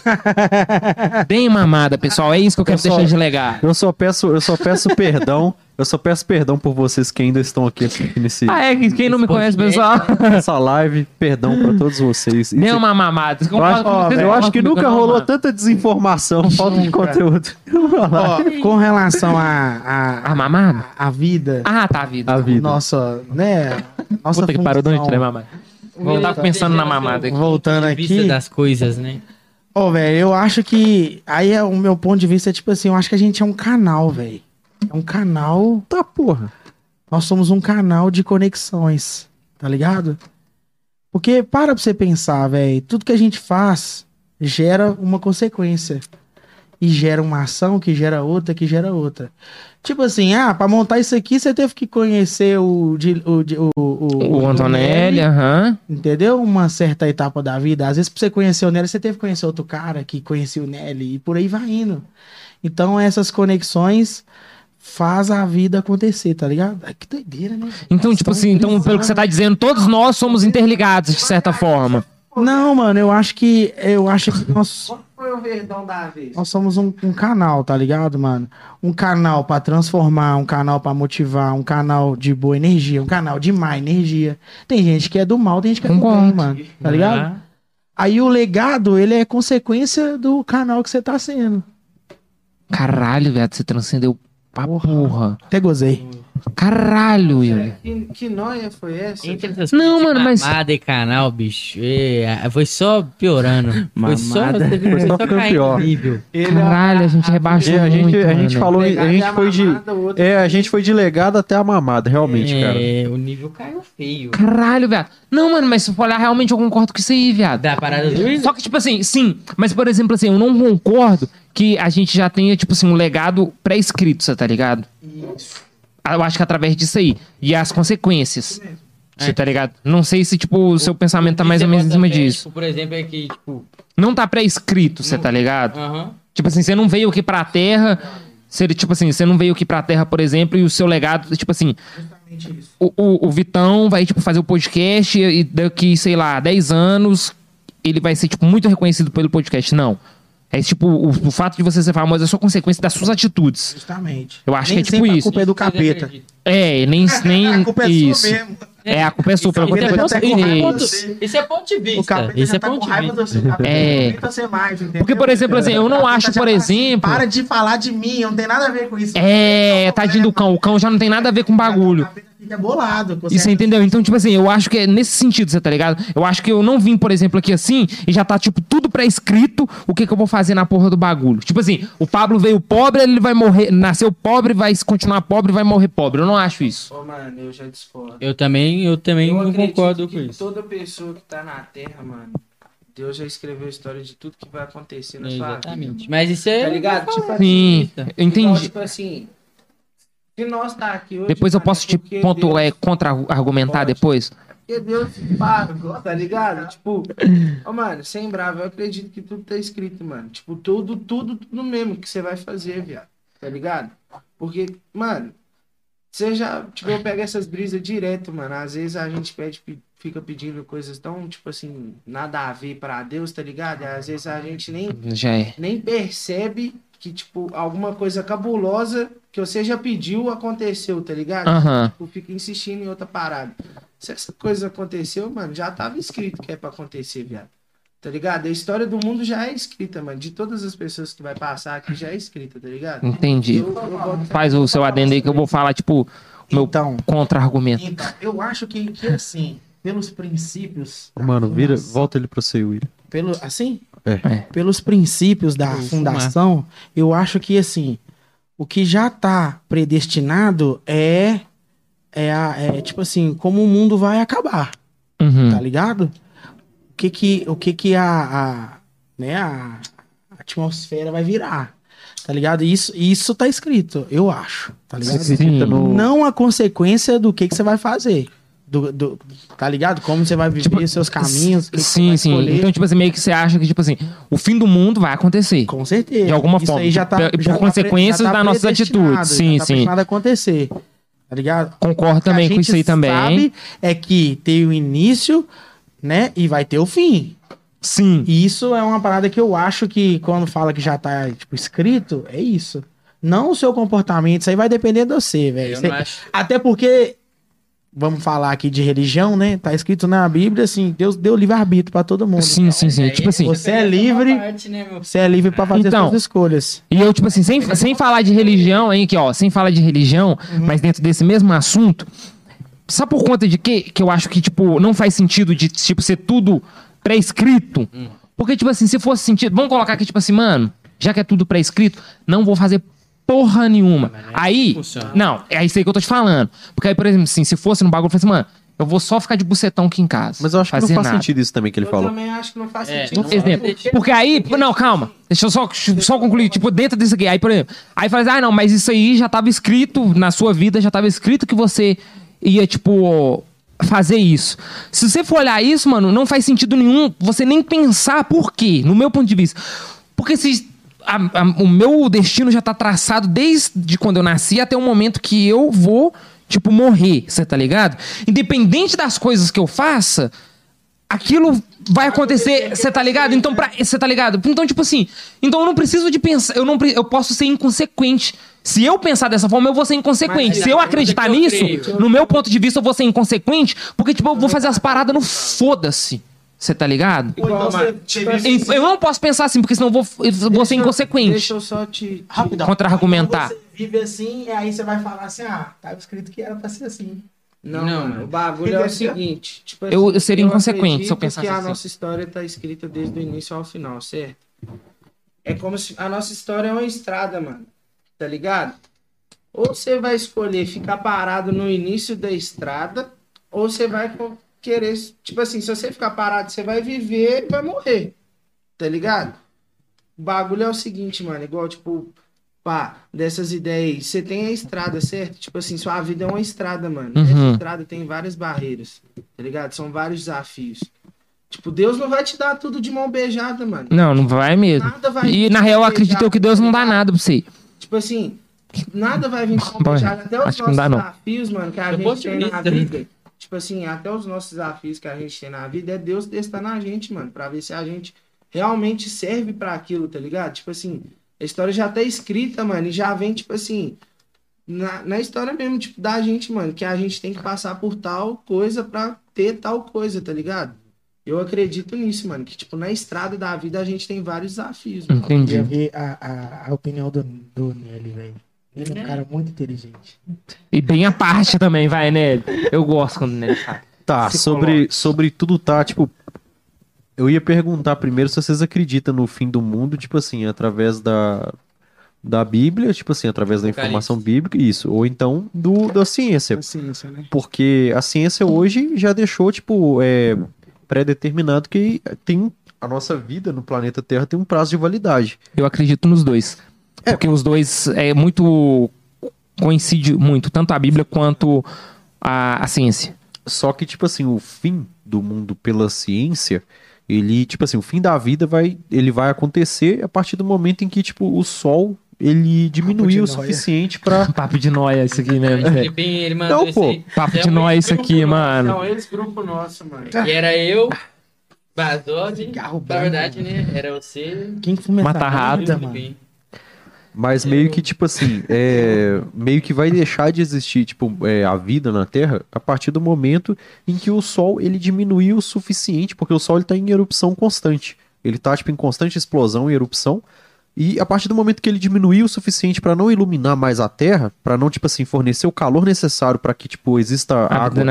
Bem mamada, pessoal. É isso que eu quero deixar de legar. Eu só peço perdão. Eu só peço perdão por vocês que ainda estão aqui assistindo Ah, é? Quem não me conhece, pessoal? essa live. Perdão pra todos vocês. Dê uma mamada. Eu acho que nunca rolou tanta desinformação, falta de conteúdo. Ó, com relação a A mamada? a vida, Ah, tá, vida. A vida. nossa, né? Nossa Puta que parou de onde, né, função. mamada? Eu tava pensando na mamada aqui. Voltando Vista aqui. das coisas, né? Ô, velho, eu acho que. Aí é o meu ponto de vista é tipo assim, eu acho que a gente é um canal, velho. É um canal. Tá, porra. Nós somos um canal de conexões, tá ligado? Porque para pra você pensar, velho, tudo que a gente faz gera uma consequência. E gera uma ação que gera outra, que gera outra. Tipo assim, pra montar isso aqui você teve que conhecer o Antonelli, aham. entendeu? Uma certa etapa da vida. Às vezes, pra você conhecer o Nelly, você teve que conhecer outro cara que conhecia o Nelly. E por aí vai indo. Então, essas conexões faz a vida acontecer, tá ligado? Ai, que doideira, né? Então, tipo assim, então, pelo que você tá dizendo, todos nós somos interligados, de certa forma. Não, mano, eu acho que nós, Qual foi o verdão da vez? nós somos um canal, tá ligado, mano? Um canal pra transformar, um canal pra motivar, um canal de boa energia, um canal de má energia. Tem gente que é do mal, tem gente que é do bem, Concordo. mano, tá ligado? Ah, Aí o legado, ele é consequência do canal que você tá sendo. Caralho, viado, você transcendeu pra porra. Até gozei. Caralho, Will. Que noia foi essa? Entre essas Não, coisas de mano, mas- mamada e canal, bicho, foi só piorando. Foi só Mamada. você Foi só ficando caindo pior. no nível. Caralho, a gente rebaixou A gente, muito, a gente mano. falou, a Legado gente é a foi de. mamada, o outro A gente foi de legado até a mamada, realmente, cara. O nível caiu feio. Caralho, viado. Não, mano, mas se for olhar, realmente eu concordo com isso aí, viado. Da parada do Will? Só que, tipo assim, sim. Mas, por exemplo, assim, eu não concordo que a gente já tenha, tipo assim, um legado pré-escrito, você tá ligado? Isso. Eu acho que através disso aí. E as consequências. Você tá ligado? Não sei se, tipo, o seu pensamento tá mais ou menos em cima disso. Tipo, por exemplo, é que, tipo... Não tá pré-escrito, você tá ligado? Aham. Tipo assim, você não veio aqui pra Terra... Tipo assim, você não veio aqui pra Terra, por exemplo, e o seu legado, tipo assim... O Vitão vai, tipo, fazer o podcast e daqui, sei lá, 10 anos, ele vai ser, tipo, muito reconhecido pelo podcast. Não. É, tipo, o fato de você ser famoso é só consequência das suas atitudes. Justamente. Eu acho Nem que é tipo sempre isso. A culpa é do capeta. É, nem A culpa é isso. sua mesmo. É, a culpa é sua. Pelo Isso é contrário. até com raiva do Isso. Esse é ponto de O vista. capeta Esse já é tá com ponto de raiva vista. do seu capeta. É. Tenta ser mais, entendeu? Porque, por exemplo, assim, eu não O capeta acho, já por fala assim, exemplo... para de falar de mim, eu não tem nada a ver com isso. É, tadinho do cão. O cão já não tem nada a ver com bagulho. O capeta fica bolado. E você entendeu? Então, tipo assim, eu acho que é nesse sentido, você tá ligado? Eu acho que eu não vim, por exemplo, aqui assim e já tá, tipo, tudo pré-escrito o que eu vou fazer na porra do bagulho. Tipo assim, o Pablo veio pobre, ele vai morrer, nasceu pobre, vai continuar pobre, vai morrer pobre. Eu não acho isso. Ô, mano, eu já discordo. Eu também Eu não acredito concordo que com isso. toda pessoa que tá na Terra, mano, Deus já escreveu a história de tudo que vai acontecer na sua vida. Exatamente. Mas isso é... Tá ligado? Tipo assim, Sim, eu igual, entendi. tipo assim, se nós tá aqui hoje... Depois eu mano, posso te porque contra-argumentar Pode. depois? Porque Deus pagou, tá ligado? Tipo, ó, mano, sem bravo, eu acredito que tudo tá escrito, mano. Tipo, tudo mesmo que você vai fazer, viado. Tá ligado? Porque, mano, você já, tipo, eu pego essas brisas direto, mano. Às vezes a gente fica pedindo coisas tão, tipo assim, nada a ver pra Deus, tá ligado? E às vezes a gente Já é. nem percebe que, tipo, alguma coisa cabulosa que você já pediu aconteceu, tá ligado? Aham. Tipo, fica insistindo em outra parada. Se essa coisa aconteceu, mano, já tava escrito que é pra acontecer, viado. Tá ligado? A história do mundo já é escrita, mano. De todas as pessoas que vai passar aqui já é escrita, tá ligado? Entendi. Eu boto- Faz o seu adendo aí que eu vou falar, tipo, o meu Então, contra-argumento. então, eu acho que assim, pelos princípios... da Mano, fundação- volta ele pro seu, William. Assim? É. Pelos princípios da fundação, eu acho que, assim, o que já tá predestinado é tipo assim, como o mundo vai acabar, Uhum. tá ligado? O que a atmosfera vai virar, tá ligado? Isso tá escrito, eu acho, tá ligado? Sim. Não a consequência do que você vai fazer. Tá ligado? Como você vai viver os seus caminhos. o que você vai Sim. escolher. Então, tipo assim, meio que você acha que, tipo assim, o fim do mundo vai acontecer. Com certeza. De alguma Isso forma, aí já tá, por consequências das nossas predestinado, atitudes. Sim, já tá sim. predestinado a acontecer. Tá ligado? Concordo O que a também com gente isso aí também. sabe é que tem o início, né? E vai ter o fim. Sim. E isso é uma parada que eu acho que quando fala que já tá, tipo, escrito, é isso. Não o seu comportamento, isso aí vai depender de você, velho. Eu Você- não acho. Até porque, vamos falar aqui de religião, né? Tá escrito na Bíblia, assim, Deus deu livre-arbítrio pra todo mundo. Sim. Tipo assim. Você é livre, você é livre pra fazer Então, suas escolhas. E eu, tipo assim, sem falar de religião, hein, aqui, ó, sem falar de religião, mas dentro desse mesmo assunto, só por conta de que eu acho que, tipo, não faz sentido de, tipo, ser tudo pré-escrito. Porque, tipo assim, se fosse sentido, vamos colocar aqui, tipo assim, mano, já que é tudo pré-escrito, não vou fazer porra nenhuma. Aí, funciona. não, é isso aí que eu tô te falando. Porque aí, por exemplo, assim, se fosse no bagulho, eu falei assim, mano, eu vou só ficar de bucetão aqui em casa. Mas eu acho que não fazer faz nada. sentido isso também que ele Eu falou. também acho que não faz É, sentido. não Exemplo. Porque aí, não, calma. Deixa eu só concluir. Tipo, dentro disso aqui. Aí, por exemplo, aí fala assim, não, mas isso aí já tava escrito na sua vida, já tava escrito que você ia, tipo, fazer isso. Se você for olhar isso, mano, não faz sentido nenhum você nem pensar por quê, no meu ponto de vista. Porque se o meu destino já tá traçado desde quando eu nasci até o momento que eu vou, tipo, morrer, você tá ligado? Independente das coisas que eu faça, aquilo vai acontecer, você tá ligado? Então, você tá ligado? Então, tipo assim, então eu não preciso de pensar, eu posso ser inconsequente. Se eu pensar dessa forma, eu vou ser inconsequente. Se eu acreditar nisso, no meu ponto de vista, eu vou ser inconsequente, porque, tipo, eu vou fazer as paradas no foda-se. Você tá ligado? Igual Eu não posso pensar assim, porque senão eu vou ser inconsequente. Deixa eu só te... Rapidão. Contra-argumentar. Então você vive assim, e aí você vai falar assim, tava escrito que era pra ser assim. Não, mano, o bagulho é o seguinte. Tipo assim, Eu seria inconsequente se eu acredito pensasse que a assim. nossa história tá escrita desde o início ao final, certo? É como se a nossa história é uma estrada, mano. Tá ligado? Ou você vai escolher ficar parado no início da estrada, ou você vai querer... Tipo assim, se você ficar parado, você vai viver e vai morrer. Tá ligado? O bagulho é o seguinte, mano. Igual, tipo... Pá, dessas ideias aí, você tem a estrada, certo? Tipo assim, sua vida é uma estrada, mano. Essa estrada tem várias barreiras, tá ligado? São vários desafios. Tipo, Deus não vai te dar tudo de mão beijada, mano. Não vai mesmo. Nada vai E vir na de real eu mão acredito beijada, que Deus tá não dá ligado? nada pra você. Tipo assim, nada vai vir de mão beijada. Até os acho que não nossos dá, não. desafios, mano, que a Eu gente posso tem ir, na né? vida. Tipo assim, até os nossos desafios que a gente tem na vida, é Deus testando a gente, mano. Pra ver se a gente realmente serve pra aquilo, tá ligado? Tipo assim... A história já tá escrita, mano, e já vem, tipo assim, na história mesmo, tipo, da gente, mano, que a gente tem que passar por tal coisa pra ter tal coisa, tá ligado? Eu acredito nisso, mano, que, tipo, na estrada da vida a gente tem vários desafios, mano. Entendi. Eu vi a opinião do Nelly, velho. Ele é um cara muito inteligente. E bem a parte também, vai, Nelly. Eu gosto quando o Nelly fala. Tá, sobre tudo tá, tipo... Eu ia perguntar primeiro se vocês acreditam no fim do mundo, tipo assim, através da Bíblia, tipo assim, através da informação bíblica, isso. Ou então da ciência. A ciência, né? Porque a ciência hoje já deixou, tipo, pré-determinado que tem a nossa vida no planeta Terra tem um prazo de validade. Eu acredito nos dois. Porque os dois coincide muito, tanto a Bíblia quanto a ciência. Só que, tipo assim, o fim do mundo pela ciência, ele, tipo assim, o fim da vida ele vai acontecer a partir do momento em que, tipo, o Sol, ele diminuiu o suficiente pra... Papo de nóia isso aqui, né? Ele mandou Não, esse pô. aí. Papo de nóia isso aqui, mano. Não, esse grupo nosso, mano. E era eu, Bazode, Cigarro na branco, verdade, né? Era você, Quem que fuma Mata essa rato. merda, mano? Felipe. Mas meio que, tipo assim, meio que vai deixar de existir, tipo, a vida na Terra a partir do momento em que o Sol, ele diminuiu o suficiente, porque o Sol, ele tá em erupção constante. Ele tá, tipo, em constante explosão e erupção. E a partir do momento que ele diminuiu o suficiente para não iluminar mais a Terra, para não, tipo assim, fornecer o calor necessário para que, tipo, exista água,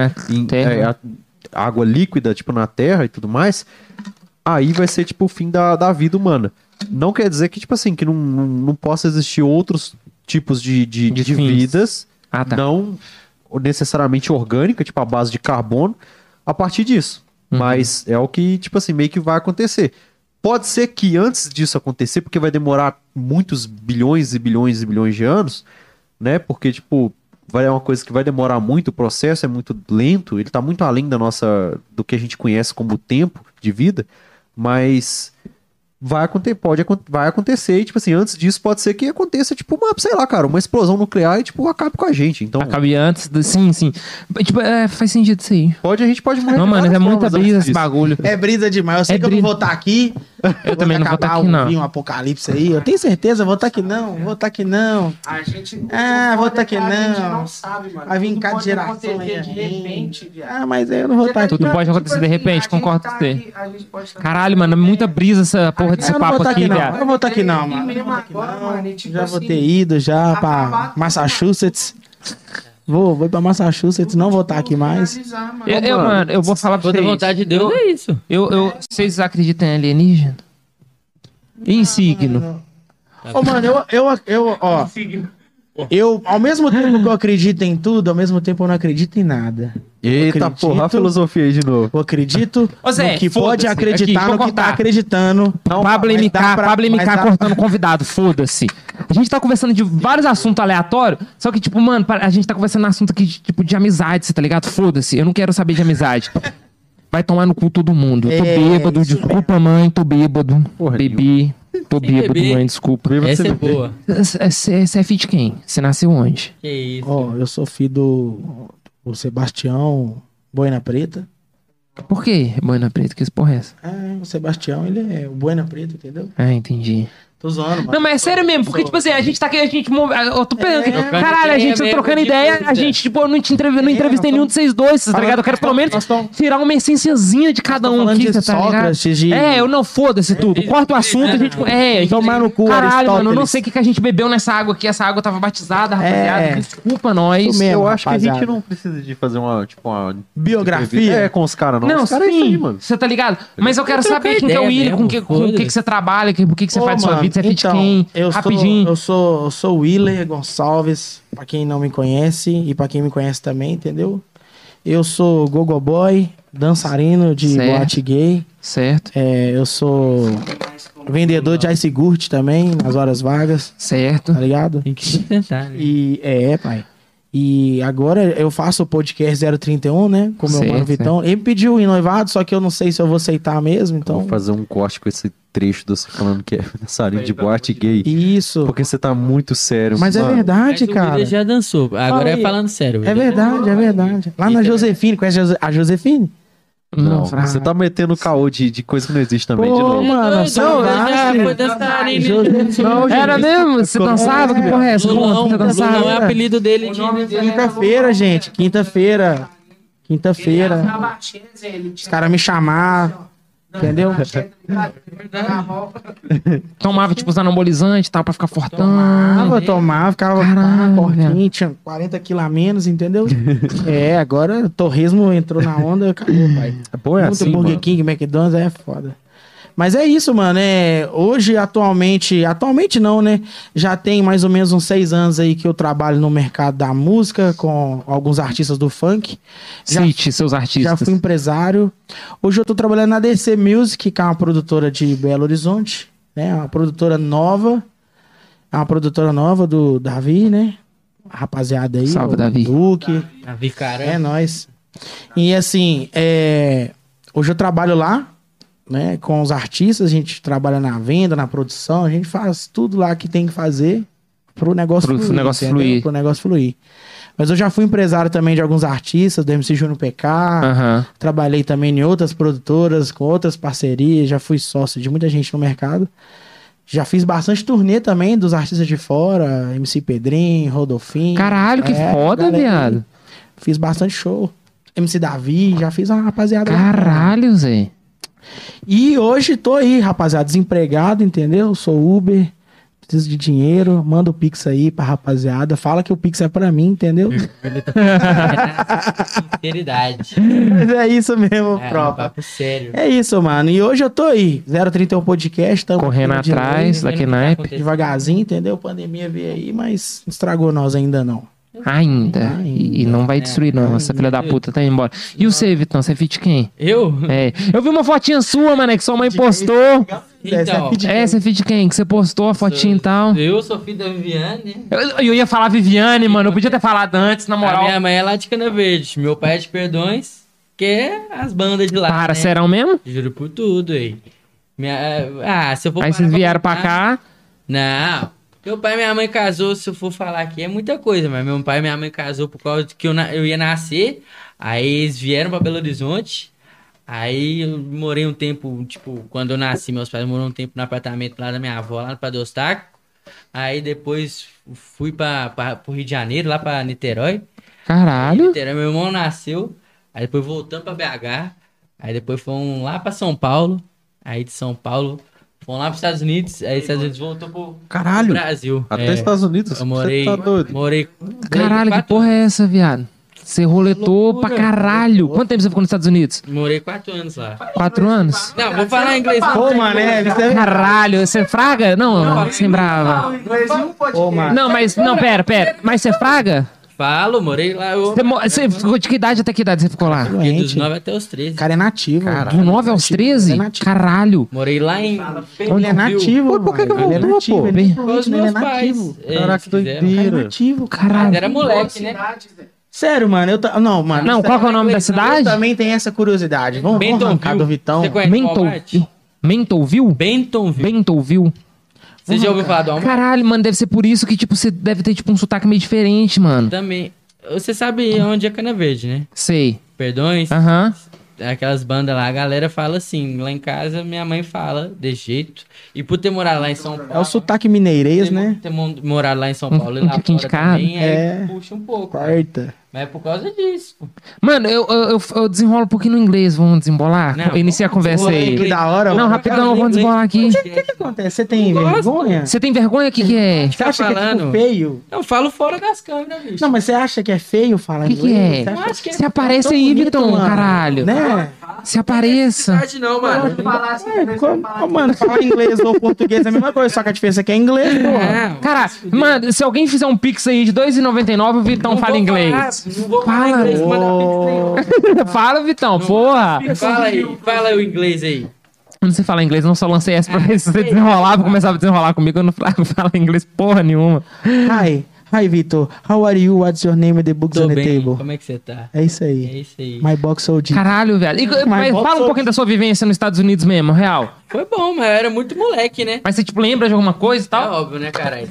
água líquida, tipo, na Terra e tudo mais, aí vai ser, tipo, o fim da vida humana. Não quer dizer que, tipo assim, que não possa existir outros tipos de vidas, não necessariamente orgânica, tipo, a base de carbono, a partir disso. Mas é o que, tipo assim, meio que vai acontecer. Pode ser que antes disso acontecer, porque vai demorar muitos bilhões e bilhões e bilhões de anos, né? Porque, tipo, é uma coisa que vai demorar muito, o processo é muito lento, ele tá muito além do que a gente conhece como tempo de vida, mas vai acontecer, e, tipo assim, antes disso pode ser que aconteça, tipo, sei lá, cara, uma explosão nuclear e, tipo, acabe com a gente, então... Acabe antes, sim. Tipo, faz sentido isso aí. A gente pode morrer. Não, mano, é muita brisa esse bagulho. É brisa demais. Eu sei que eu não vou estar aqui. Eu também não vou estar aqui, não. Um apocalipse aí. Eu tenho certeza, vou estar aqui não. A gente... vou estar aqui A gente não. não sabe, mano. Vai vir Tudo cada pode geração acontecer aí. de repente, viado. Mas eu não vou estar aqui. Tudo pode acontecer de repente, concordo com você. A gente pode estar Caralho, mano, é muita brisa essa porra desse Eu não vou papo estar aqui, aqui não. Eu viado. não vou estar aqui não, E mano. mesmo agora, mano, e tipo Já vou assim, ter ido já pra acabar com- Massachusetts. Vou ir pra Massachusetts, não vou estar aqui mais. finalizar, mano. Mano, eu vou falar pra Toda vocês. vontade de Deus é isso. Vocês acreditam em alienígena? Em signo? Ô, mano, eu, ao mesmo tempo que eu acredito em tudo, ao mesmo tempo eu não acredito em nada. Eita, acredito- porra, a filosofia aí de novo. Eu acredito Ô, Zé, no que pode foda-se. acreditar Aqui, no vou que tá cortar. acreditando. Pablo mas dá MK, pra- Pablo mas MK dá- cortando convidado, foda-se. A gente tá conversando de vários assuntos aleatórios, só que, tipo, mano, a gente tá conversando assunto aqui, tipo, de amizade, você tá ligado? Foda-se, eu não quero saber de amizade. Vai tomar no cu todo mundo. Eu tô bêbado, isso desculpa, mãe, tô bêbado. Porra Bebi, tô bêbado, beber. mãe, desculpa. Essa é boa. Você é filho de quem? Você nasceu onde? Que isso. Ó, eu sou filho do Sebastião Boina Preta. Por quê, Boina Preta? Que porra é essa? O Sebastião, ele é o Boina Preta, entendeu? Ah, entendi. Tô zoando, mano. Não, mas é sério mesmo, porque, tipo assim, a gente tá aqui, eu tô pensando aqui, trocando caralho, a gente ideia trocando mesmo, ideia, de a gente, tipo, eu não entrevistei nenhum de vocês dois, tá ligado? Eu quero pelo menos tirar uma essênciazinha de cada um aqui, de tá ligado? Sócrates, de- Eu não foda-se tudo, corta o assunto, a gente... Tomar no cu, Caralho, mano, eu não Aristóteles. sei o que a gente bebeu nessa água aqui, essa água tava batizada, rapaziada, desculpa nós. Isso mesmo. Eu acho que a rapaziada. gente não precisa de fazer uma Biografia? É, com os caras, não. Não, Os caras é isso aí, sim, mano. você tá ligado? Mas eu quero saber quem que é o ideia William, com mesmo, o que você trabalha, por que você Ô, faz da sua mano, vida, você é fit então, quem, rapidinho. Eu sou o Willer Gonçalves, pra quem não me conhece e pra quem me conhece também, entendeu? Eu sou gogo boy, dançarino de Certo. boate gay. Certo, Eu sou vendedor de ice gurt também, nas horas vagas, certo. tá ligado? Tem que sustentar, né? E pai. E agora eu faço o podcast 031, né? Com o meu Certo, mano Vitão. Ele me pediu em noivado, só que eu não sei se eu vou aceitar mesmo, então. Vou fazer um corte com esse trecho de você falando que é dançarino de boate gay. Isso. Porque você tá muito sério. Mas é mano. verdade, Mas o cara. William já dançou. Agora Fala é aí. falando sério. É verdade, é verdade. Lá na Josefine, conhece a Josefine? Não, Fraga. você tá metendo caô de coisa que não existe também, de Pô, novo. mano, Não, saudade. já foi dançarino. Josefine. Era mesmo? Você dançava? Que porra é essa? Como Lulão, você dançava? Lulão é o apelido dele de... Quinta-feira, gente. Quinta-feira. Os caras me chamaram. Entendeu? Tomava, tipo, os anabolizantes e tal, pra ficar fortão. Tomava, ficava Caralho, fortinho, tinha 40 quilos a menos, entendeu? Agora o torresmo entrou na onda, acabou, pai. Pô, é Muito assim, Burger mano. King, McDonald's, é foda. Mas é isso, mano. Hoje, atualmente não, né? Já tem mais ou menos uns 6 anos aí que eu trabalho no mercado da música com alguns artistas do funk. Cite seus artistas. Já fui empresário. Hoje eu tô trabalhando na DC Music, que é uma produtora de Belo Horizonte, né? Uma produtora nova. É uma produtora nova do Davi, né? A rapaziada aí. Salve, o Davi. Duque. Davi, cara. É nóis. E assim, hoje eu trabalho lá, né? Com os artistas, a gente trabalha na venda, na produção, a gente faz tudo lá que tem que fazer pro negócio Pro fluir. negócio entendeu? fluir. Pro negócio fluir. Mas eu já fui empresário também de alguns artistas, do MC Júnior PK, Aham. trabalhei também em outras produtoras, com outras parcerias, já fui sócio de muita gente no mercado. Já fiz bastante turnê também dos artistas de fora, MC Pedrinho, Rodolfinho. Caralho, que foda, galera aí. viado. Fiz bastante show. MC Davi, já fiz uma rapaziada. Caralho, Zé. E hoje tô aí, rapaziada, desempregado, entendeu? Sou Uber, preciso de dinheiro, manda o Pix aí pra rapaziada. Fala que o Pix é pra mim, entendeu? Sinceridade. Mas é isso mesmo, É, um tropa. papo sério. É isso, mano. E hoje eu tô aí, 031 Podcast, tamo Correndo aqui de atrás, novo, daqui naipe. devagarzinho, entendeu? Pandemia veio aí, mas não estragou nós ainda não. Ainda. E não vai destruir, não. Essa filha da puta tá indo embora. E você, Vitão? Você é fit quem? Eu? Eu vi uma fotinha sua, mano, que sua mãe postou. Então, Você é fit quem? Que você postou a fotinha e tal. eu sou filho da Viviane. Eu ia falar Viviane, mano. Eu podia ter falado antes, na A moral. minha mãe é lá de Cana Verde. Meu pai é de Perdões, que é as bandas de lá. Para, né? serão mesmo? Juro por tudo aí. Se eu for Aí parar vocês pra vieram pra contar- cá. Não. Meu pai e minha mãe casou, se eu for falar aqui, é muita coisa, mas meu pai e minha mãe casou por causa de que eu ia nascer. Aí eles vieram pra Belo Horizonte. Aí eu morei um tempo, tipo, quando eu nasci, meus pais moraram um tempo no apartamento lá da minha avó, lá no Padostaco. Aí depois fui pro Rio de Janeiro, lá pra Niterói. Caralho. Niterói, meu irmão nasceu. Aí depois voltamos pra BH. Aí depois fomos lá pra São Paulo. Aí de São Paulo fomos lá pros Estados Unidos. Aí os Estados Unidos voltou pro Brasil. Até Estados Unidos, Eu morei. você tá doido. Morei. Caralho, que 4 porra é essa, viado? Você roletou Loucura. pra caralho. Quanto tempo você ficou nos Estados Unidos? Morei 4 anos lá. 4 anos? Não, vou falar inglês. Ô, mané, Caralho, você fraga? Não, sem brava. Ô, mano. Não, mas, não, pera. Mas você fraga? Falo, morei lá. Você ficou de que idade até que idade você ficou lá? Fiquei dos Doente. 9 até os 13. O cara é nativo. Do 9 aos 13? É nativo. Caralho. Morei lá em. Ele é nativo. Pô, por que que mano. Ele é voltou, nativo, pô? ele é Com os nativo, ele é meus pais. nativo. Caraca, que Eles fizeram. Ele é doideira. nativo, cara. Caralho. Era moleque, né? Sério, mano, não, mano. Não, qual que é o nome da cidade? Eu também tenho essa curiosidade. Vamos arrancar do Vitão. Você conhece Mental. Walmart? Mentalville? Bentonville. Bentonville. Você já ouviu falar do Walmart? Caralho, mano, deve ser por isso que, tipo, você deve ter, tipo, um sotaque meio diferente, mano. Também. Você sabe onde é Cana Verde, né? Sei. Perdões. Aham. aquelas bandas lá, a galera fala assim. Lá em casa, minha mãe fala desse jeito. E por ter morado lá em São Paulo... É o sotaque mineirês, né? Ter morado lá em São Paulo e lá pouquinho de fora cada. também, É. aí puxa um pouco. Quarta. Mas é por causa disso, pô. Mano, eu desenrolo um pouquinho no inglês, vamos desembolar? Não, Inicia a conversa aí. Que da hora, Não, mano. rapidão, vamos desembolar aqui. O que acontece? Você tem vergonha? Você tem vergonha? O que é? Você acha que é tipo falando? feio? Eu falo fora das câmeras, bicho. Não, mas você acha que é feio falar O que inglês? é? Você acha acho que é Se aparece tão aí, bonito, Vitão, mano? caralho. Né? Se apareça. Verdade não, mano. Mano, falar inglês ou português é a mesma coisa, só que a diferença é que é inglês, porra. É, Cara, mano, se alguém fizer um pix aí de R$2,99, o Vitão fala inglês. Não vou falar Fala. inglês, manda pix Fala, Vitão, porra. nenhum. Fala aí o inglês aí. Eu não sei falar inglês, não, só lancei essa pra ver se você desenrolava, começava a desenrolar comigo, eu não falo inglês porra nenhuma. Hi, Vitor. How are you? What's your name and the books Tô on the bem, table? como é que você tá? É isso É aí. isso aí. My box so deep. Caralho, velho. Mas fala um pouquinho da sua vivência nos Estados Unidos mesmo, real. Foi bom, mas eu era muito moleque, né? Mas você, tipo, lembra de alguma coisa e É tal? óbvio, né, caralho?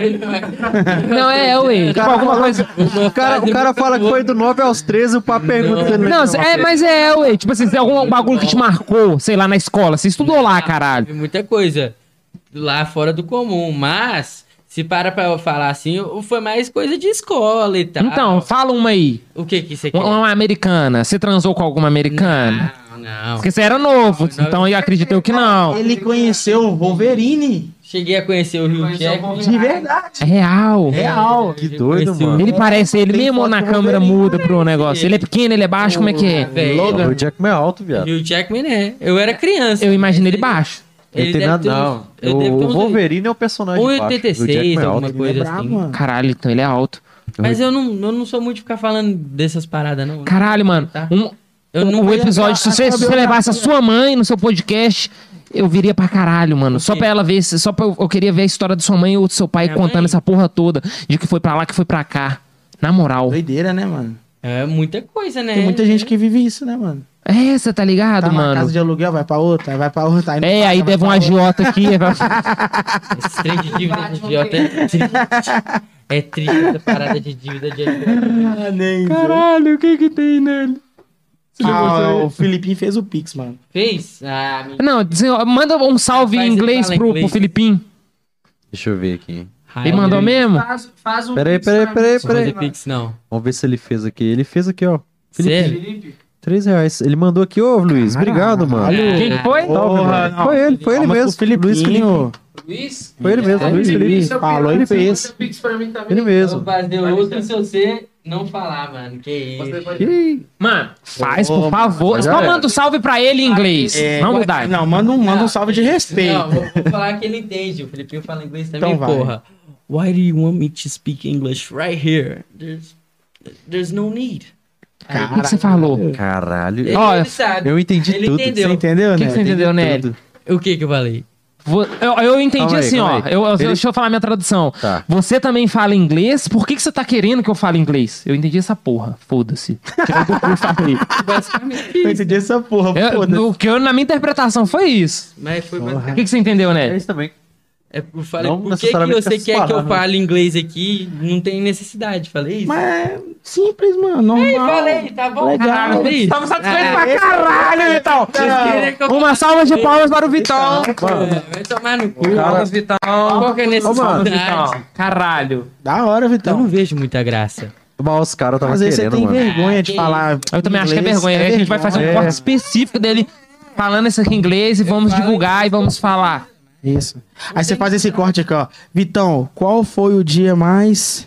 Não, ué. Tipo, alguma coisa... O cara fala que foi do 9 aos 13, o papo pergunta. Não, mas ué. Tipo assim, se tem algum bagulho que te marcou, sei lá, na escola. Você estudou lá, caralho. Teve muita coisa lá fora do comum, mas se para pra eu falar assim, foi mais coisa de escola e tal. Então, fala uma aí. O que você quer? Uma americana. Você transou com alguma americana? Não. Porque você era novo, então eu acredito eu que não. Ele conheceu o Wolverine. Cheguei a conhecer o Rio Jack. De verdade. É real. Real. Que doido, mano. Ele parece ele Tem mesmo ou foto na do câmera Wolverine. muda pro negócio? Ele é pequeno, ele é baixo, como é que é? Velho, O Jackman é alto, viado. Rio Jackman, né? Eu era criança. Eu imagino ele baixo. Ele tem deve nada, ter não. uns- ele deve ter O uns Wolverine é o personagem baixo. O 1,86, Jackman é alguma alto. coisa Ele é brabo, assim. mano. Caralho, então ele é alto. Mas eu não sou muito de ficar falando dessas paradas, não. Caralho, mano. Tá. Eu não vou episódio, se você levasse a sua mãe no seu podcast, eu viria pra caralho, mano. Só pra ela ver, eu queria ver a história da sua mãe ou do seu pai Minha contando mãe? essa porra toda, de que foi pra lá, que foi pra cá. Na moral. Doideira, né, mano? É muita coisa, né? Tem muita gente que vive isso, né, mano? É, você tá ligado, Tá numa mano? casa de aluguel, vai pra outra, vai pra outra. Aí não É, paga, aí vai deve um pra outra. agiota aqui. Esses trem de dívida de idiota é triste. É triste essa parada de dívida de idiota. Ah, nem. Caralho, o que tem nele? O Filipinho fez o Pix, mano. Fez? Ah, mentira. Não, manda um salve em Rapaz, ele inglês fala pro inglês. Filipinho. Deixa eu ver aqui. Ele mandou mesmo? Faz um Peraí. Não vou fazer pix, não. Vamos ver se ele fez aqui. Ele fez aqui, ó. Sério? R$3. Ele mandou aqui, ô Luiz. Obrigado, mano. Quem que foi? Porra, não. Foi ele Palmas mesmo. pro Filipinho. Luiz? Foi ele mesmo, Luiz Felipe. Falou e fez. Ele Eu mesmo. vou fazer outro se você não falar, mano. Que isso. Ih, Mano, faz, por favor. mas Só é. manda um salve pra ele em inglês. Não mudar. Não, manda um salve de respeito. Não, vou falar que ele entende. O Felipinho fala inglês também, Então vai. porra. Why do you want me to speak English right here? There's no need. O que você falou? Caralho. Ó, sabe. Eu entendi Ele tudo. entendeu. Você entendeu, O que né? você entendeu, Nelly? O que eu falei? Eu entendi Calma aí, assim, calma ó. aí. Deixa eu falar minha tradução. Tá. Você também fala inglês? Por que você tá querendo que eu fale inglês? Eu entendi essa porra. Foda-se. Tirei do cu e falei. Basicamente Eu isso. entendi essa porra, foda-se. O que na minha interpretação foi isso. Mas foi O basicamente. que você entendeu, É Nelly? isso também. Eu falei, Não por que necessariamente você com essas quer que eu palavras. fale inglês aqui? Não tem necessidade. Falei isso. Mas é simples, mano. Normal. Falei, tá bom? Legal. Caralho, falei isso. Estamos satisfeitos É, pra caralho, Vitão. queria que eu Uma salva de palmas para o Vitão. Vai tomar no cu. Palmas, Vitão. Qual que é a necessidade? Vitão. Caralho. Da hora, Eu Vitão. não vejo muita graça. Mas os caras estavam Às vezes você querendo, tem mano. vergonha de falar. Eu também acho que é inglês, vergonha. A gente vai fazer um vergonha. corte específico dele falando isso aqui em inglês e vamos divulgar e vamos falar. Isso. Aí você faz esse corte aqui, ó. Vitão, qual foi o dia mais.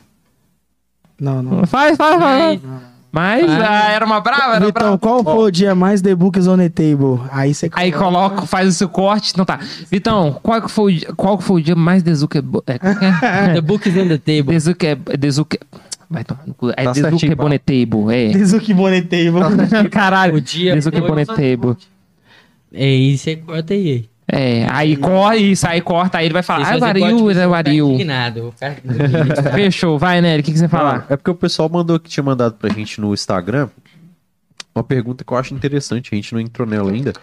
Não. Faz. Mas era uma brava, era Vitão, brava. qual foi o dia mais The Books on the Table? Aí você Aí coloca, faz o seu corte. Então tá. Vitão, qual que foi o dia mais desuque... The book is on the table. Desuque... Vai tomar no cu. É Tá desuque certinho, bonetable, é. Desuki Bonnet Table. Caralho. O dia Desuque foi- bonetable. É isso, você corta aí. É, aí corta isso, aí corta, aí ele vai falar, Se ah, fazer corte, variu, você vai ficar variu. indignado, eu vou ficar- Fechou, vai, Nery, o que você falar? É porque o pessoal tinha mandado pra gente no Instagram uma pergunta que eu acho interessante, a gente não entrou nela ainda.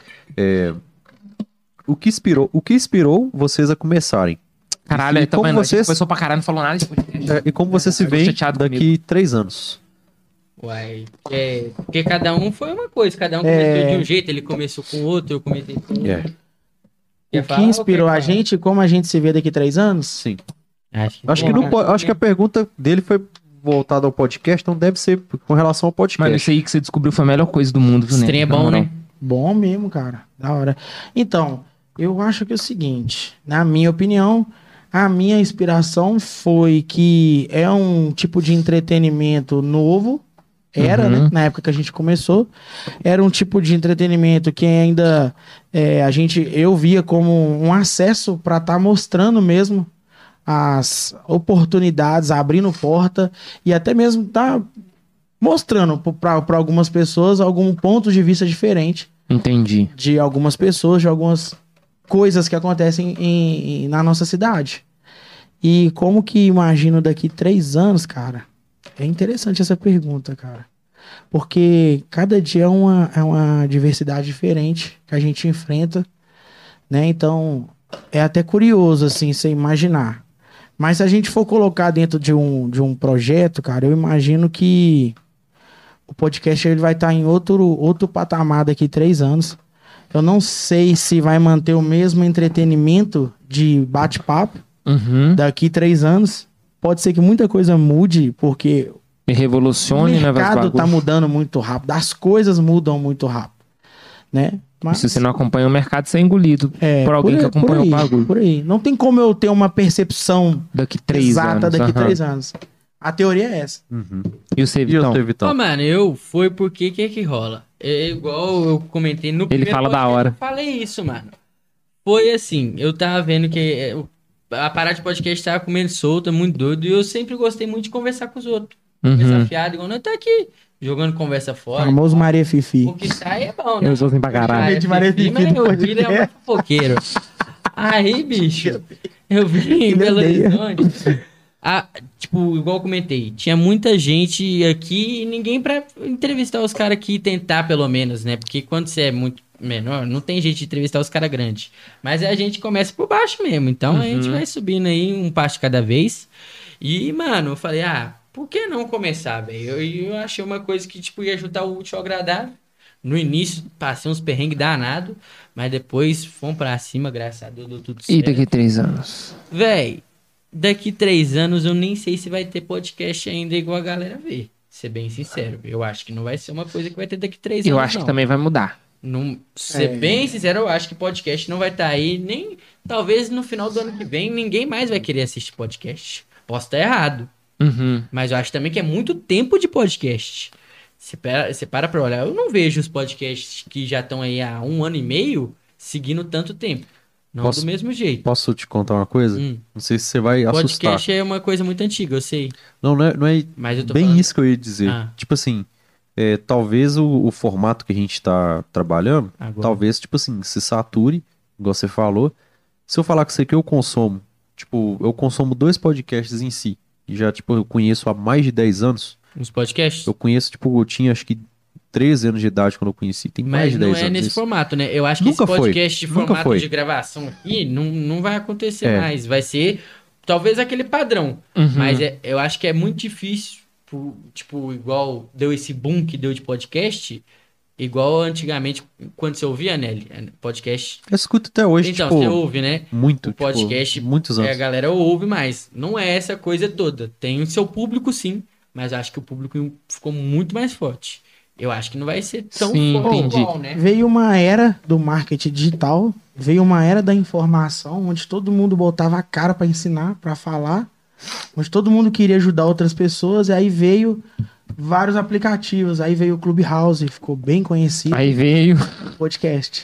O que inspirou vocês a começarem? Caralho, E então, como mano, a gente vocês- começou pra caralho, não falou nada. E como você se Tô vê chateado daqui comigo. 3 anos? Uai, porque cada um foi uma coisa, cada um começou de um jeito, ele começou com outro, eu comecei com outro. O que inspirou a gente, como a gente se vê daqui 3 anos? Sim. Acho que a pergunta dele foi voltada ao podcast, então deve ser com relação ao podcast. Mas isso aí que você descobriu foi a melhor coisa do mundo, viu, Esse trem é bom, né? Bom mesmo, cara. Da hora. Então, eu acho que é o seguinte, na minha opinião, a minha inspiração foi que é um tipo de entretenimento novo. Era, né? Na época que a gente começou. Era um tipo de entretenimento que ainda eu via como um acesso para estar mostrando mesmo as oportunidades, abrindo porta e até mesmo tá mostrando para algumas pessoas algum ponto de vista diferente. Entendi. De algumas pessoas, de algumas coisas que acontecem na nossa cidade. E como que imagino daqui 3 anos, cara? É interessante essa pergunta, cara. Porque cada dia é uma diversidade diferente que a gente enfrenta, né? Então, é até curioso, assim, você imaginar. Mas se a gente for colocar dentro de um projeto, cara, eu imagino que o podcast ele vai estar em outro patamar daqui 3 anos. Eu não sei se vai manter o mesmo entretenimento de bate-papo daqui 3 anos. Pode ser que muita coisa mude, porque revolucione, o mercado tá mudando muito rápido, as coisas mudam muito rápido, né? Mas, se você não acompanha o mercado, você é engolido por alguém que acompanha o bagulho. Por aí. Não tem como eu ter uma percepção daqui 3 exata anos, daqui 3 anos. A teoria é essa. E o seu, Vitão? Ô, mano, foi porque que rola? Igual eu comentei no primeiro fala da hora. Eu falei isso, mano. Foi assim, eu tava vendo que a parada de podcast tava comendo solta, muito doido, e eu sempre gostei muito de conversar com os outros. Conversar fiado, igual nós tá aqui, jogando conversa fora. Famoso Maria Fifi. O que sai é bom, né? Eu sou assim pra caralho. De Maria Fifi, mas meu filho é um fofoqueiro. Aí, bicho, eu vim em Belo Horizonte. Tipo, igual eu comentei, tinha muita gente aqui e ninguém pra entrevistar os caras aqui e tentar, pelo menos, né? Porque quando você é muito menor, não tem jeito de entrevistar os caras grandes. Mas a gente começa por baixo mesmo. Então a gente vai subindo aí um passo de cada vez. E, mano, eu falei, por que não começar, velho? Eu achei uma coisa que, tipo, ia ajudar o útil ao agradável. No início, passei uns perrengues danados, mas depois fomos pra cima, graças a Deus, deu tudo certo. E daqui 3 anos? Véi, daqui 3 anos eu nem sei se vai ter podcast ainda igual a galera vê. Ser bem sincero, eu acho que não vai ser uma coisa que vai ter daqui 3 anos, eu acho que também vai mudar. Ser bem sincero, eu acho que podcast não vai estar aí, nem talvez no final do ano que vem ninguém mais vai querer assistir podcast. Posso estar errado. Mas eu acho também que é muito tempo de podcast. Você para pra olhar, eu não vejo os podcasts que já estão aí há 1 ano e meio seguindo tanto tempo. Não do mesmo jeito. Posso te contar uma coisa? Não sei se você vai assustar. Podcast é uma coisa muito antiga, eu sei. Não é mas eu tô bem falando... isso que eu ia dizer. Tipo assim, talvez o formato que a gente tá trabalhando, talvez, tipo assim, se sature, igual você falou. Se eu falar com você que eu consumo, tipo, eu consumo 2 podcasts em si. E já, tipo, eu conheço há mais de 10 anos. Os podcasts? Eu conheço, tipo, eu tinha acho que 13 anos de idade quando eu conheci. Tem mais de 10 anos. Mas não é nesse formato, né? Eu acho que Nunca esse podcast foi. de formato de gravação aqui não vai acontecer mais. Vai ser talvez aquele padrão. Mas eu acho que é muito difícil, tipo, igual deu esse boom que deu de podcast, igual antigamente, quando você ouvia, Nelly, podcast... Eu escuto até hoje, então, tipo... você ouve, né? Muito, o podcast, tipo, muitos anos. A galera ouve mais. Não é essa coisa toda. Tem o seu público, sim, mas acho que o público ficou muito mais forte. Eu acho que não vai ser tão forte igual, né? Veio uma era do marketing digital, veio uma era da informação, onde todo mundo botava a cara para ensinar, para falar, onde todo mundo queria ajudar outras pessoas, e aí veio vários aplicativos, aí veio o Clubhouse, ficou bem conhecido. Aí veio o podcast.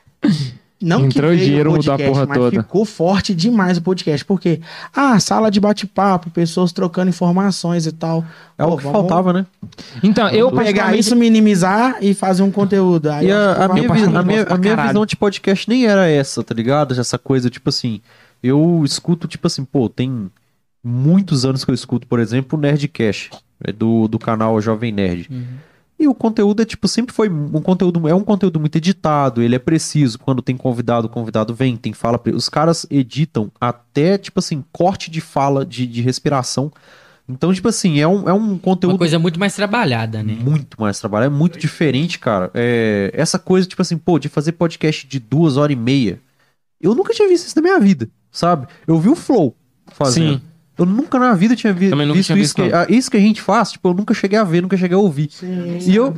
Não entrou que veio dinheiro, o podcast, mudou a porra mas toda. ficou forte demais o podcast, porque sala de bate-papo, pessoas trocando informações e tal. É o que faltava, né? Então, eu pegar isso, minimizar e fazer um conteúdo. Aí e a minha visão de podcast nem era essa, tá ligado? Essa coisa, tipo assim, eu escuto, tipo assim, tem muitos anos que eu escuto, por exemplo, o Nerdcast, do canal Jovem Nerd. E o conteúdo sempre foi um conteúdo muito editado, ele é preciso. Quando tem convidado, o convidado vem, tem fala. Os caras editam até, tipo assim, corte de fala, de respiração Então, tipo assim, é um conteúdo... Uma coisa muito mais trabalhada, né? Muito mais trabalhado, é muito diferente, cara. Essa coisa, tipo assim, pô, de fazer podcast de 2h30, eu nunca tinha visto isso na minha vida, sabe? Eu vi o Flow fazendo. Sim. Eu nunca na vida tinha Também nunca visto tinha isso. visto, Isso que a gente faz, tipo, eu nunca cheguei a ver, nunca cheguei a ouvir. Sim. E eu...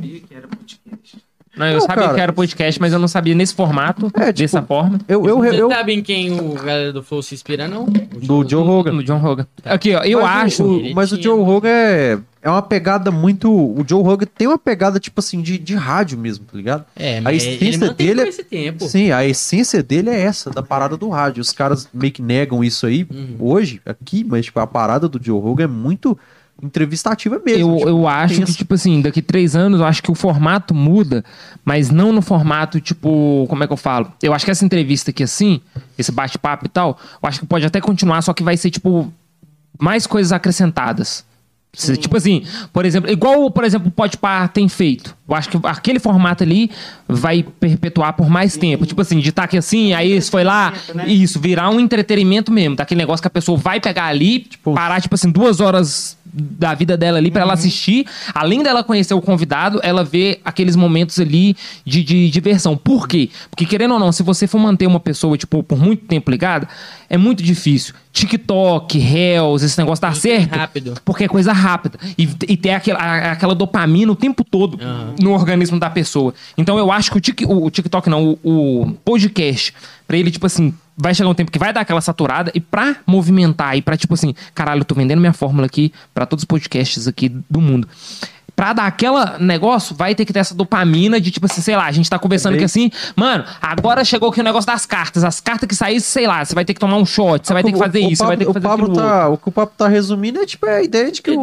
Não, eu Não, sabia cara, que era podcast, mas eu não sabia nesse formato, dessa forma. Vocês sabem quem o galera do Flow se inspira, não? Do Joe Rogan. No John Rogan. Aqui, ó, eu acho... Mas o Joe Rogan é uma pegada muito... O Joe Rogan tem uma pegada, tipo assim, de rádio mesmo, tá ligado? É, A mas ele essência mantém dele por esse tempo. Sim, a essência dele é essa, da parada do rádio. Os caras meio que negam isso aí hoje, aqui, mas tipo, a parada do Joe Rogan é muito entrevistativa mesmo. Eu acho que, tipo assim, daqui 3 anos, eu acho que o formato muda, mas não no formato, tipo, como é que eu falo? Eu acho que essa entrevista aqui, assim, esse bate-papo e tal, eu acho que pode até continuar, só que vai ser, tipo, mais coisas acrescentadas. Tipo assim, por exemplo, igual, por exemplo, o Podpah tem feito. Eu acho que aquele formato ali vai perpetuar por mais tempo. Tipo assim, de estar aqui assim, aí isso foi lá, isso, virar um entretenimento mesmo. Daquele negócio que a pessoa vai pegar ali, parar, tipo assim, 2 horas da vida dela ali pra ela assistir. Além dela conhecer o convidado, ela vê aqueles momentos ali de diversão. Por quê? Porque, querendo ou não, se você for manter uma pessoa, tipo, por muito tempo ligada, é muito difícil. TikTok, Reels, esse negócio dá certo. Rápido. Porque é coisa rápida. E tem aquela dopamina o tempo todo no organismo da pessoa. Então eu acho que o TikTok não, o podcast, pra ele, tipo assim, vai chegar um tempo que vai dar aquela saturada e pra movimentar e pra, tipo assim, caralho, eu tô vendendo minha fórmula aqui pra todos os podcasts aqui do mundo. Pra dar aquela negócio, vai ter que ter essa dopamina de, tipo assim, sei lá, a gente tá conversando aqui assim, mano, agora chegou aqui o negócio das cartas. As cartas que saíssem, sei lá, você vai ter que tomar um shot, você vai ter que fazer isso, você vai ter que fazer aquilo outro. O que o Pablo tá resumindo é, tipo, a ideia de que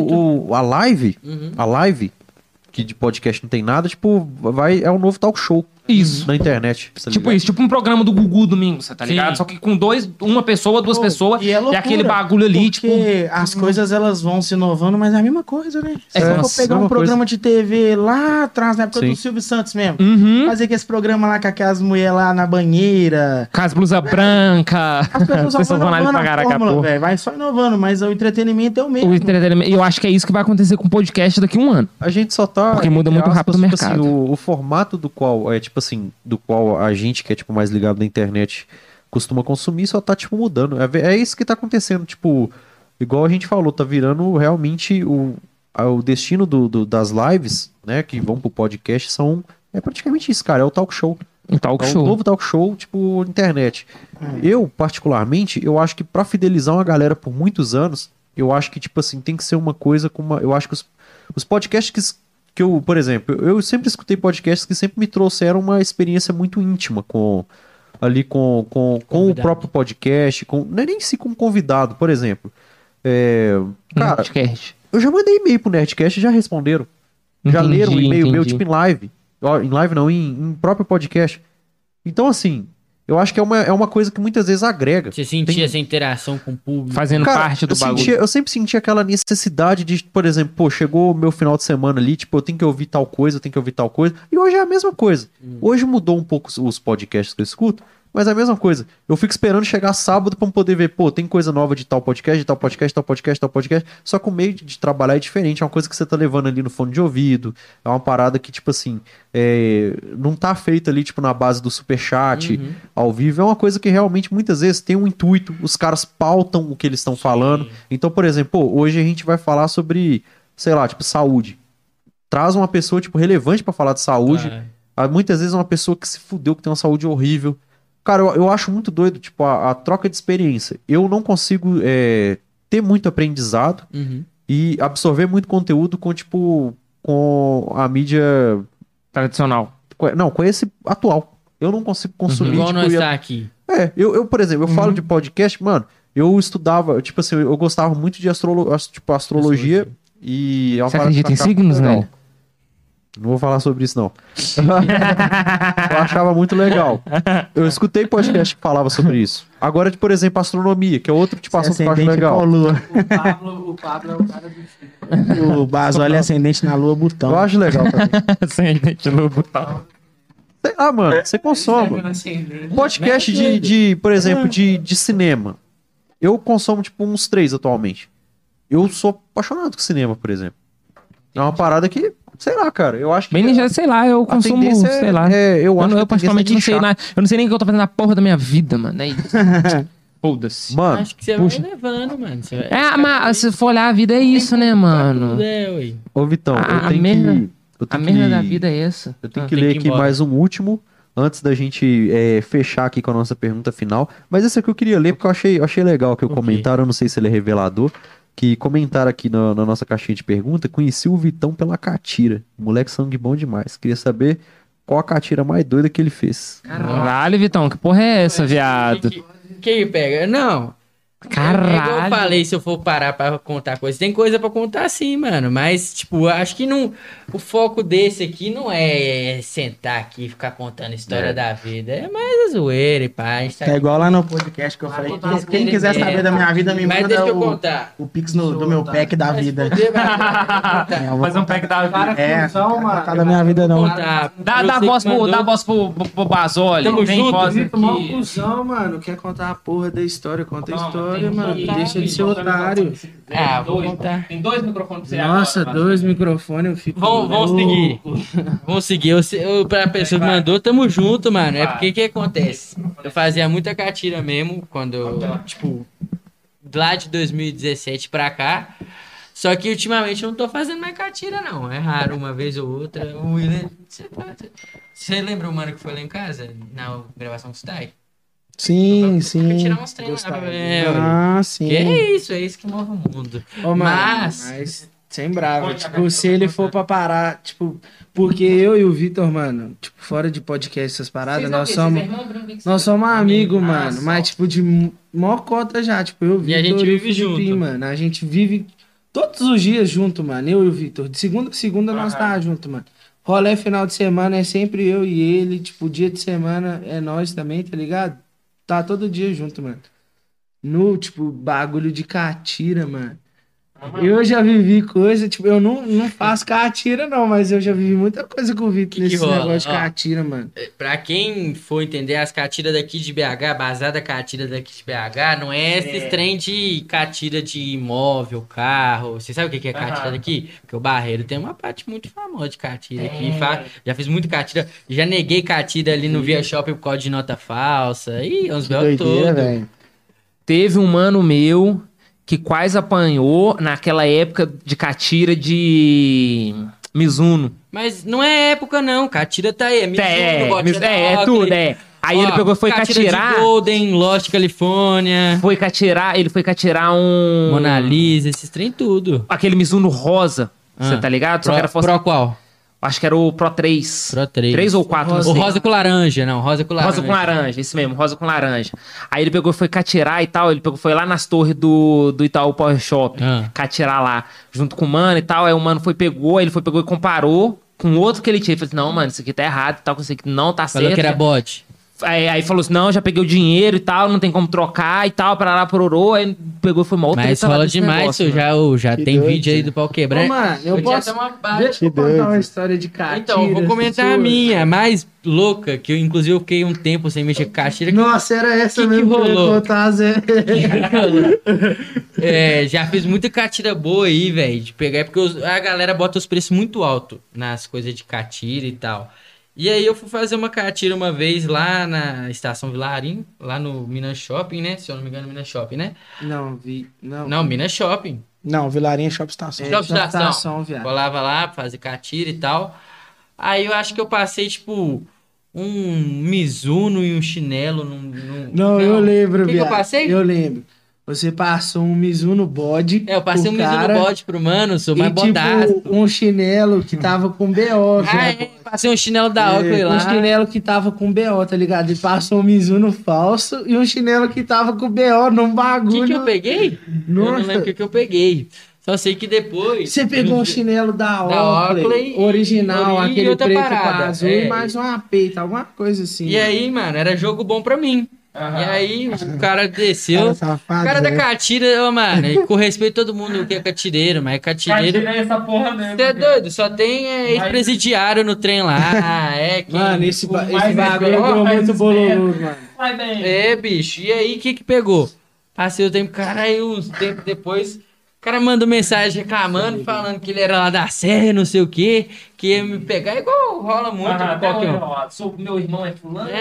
a live, que de podcast não tem nada, tipo, é um novo talk show. Isso. Na internet. Tá tipo ligado? isso, tipo um programa do Gugu domingo, você tá Sim. ligado? Só que com uma pessoa, duas pessoas, E é loucura, aquele bagulho ali, tipo... porque as coisas elas vão se inovando, mas é a mesma coisa, né? Se É, eu for pegar mesma um programa de TV lá atrás, na época Sim. do Silvio Santos mesmo, Uhum. fazer aquele programa lá com aquelas mulheres lá na banheira. Com as blusas brancas, As pessoas só vão vão ali inovando pra a caraca, fórmula, pô. velho. Vai só inovando, mas o entretenimento é o mesmo. O entretenimento, eu acho que é isso que vai acontecer com o podcast daqui a um ano. A gente só tá... Porque muda muito entre rápido o tipo mercado. Assim, o formato do qual a gente que é tipo mais ligado na internet costuma consumir só tá tipo mudando. É isso que tá acontecendo, tipo, igual a gente falou, tá virando realmente o destino das lives, né, que vão pro podcast é praticamente isso, cara, é o talk show. Um talk É um show. novo talk show, tipo, internet. Eu, particularmente, eu acho que pra fidelizar uma galera por muitos anos, eu acho que, tipo assim, tem que ser uma coisa com uma... Eu acho que os podcasts que eu, por exemplo, eu sempre escutei podcasts que sempre me trouxeram uma experiência muito íntima com o próprio podcast, não é nem se com convidado, por exemplo. Cara, Podcast. eu já mandei e-mail pro Nerdcast e já responderam. Já leram o e-mail meu, entendi. tipo, em live. Em live não, em próprio podcast. Então, assim, eu acho que é uma coisa que muitas vezes agrega. Você sentia essa interação com o público. Fazendo Cara, parte do bagulho. eu sempre senti aquela necessidade de, por exemplo, pô, chegou o meu final de semana ali, tipo, eu tenho que ouvir tal coisa, eu tenho que ouvir tal coisa. E hoje é a mesma coisa. Hoje mudou um pouco os podcasts que eu escuto, mas é a mesma coisa. Eu fico esperando chegar sábado pra poder ver, pô, tem coisa nova de tal podcast, de tal podcast, tal podcast, tal podcast. Só que o meio de trabalhar é diferente. É uma coisa que você tá levando ali no fone de ouvido. É uma parada que, tipo assim, não tá feita ali, tipo, na base do superchat, ao vivo. É uma coisa que realmente, muitas vezes, tem um intuito. Os caras pautam o que eles estão falando. Então, por exemplo, pô, hoje a gente vai falar sobre, sei lá, tipo, saúde. Traz uma pessoa, tipo, relevante pra falar de saúde. Muitas vezes é uma pessoa que se fudeu, que tem uma saúde horrível. Cara, eu acho muito doido, tipo, a troca de experiência. Eu não consigo ter muito aprendizado e absorver muito conteúdo com a mídia... Tradicional. Com esse atual. Eu não consigo consumir. Igual tipo, nós tá aqui. Eu, por exemplo, eu falo de podcast, mano, eu estudava, tipo assim, eu gostava muito de astrologia e... Você acredita em signos, legal. né? Não vou falar sobre isso, não. Eu achava muito legal. Eu escutei podcast que falava sobre isso. Agora, por exemplo, astronomia, que é outro tipo de assunto que eu acho legal. Lua. O Pablo é o cara do... O Basoli é ascendente na lua, botão. Eu acho legal também. Ascendente no botão. Sei lá, mano, você consome. Podcast por exemplo, de cinema. Eu consumo, tipo, uns 3 atualmente. Eu sou apaixonado com cinema, por exemplo. É uma parada que, sei lá, cara, eu acho que... Bem, sei lá, eu consumo, sei lá. Eu particularmente não sei nada. Eu não sei nem o que eu tô fazendo na porra da minha vida, mano. É isso. Foda-se. Mano, acho que você vai levando, mano. Você vai... mas se for olhar, a vida é isso, né, mano? Ué. ô Vitão, A merda da vida é essa. Eu tenho que ler aqui mais um último, antes da gente fechar aqui com a nossa pergunta final. Mas esse aqui eu queria ler, porque eu achei legal que o comentário, eu não sei se ele é revelador, que comentaram aqui na nossa caixinha de pergunta, conheci o Vitão pela catira. Moleque sangue bom demais. Queria saber qual a catira mais doida que ele fez. Caralho, Vitão, que porra é essa, viado? Quem pega? Não. Caralho. É igual eu falei, se eu for parar pra contar coisa. Tem coisa pra contar sim, mano. Mas, tipo, acho que não, o foco desse aqui não é sentar aqui e ficar contando a história da vida. É mais a zoeira e pá. É igual lá no podcast que eu falei. Quem quiser saber da minha vida, me mas manda deixa eu contar. o pix do meu pack da vida. Fazer um pack da vida. Da minha vida não. Dá a voz pro Basoli. Tamo junto, Vitor, mó cuzão, mano. Quer contar a porra da história? Conta a história, mano. Deixa de ser otário. Vou contar. Tem 2 microfones pra você. Nossa, 2 microfones, eu fico... Vamos seguir. Vamos seguir. Pra pessoa que mandou, tamo junto, mano. É porque que acontece? Eu fazia muita catira mesmo, quando eu, tipo, lá de 2017 pra cá. Só que ultimamente eu não tô fazendo mais catira, não. É raro, uma vez ou outra. O William... Você lembra o mano que foi lá em casa? Na gravação do Style? Sim, sim. Tirar uns treinos sim. Que é isso que move o mundo. Ô, mas sem brava, tipo, se ele for pra parar, tipo, porque eu e o Vitor, mano, tipo, fora de podcast, essas paradas, nós somos amigos, mano, mas, tipo, de maior cota já, tipo, eu, Vitor e a gente vive junto, mano, a gente vive todos os dias junto, mano, eu e o Vitor, de segunda a segunda nós tá junto, mano. Rolê final de semana é sempre eu e ele, tipo, dia de semana é nós também, tá ligado? Tá todo dia junto, mano. No, tipo, bagulho de catira, mano. Eu já vivi coisa, tipo, eu não faço catira, não, mas eu já vivi muita coisa com o Vitor nesse negócio de catira, mano. Pra quem for entender, as catiras daqui de BH, basada catira daqui de BH, não é esse trem de catira de imóvel, carro. Você sabe o que é catira daqui? Porque o Barreiro tem uma parte muito famosa de catira aqui. Já fiz muito catira, já neguei catira ali no Via Shopping por causa de nota falsa. Ih, uns belos todos. Teve um mano meu que quase apanhou naquela época de catira de Mizuno. Mas não é época, não. Catira tá aí. Mizuno, é tudo, é. Aí ele pegou, foi catirar... de Golden, Lost California. Ele foi catirar um... Mona Lisa, esses trem tudo. Aquele Mizuno rosa, você tá ligado? Só que era Pro qual? Acho que era o Pro 3. Pro 3. 3 ou 4, não sei. O rosa com laranja, não. Rosa com laranja. Rosa com laranja, isso mesmo, rosa com laranja. Aí ele pegou e foi catirar e tal. Ele pegou, foi lá nas torres do Itaú Power Shop. Catirar lá, junto com o mano e tal. Aí o mano pegou e comparou com outro que ele tinha. Ele falou assim, não, mano, isso aqui tá errado e tal. Isso aqui não tá certo. Falou que era bot. Aí falou assim, não, já peguei o dinheiro e tal, não tem como trocar e tal, pra lá, pororô. Aí pegou e foi uma outra. Mas rola demais, negócio, já tem doido, vídeo aí do pau quebrando. Ô, mano, eu posso... Deixa eu contar uma história de catira. Então, eu vou comentar a minha, mais louca, que eu, inclusive, eu fiquei um tempo sem mexer com catira. Nossa, era essa mesmo que rolou? Contar, Zé. Já fiz muita catira boa aí, velho, de pegar, porque a galera bota os preços muito alto nas coisas de catira e tal. E aí eu fui fazer uma catira uma vez lá na Estação Vilarim, lá no Minas Shopping, né? Se eu não me engano, Minas Shopping, né? Não, Minas Shopping. Não, Vilarim é Shopping Estação. Shopping Estação, viado. Colava lá pra fazer catira e tal. Aí eu acho que eu passei, tipo, um Mizuno e um chinelo Não, eu lembro, viado. O que eu passei? Eu lembro. Você passou um Mizuno bode. Eu passei um Mizuno bode pro mano, sou mais bodaço. Tipo, um chinelo que tava com BO. Passei um chinelo da Oakley lá. Um chinelo que tava com BO, tá ligado? Ele passou um Mizuno falso e um chinelo que tava com BO num bagulho. O que eu peguei? Nossa. Eu não lembro o que eu peguei. Só sei que depois... Você pegou um chinelo da Oakley original, aquele preto com azul e mais uma peita, alguma coisa assim. E aí, mano, era jogo bom pra mim. E aí, o cara desceu. O cara da catira, mano, com respeito a todo mundo que é catireiro, mas catireiro. Catira é essa porra mesmo. Você é doido? Só tem ex-presidiário no trem lá. Mano, esse bagulho deu muito bololô, mano. Bicho. E aí, o que pegou? Passei o tempo, cara, aí uns tempos depois, O cara mandou mensagem reclamando, falando que ele era lá da Serra, não sei o quê, que ia me pegar, igual rola muito. Sou meu irmão é fulano.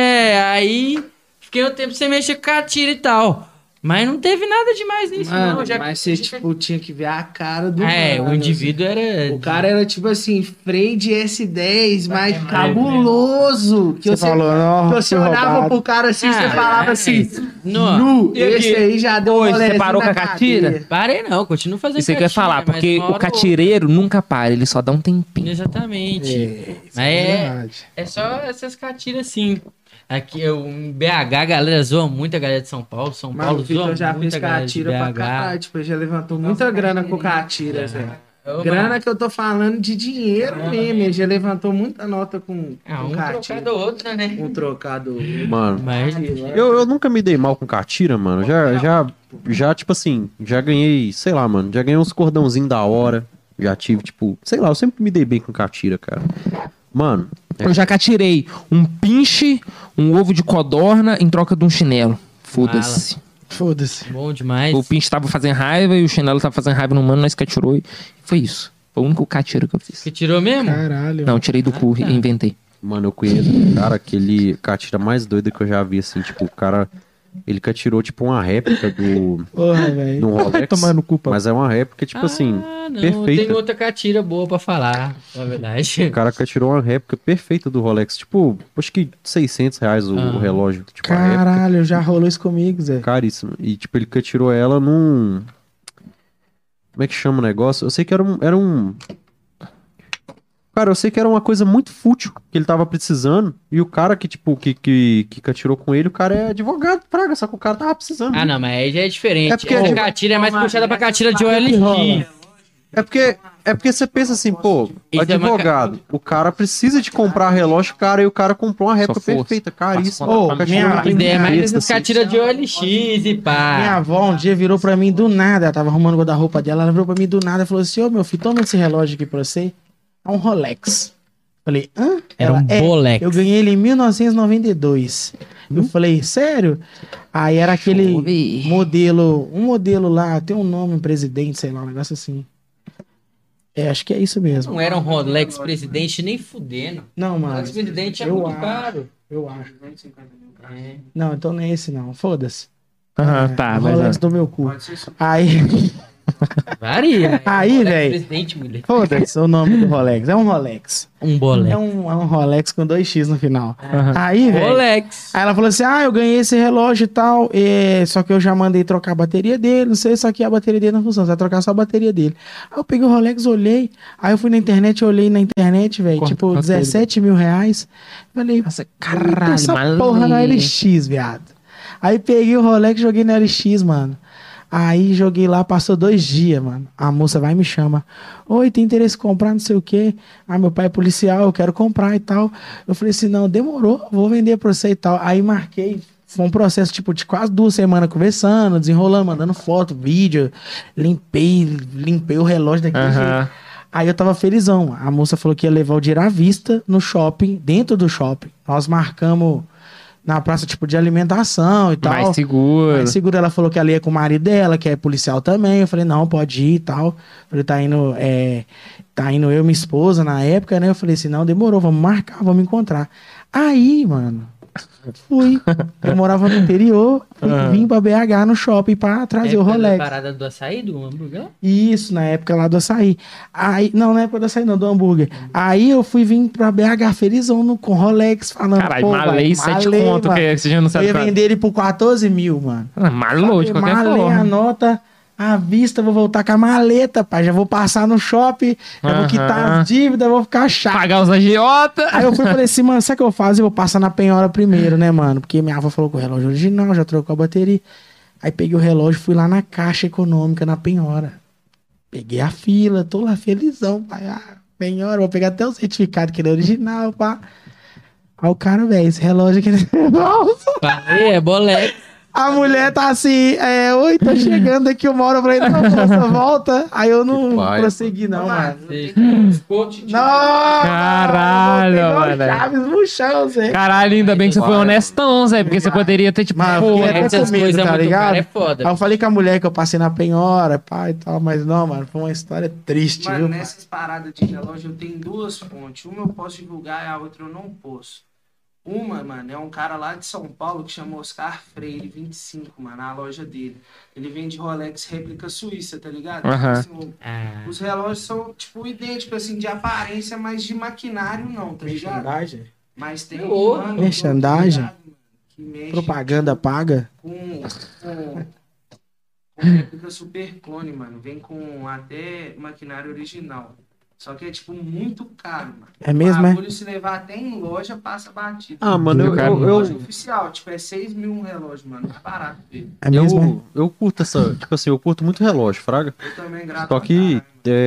Aí fiquei um tempo sem mexer com a tira e tal. Mas não teve nada demais nisso, Mano, não. mas você, tipo, tinha que ver a cara do o indivíduo assim. era... O cara era, tipo assim, freio de S10, mas cabuloso. Que você falou, não, que você olhava pro cara assim, você falava assim, Não. esse aí já deu Hoje, rolezinho você parou com na a catira? cadeia. Parei não, continuo fazendo Isso aí que eu ia falar, catira, mas porque uma o hora ou catireiro nunca para, ele só dá um tempinho. Exatamente. Isso é verdade. É só essas catiras assim. Aqui, em BH, a galera zoa muito a galera de São Paulo. São Mas Paulo o Vitor zoa já muito fez a galera de catira pra BH. caralho. Tipo, ele já levantou muita grana com catira, velho. Ô, Grana mano, que eu tô falando de dinheiro mesmo. Ele já levantou muita nota com um catira. trocado outra, né? Um trocado. Mano, Mas, eu nunca me dei mal com catira, mano. Já, tipo assim, já ganhei, sei lá, mano. Já ganhei uns cordãozinhos da hora. Já tive, tipo, sei lá, eu sempre me dei bem com catira, cara. Mano, Eu já catirei um pinche, um ovo de codorna em troca de um chinelo. Foda-se. Foda-se. bom demais. O pinche tava fazendo raiva e o chinelo tava fazendo raiva no mano, nós catirou e foi isso. Foi o único catira que eu fiz. Você tirou mesmo? Caralho. Não, tirei do cu e inventei. mano, eu conheço um cara, aquele catira mais doido que eu já vi, assim, tipo, o cara... Ele catirou, tipo, uma réplica do Porra, velho. do Rolex, Tomar no cu, pá. mas é uma réplica, tipo assim, não, perfeita. tem outra catira boa pra falar, na verdade. O cara catirou uma réplica perfeita do Rolex, tipo, acho que R$600 o relógio, tipo, a réplica, Caralho, já rolou isso comigo, Zé. caríssimo. E, tipo, ele catirou ela num... Como é que chama o negócio? Eu sei que era um... Cara, eu sei que era uma coisa muito fútil que ele tava precisando. E o cara que, tipo, que catirou com ele, o cara é advogado, praga, só que o cara tava precisando. Ah, não, mas aí já é diferente. É porque A é- catira é mais puxada pra catira de OLX. É porque você pensa assim, pô, Isso é uma advogado, o cara precisa de comprar relógio, cara, e o cara comprou uma réplica força. perfeita, caríssima. Ô, O cara minha- tirou uma Ideia é mais besta, essas assim. catira de OLX e pá. Minha avó um dia virou pra mim do nada, ela tava arrumando o guarda-roupa dela, ela virou pra mim do nada e falou assim, ô meu filho, toma esse relógio aqui pra você, é um Rolex. Falei, hã? Era um Bolex. Eu ganhei ele em 1992. Eu falei, sério? Aí era aquele ver. modelo, um modelo lá, tem um nome, presidente, sei lá, um negócio assim. É, acho que é isso mesmo. Não era um Rolex presidente nem fudendo. Não, mano. Rolex presidente é eu muito acho. caro. Eu acho. É. Não, então não é esse não, foda-se. Aham, tá, O mas... Rolex do meu cu. Aí, Varia. Aí, Rolex véi. presidente, mulher. foda-se o nome do Rolex. É um Rolex. Um Bolex. É um Rolex com 2x no final. Aham. Aí, velho. Rolex. Aí ela falou assim: eu ganhei esse relógio e tal. Só que eu já mandei trocar a bateria dele. Não sei, só que a bateria dele não funciona. Você vai trocar só a bateria dele. Aí eu peguei o Rolex, olhei. Aí eu fui na internet, olhei na internet, velho. Quanto- Tipo, quanto 17 mil reais. Falei, Nossa, caralho, caralho, essa maluco. porra na LX, viado. Aí peguei o Rolex, joguei na LX, mano. Aí joguei lá, passou 2 dias, mano. A moça vai e me chama. Oi, tem interesse em comprar, não sei o quê. Ah, meu pai é policial, eu quero comprar e tal. Eu falei assim, não, demorou, vou vender pra você e tal. Aí marquei, foi um processo, tipo, de quase 2 semanas conversando, desenrolando, mandando foto, vídeo. Limpei o relógio daquele jeito. Aham. Aí eu tava felizão. A moça falou que ia levar o dinheiro à vista no shopping, dentro do shopping. Nós marcamos na praça, tipo, de alimentação e tal. Mais seguro. Mais seguro, ela falou que ela ia com o marido dela, que é policial também. Eu falei, não, pode ir e tal. Eu falei, tá indo eu e minha esposa na época, né? Eu falei assim, não, demorou, vamos marcar, vamos encontrar. Aí, mano, fui. Eu morava no interior, vim pra BH no shopping pra trazer o Época da Rolex. parada do açaí, do hambúrguer? Isso, na época lá do açaí. Aí, não, na época do açaí não, do hambúrguer. Aí eu fui vir pra BH felizão com Rolex, falando, Caralho, pô, malei vai, 7 malei, conto, mano. que você já não Eu sabe ia quanto. vender ele por 14 mil, mano. Malou de qualquer Malei a forma. nota à vista, vou voltar com a maleta, pai. Já vou passar no shopping, já vou Aham. quitar as dívidas, vou ficar chato. Pagar os agiota. Aí eu fui e falei assim, mano, sabe o que eu faço? Eu vou passar na penhora primeiro, né, mano? Porque minha avó falou que o relógio original, já trocou a bateria. Aí peguei o relógio, fui lá na Caixa Econômica, na penhora. Peguei a fila, tô lá felizão, pai. Penhora, vou pegar até o certificado que ele é original, pá. Aí o cara, velho, esse relógio aqui não é falso. Falei, é Bolex. A mulher tá assim, oi, tô chegando aqui uma hora pra ele, não, moça, volta. Aí eu não prossegui, não, mano. Não! Caralho, mano. Chaves no chão, Zé. Caralho, ainda bem que você foi honestão, Zé, porque você poderia ter, tipo, Mano, pô, fiquei até essas com medo, coisas tá muito ligado? cara é foda. Aí eu falei com a mulher que eu passei na penhora, pai e tal, mas não, mano, foi uma história triste, Mano, viu? nessas paradas de relógio eu tenho duas fontes. Uma eu posso divulgar e a outra eu não posso. Uma, mano, é um cara lá de São Paulo que chama Oscar Freire 25, mano, a loja dele. Ele vende Rolex réplica suíça, tá ligado? Aham. Tipo assim, os relógios são, tipo, idênticos, assim, de aparência, mas de maquinário não, tá ligado? Merchandising. Mas tem Ô, mano, merchandising? ligado, mano, que mexe Propaganda paga. com réplica super clone, mano. Vem com até maquinário original. Só que é, tipo, muito caro, mano. É mesmo, O é? bagulho, se levar até em loja, passa batido. Ah, mano, Loja oficial, tipo, é 6 mil um relógio, mano. É barato dele. É mesmo, é? eu curto essa. Tipo assim, eu curto muito relógio, fraga. Eu também grato. Só que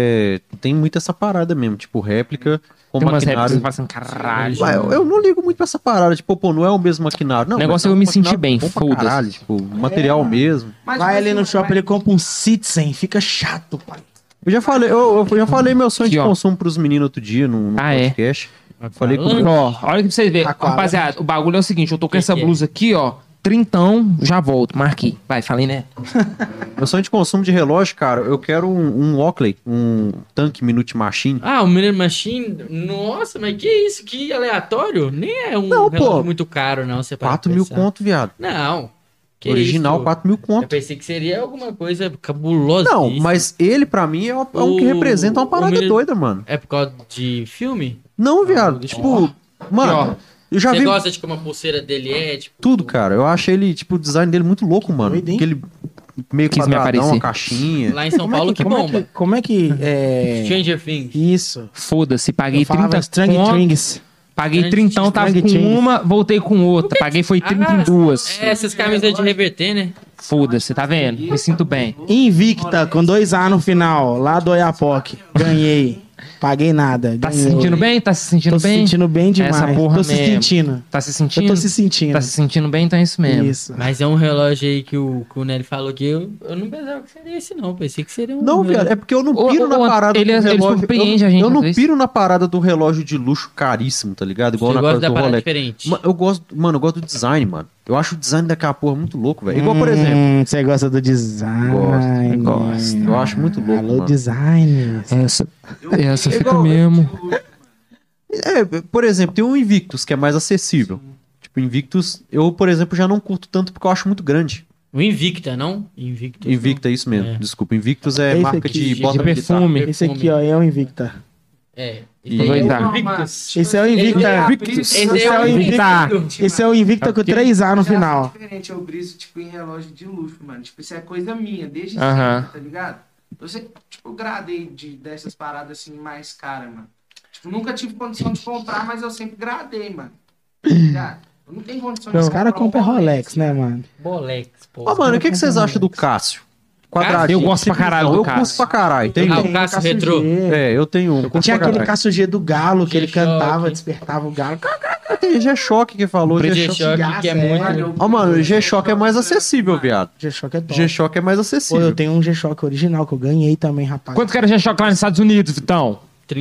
tem muito essa parada mesmo, tipo, réplica com tem umas réplicas que maquinário. você fala assim, caralho. Ué, eu não ligo muito pra essa parada, tipo, pô, não é o mesmo maquinário. Não, O negócio mas é eu me maquinário sentir bem, bom pra foda-se. caralho, tipo, material mesmo. Vai ali no shopping, ele compra um Citizen, fica chato, pai. Eu já falei meu sonho Aqui, de ó. consumo pros meninos outro dia no Ah, é? podcast. Falei com Ó, olha aqui pra vocês verem. Aquário. Rapaziada, o bagulho é o seguinte, eu tô com essa que é? blusa aqui, ó, trintão, já volto, marquei. Vai, falei, né? meu sonho de consumo de relógio, cara. Eu quero um Oakley, um Tank Minute Machine. Ah, o Minute Machine? Nossa, mas que isso? Que aleatório? Nem é um Não, relógio pô. muito caro, não. Você 4 mil conto, viado. Não. Que Original, isso? 4 mil Eu conto. pensei que seria alguma coisa cabulosa. Não, mas ele, pra mim, é um que representa uma parada menino- doida, mano. É por causa de filme? Não, viado. Tipo, mano, eu já Você vi gosta de como a pulseira dele é? Tipo, tudo, cara. Eu acho ele, tipo, o design dele muito louco, mano. Doido, hein? Aquele meio Quis me quadradão, aparecer. uma caixinha. lá em São Paulo que bomba. Como é que Stranger Things. Isso. Foda-se, paguei Eu falava 30 Stranger conto, Things. paguei trintão, tava com Stranger Things. uma, voltei com outra, paguei foi 32. Essas camisas de reverter, né? Foda-se, tá vendo? Me sinto bem. Invicta, com 2 A no final, lá do Oiapoque. Ganhei. Paguei nada. Tá se ganhei. sentindo bem? Tá se sentindo Tô se bem? sentindo bem demais. Essa porra Tô se mesmo. sentindo. Tá se Eu sentindo? tô se sentindo. Tá se sentindo bem? Então é isso mesmo. Isso. Mas é um relógio aí que o Nelly falou que eu não pensava que seria esse, não. Pensei que seria um. Não, relógio. viado, é porque eu não O- piro o- na parada ele- do ele relógio. surpreende a gente, eu às não vezes. piro na parada do relógio de luxo caríssimo, tá ligado? Igual Você na gosta coisa da do parada Rolex. diferente. Eu gosto do design, mano. Eu acho o design daquela porra muito louco, velho. Igual, por exemplo, Você gosta do design. gosto. Eu acho muito louco, Alô, mano. design. Essa fica igual- mesmo. Por exemplo, tem o Invictus, que é mais acessível. Tipo, Invictus, eu, por exemplo, já não curto tanto porque eu acho muito grande. O Invicta, não? Invicta. Invicta é isso mesmo, É. desculpa. Invictus é Esse marca aqui, de de bota militar. perfume. Esse aqui, ó, é o Invicta. É. E- Vai dar. Invictus. Esse é o Invicta. Esse Esse é o Invicta. Invicta. Esse é o Invicta com 3 A no Já final. é diferente, eu briso, tipo, em relógio de luxo, mano. Tipo, isso é coisa minha, desde Aham. sempre, tá ligado? Eu sempre, tipo, gradei dessas paradas, assim, mais caras, mano. Tipo, nunca tive condição de comprar, mas eu sempre gradei, mano. Tá ligado? Eu não tenho condição de Os caras comprar compram um Rolex, né, mano? Bolex, pô. Ó, mano, o que vocês acham do Cássio? Quadradinho. Eu gosto pra caralho do Eu Cássio. curto pra caralho. Tem Ah, um. o Cássio retrô. Eu tenho um. Tinha aquele Cássio G do Galo, que ele G-Shock. cantava, despertava o galo. Tem G-Shock que falou. G-Shock, G-Shock, que é muito. Ó, mano, o G-Shock é mais acessível, viado. G-Shock é top. G-Shock é mais Pô, acessível. eu tenho um G-Shock original que eu ganhei também, rapaz. Quanto que era G-Shock lá nos Estados Unidos, Vitão?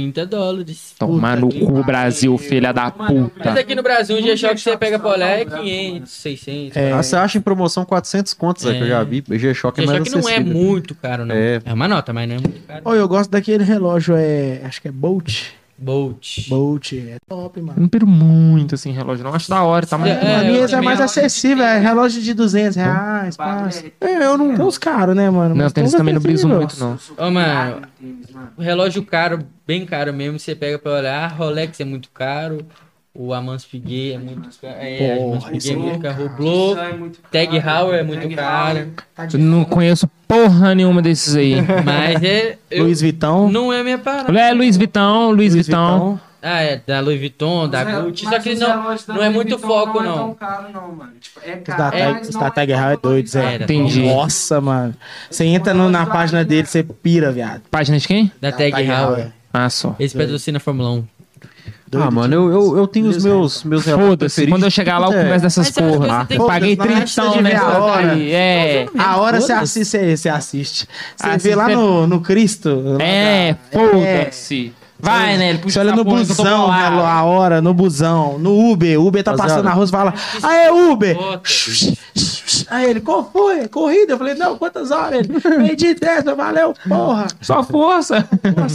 $30. Tomar no cu, Brasil, filha da Mas puta. aqui no Brasil, um G-Shock você pega pra olhar é 500, 600. É. Ah, você acha em promoção 400 contos, Zé, que eu já vi. G-Shock é mais G-Shock não é acessível. muito caro, não. É. É uma nota, mas não é muito caro. Ô, eu gosto daquele relógio, acho que é Bolt. Bolt. Bolt, é top, Eu mano. não piro muito assim relógio, não. Acho da hora, tá muito. É, A minha eu é também mais acho acessível, é relógio de R$200, passa. Eu não. Tem uns caros, né, mano? Não, Mas tênis tem uns também não briso acessíveis. muito, não. Ô, mano, o relógio caro, bem caro mesmo, você pega pra olhar. Rolex é muito caro. O Amans Piguet é muito caro. É, Porra, Amans Piguet esse é muito caro. Isso Hublot, é muito Tag caro. Heuer é muito Tag caro. Heuer. Eu não conheço porra nenhuma desses aí. Mas é. Luiz Vitão. Não é minha parada. É Luiz Vitão, Luiz Vitão. Ah, é da Louis Vuitton, da Gucci. Só que não é muito foco, Não é não. tão caro, não, mano. Tipo, é Os caro, da Tag- mas os não da Tag Heuer é doido, Zé. Era. Entendi. Nossa, mano. Você entra na página dele, você pira, viado. Página de quem? Da Tag Heuer. Ah, só. Esse patrocina a Fórmula 1. Mano, eu tenho os meus Foda-se, quando eu chegar lá eu converso dessas porra. Eu paguei 30, né? A hora você assiste. Você vê lá no Cristo. Foda-se. Vai, né? Ele puxa olha no busão, a hora, no busão, no Uber. O Uber tá passando na rua e fala: aê, Uber! Aí ele, qual foi? Corrida? Eu falei: não, quantas horas? Ele, meio de 10, valeu, porra. Só força.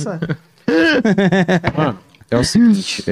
Mano, é o seguinte,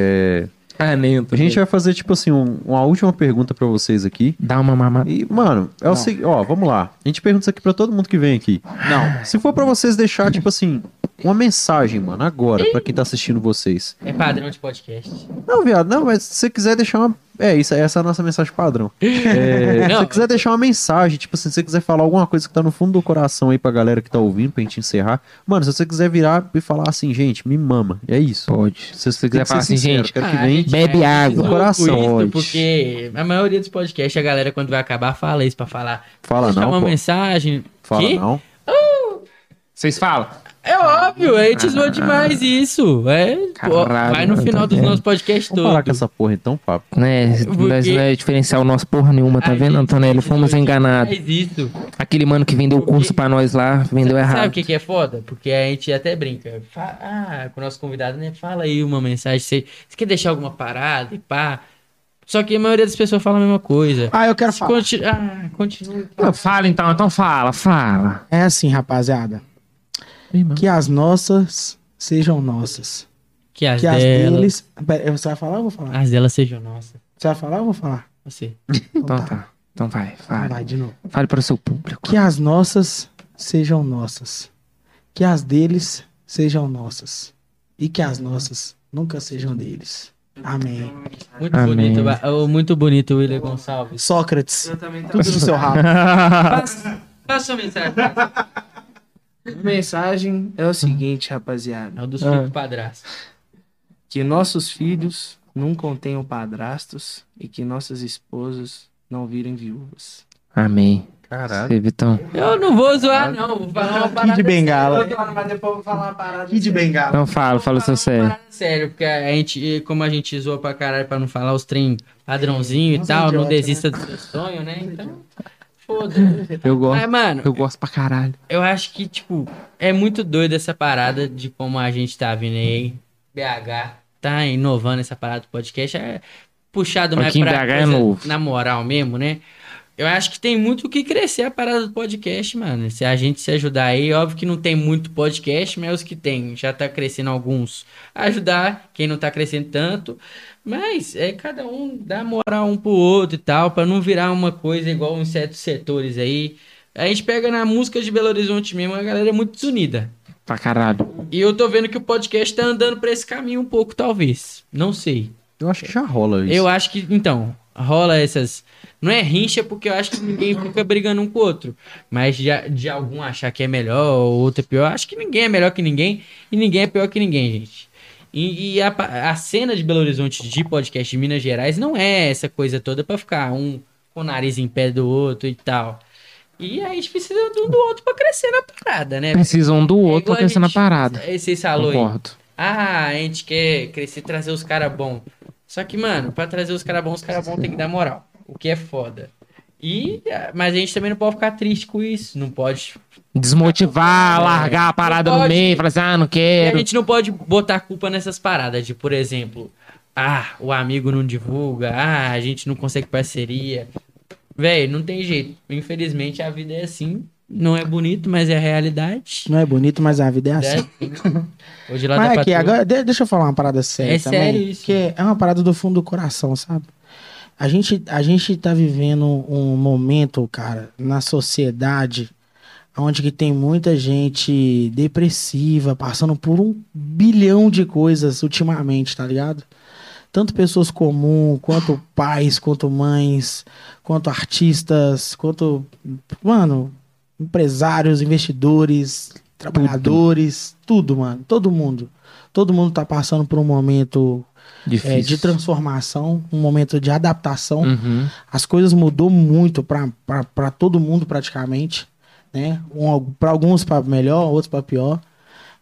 a gente vai fazer, tipo assim, uma última pergunta pra vocês aqui. Dá uma mamada. E, mano, é o seguinte, ó, vamos lá. A gente pergunta isso aqui pra todo mundo que vem aqui. Não. Se for pra vocês deixar, tipo assim, uma mensagem, mano, agora, pra quem tá assistindo vocês. É padrão de podcast. Não, viado, não, mas se você quiser deixar uma... essa é a nossa mensagem padrão. Se você quiser deixar uma mensagem, tipo assim, se você quiser falar alguma coisa que tá no fundo do coração aí pra galera que tá ouvindo, pra gente encerrar. Mano, se você quiser virar e falar assim, gente, me mama. É isso. Pode. Se você quiser falar assim, gente, quero que vem, bebe água do coração. Porque a maioria dos podcasts, a galera quando vai acabar fala isso pra falar. Fala não, uma mensagem. Fala não. Vocês falam? É óbvio, a gente zoa demais isso. Caralho, vai no final dos nossos podcasts todos. Vamos falar com essa porra então, papo. Nós não é diferencial nosso porra nenhuma, tá vendo, Antonelli? Fomos enganados. Isso. Aquele mano que vendeu o curso pra nós lá, vendeu errado. Sabe o que é foda? Porque a gente até brinca. Com o nosso convidado, né? Fala aí uma mensagem. Você quer deixar alguma parada e pá? Só que a maioria das pessoas fala a mesma coisa. Eu quero falar. Continua. Fala então fala. É assim, rapaziada. Que as nossas sejam nossas. Que as deles... Pera, você vai falar ou eu vou falar? As delas sejam nossas. Você vai falar ou eu vou falar? Você. Então tá. Então vai. Vai de novo. Fale para o seu público. Que as nossas sejam nossas. Que as deles sejam nossas. E que as nossas nunca sejam deles. Amém. Muito bonito, William Gonçalves. Sócrates. Tudo no seu rabo. Passa sua mensagem. A mensagem é o seguinte, rapaziada. É o dos filhos padrastos. Que nossos filhos nunca tenham padrastos e que nossas esposas não virem viúvas. Amém. Caralho. Vitão. Eu não vou zoar, não. Vou falar uma parada. Kid Bengala. Mas depois eu vou falar uma parada. Kid Bengala. Então fala o seu sério. Sério, porque a gente, como a gente zoa pra caralho pra não falar os trem padrãozinho e tal, não desista do seu sonho, né? Então... Foda-se. Eu gosto. Mas, mano, eu gosto pra caralho. Eu acho que, tipo, é muito doido essa parada de como a gente tá vindo aí. BH tá inovando essa parada do podcast. É puxado mais pra BH é novo. Na moral mesmo, né? Eu acho que tem muito o que crescer a parada do podcast, mano. Se a gente se ajudar aí, óbvio que não tem muito podcast, mas os que tem, já tá crescendo alguns. Ajudar quem não tá crescendo tanto. Mas é cada um dá moral um pro outro e tal, pra não virar uma coisa igual em certos setores aí. A gente pega na música de Belo Horizonte mesmo, a galera é muito desunida. Pra caralho. E eu tô vendo que o podcast tá andando pra esse caminho um pouco, talvez. Não sei. Eu acho que já rola isso. Eu acho que, então, rola essas... Não é rincha porque eu acho que ninguém fica brigando um com o outro. Mas de algum achar que é melhor ou outro é pior, eu acho que ninguém é melhor que ninguém e ninguém é pior que ninguém, gente. E a cena de Belo Horizonte de podcast de Minas Gerais não é essa coisa toda pra ficar um com o nariz em pé do outro e tal. E a gente precisa um do outro pra crescer na parada, né? Precisa um do outro pra crescer na parada. Vocês falou Concordo. aí. A gente quer crescer, trazer os caras bons. Só que, mano, pra trazer os caras bons tem que dar moral. O que é foda. Mas a gente também não pode ficar triste com isso. Não pode... Desmotivar, largar a parada no meio, falar assim, não quero. E a gente não pode botar culpa nessas paradas de, por exemplo, o amigo não divulga, a gente não consegue parceria. Véi, não tem jeito. Infelizmente a vida é assim. Não é bonito, mas é a realidade. Não é bonito, mas a vida é assim. Hoje lá mas dá aqui, agora, deixa eu falar uma parada séria também. Sério isso. Que é uma parada do fundo do coração, sabe? A gente tá vivendo um momento, cara, na sociedade onde que tem muita gente depressiva, passando por 1 bilhão de coisas ultimamente, tá ligado? Tanto pessoas comuns, quanto pais, quanto mães, quanto artistas, quanto, mano, empresários, investidores, trabalhadores, tudo, mano, todo mundo. Todo mundo tá passando por um momento de transformação, um momento de adaptação. Uhum. As coisas mudou muito pra todo mundo praticamente, né? Para alguns para melhor, outros para pior.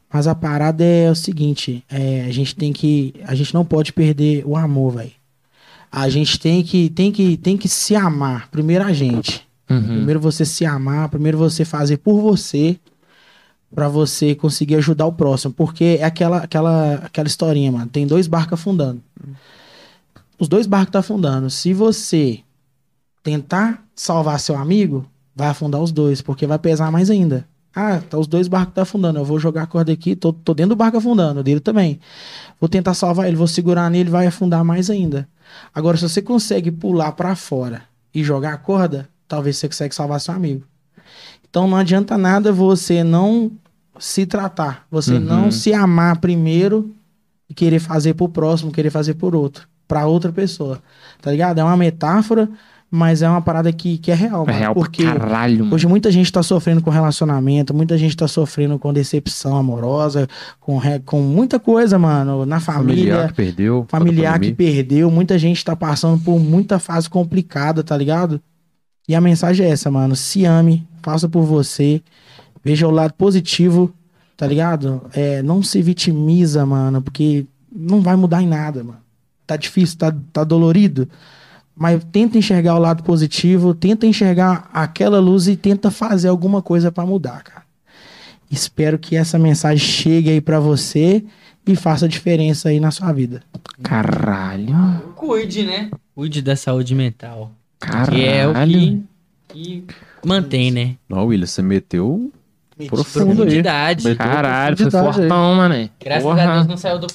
Mas a parada é o seguinte, a gente não pode perder o amor, velho. A gente tem que se amar, primeiro a gente. Primeiro você se amar, primeiro você fazer por você, pra você conseguir ajudar o próximo. Porque é aquela historinha, mano. Tem 2 barcos afundando. Os 2 barcos estão afundando. Se você tentar salvar seu amigo, vai afundar os 2, porque vai pesar mais ainda. Ah, tá, os 2 barcos estão afundando. Eu vou jogar a corda aqui, tô dentro do barco afundando, o dele também. Vou tentar salvar ele, vou segurar nele, vai afundar mais ainda. Agora, se você consegue pular pra fora e jogar a corda, talvez você consiga salvar seu amigo. Então não adianta nada você não se tratar, você não se amar primeiro e querer fazer pro próximo, querer fazer por outro, pra outra pessoa, tá ligado? É uma metáfora, mas é uma parada que é real, mano. É real porque pra caralho, mano. hoje muita gente tá sofrendo com relacionamento, muita gente tá sofrendo com decepção amorosa, com muita coisa, mano, na família. Familiar que perdeu. Muita gente tá passando por muita fase complicada, tá ligado? E a mensagem é essa, mano. Se ame, faça por você, veja o lado positivo, tá ligado? Não se vitimiza, mano, porque não vai mudar em nada, mano. Tá difícil, tá dolorido. Mas tenta enxergar o lado positivo, tenta enxergar aquela luz e tenta fazer alguma coisa pra mudar, cara. Espero que essa mensagem chegue aí pra você e faça diferença aí na sua vida. Caralho. Cuide, né? Cuide da saúde mental. Caralho. Que é o que mantém, né? Não, William, você meteu profundo aí. Profundidade. Caralho, foi profundidade aí. fortão, mano. Graças a Deus não saiu do...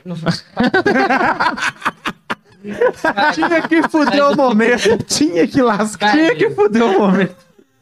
Tinha que fuder o momento. Tinha que lascar. Tinha que fuder o momento.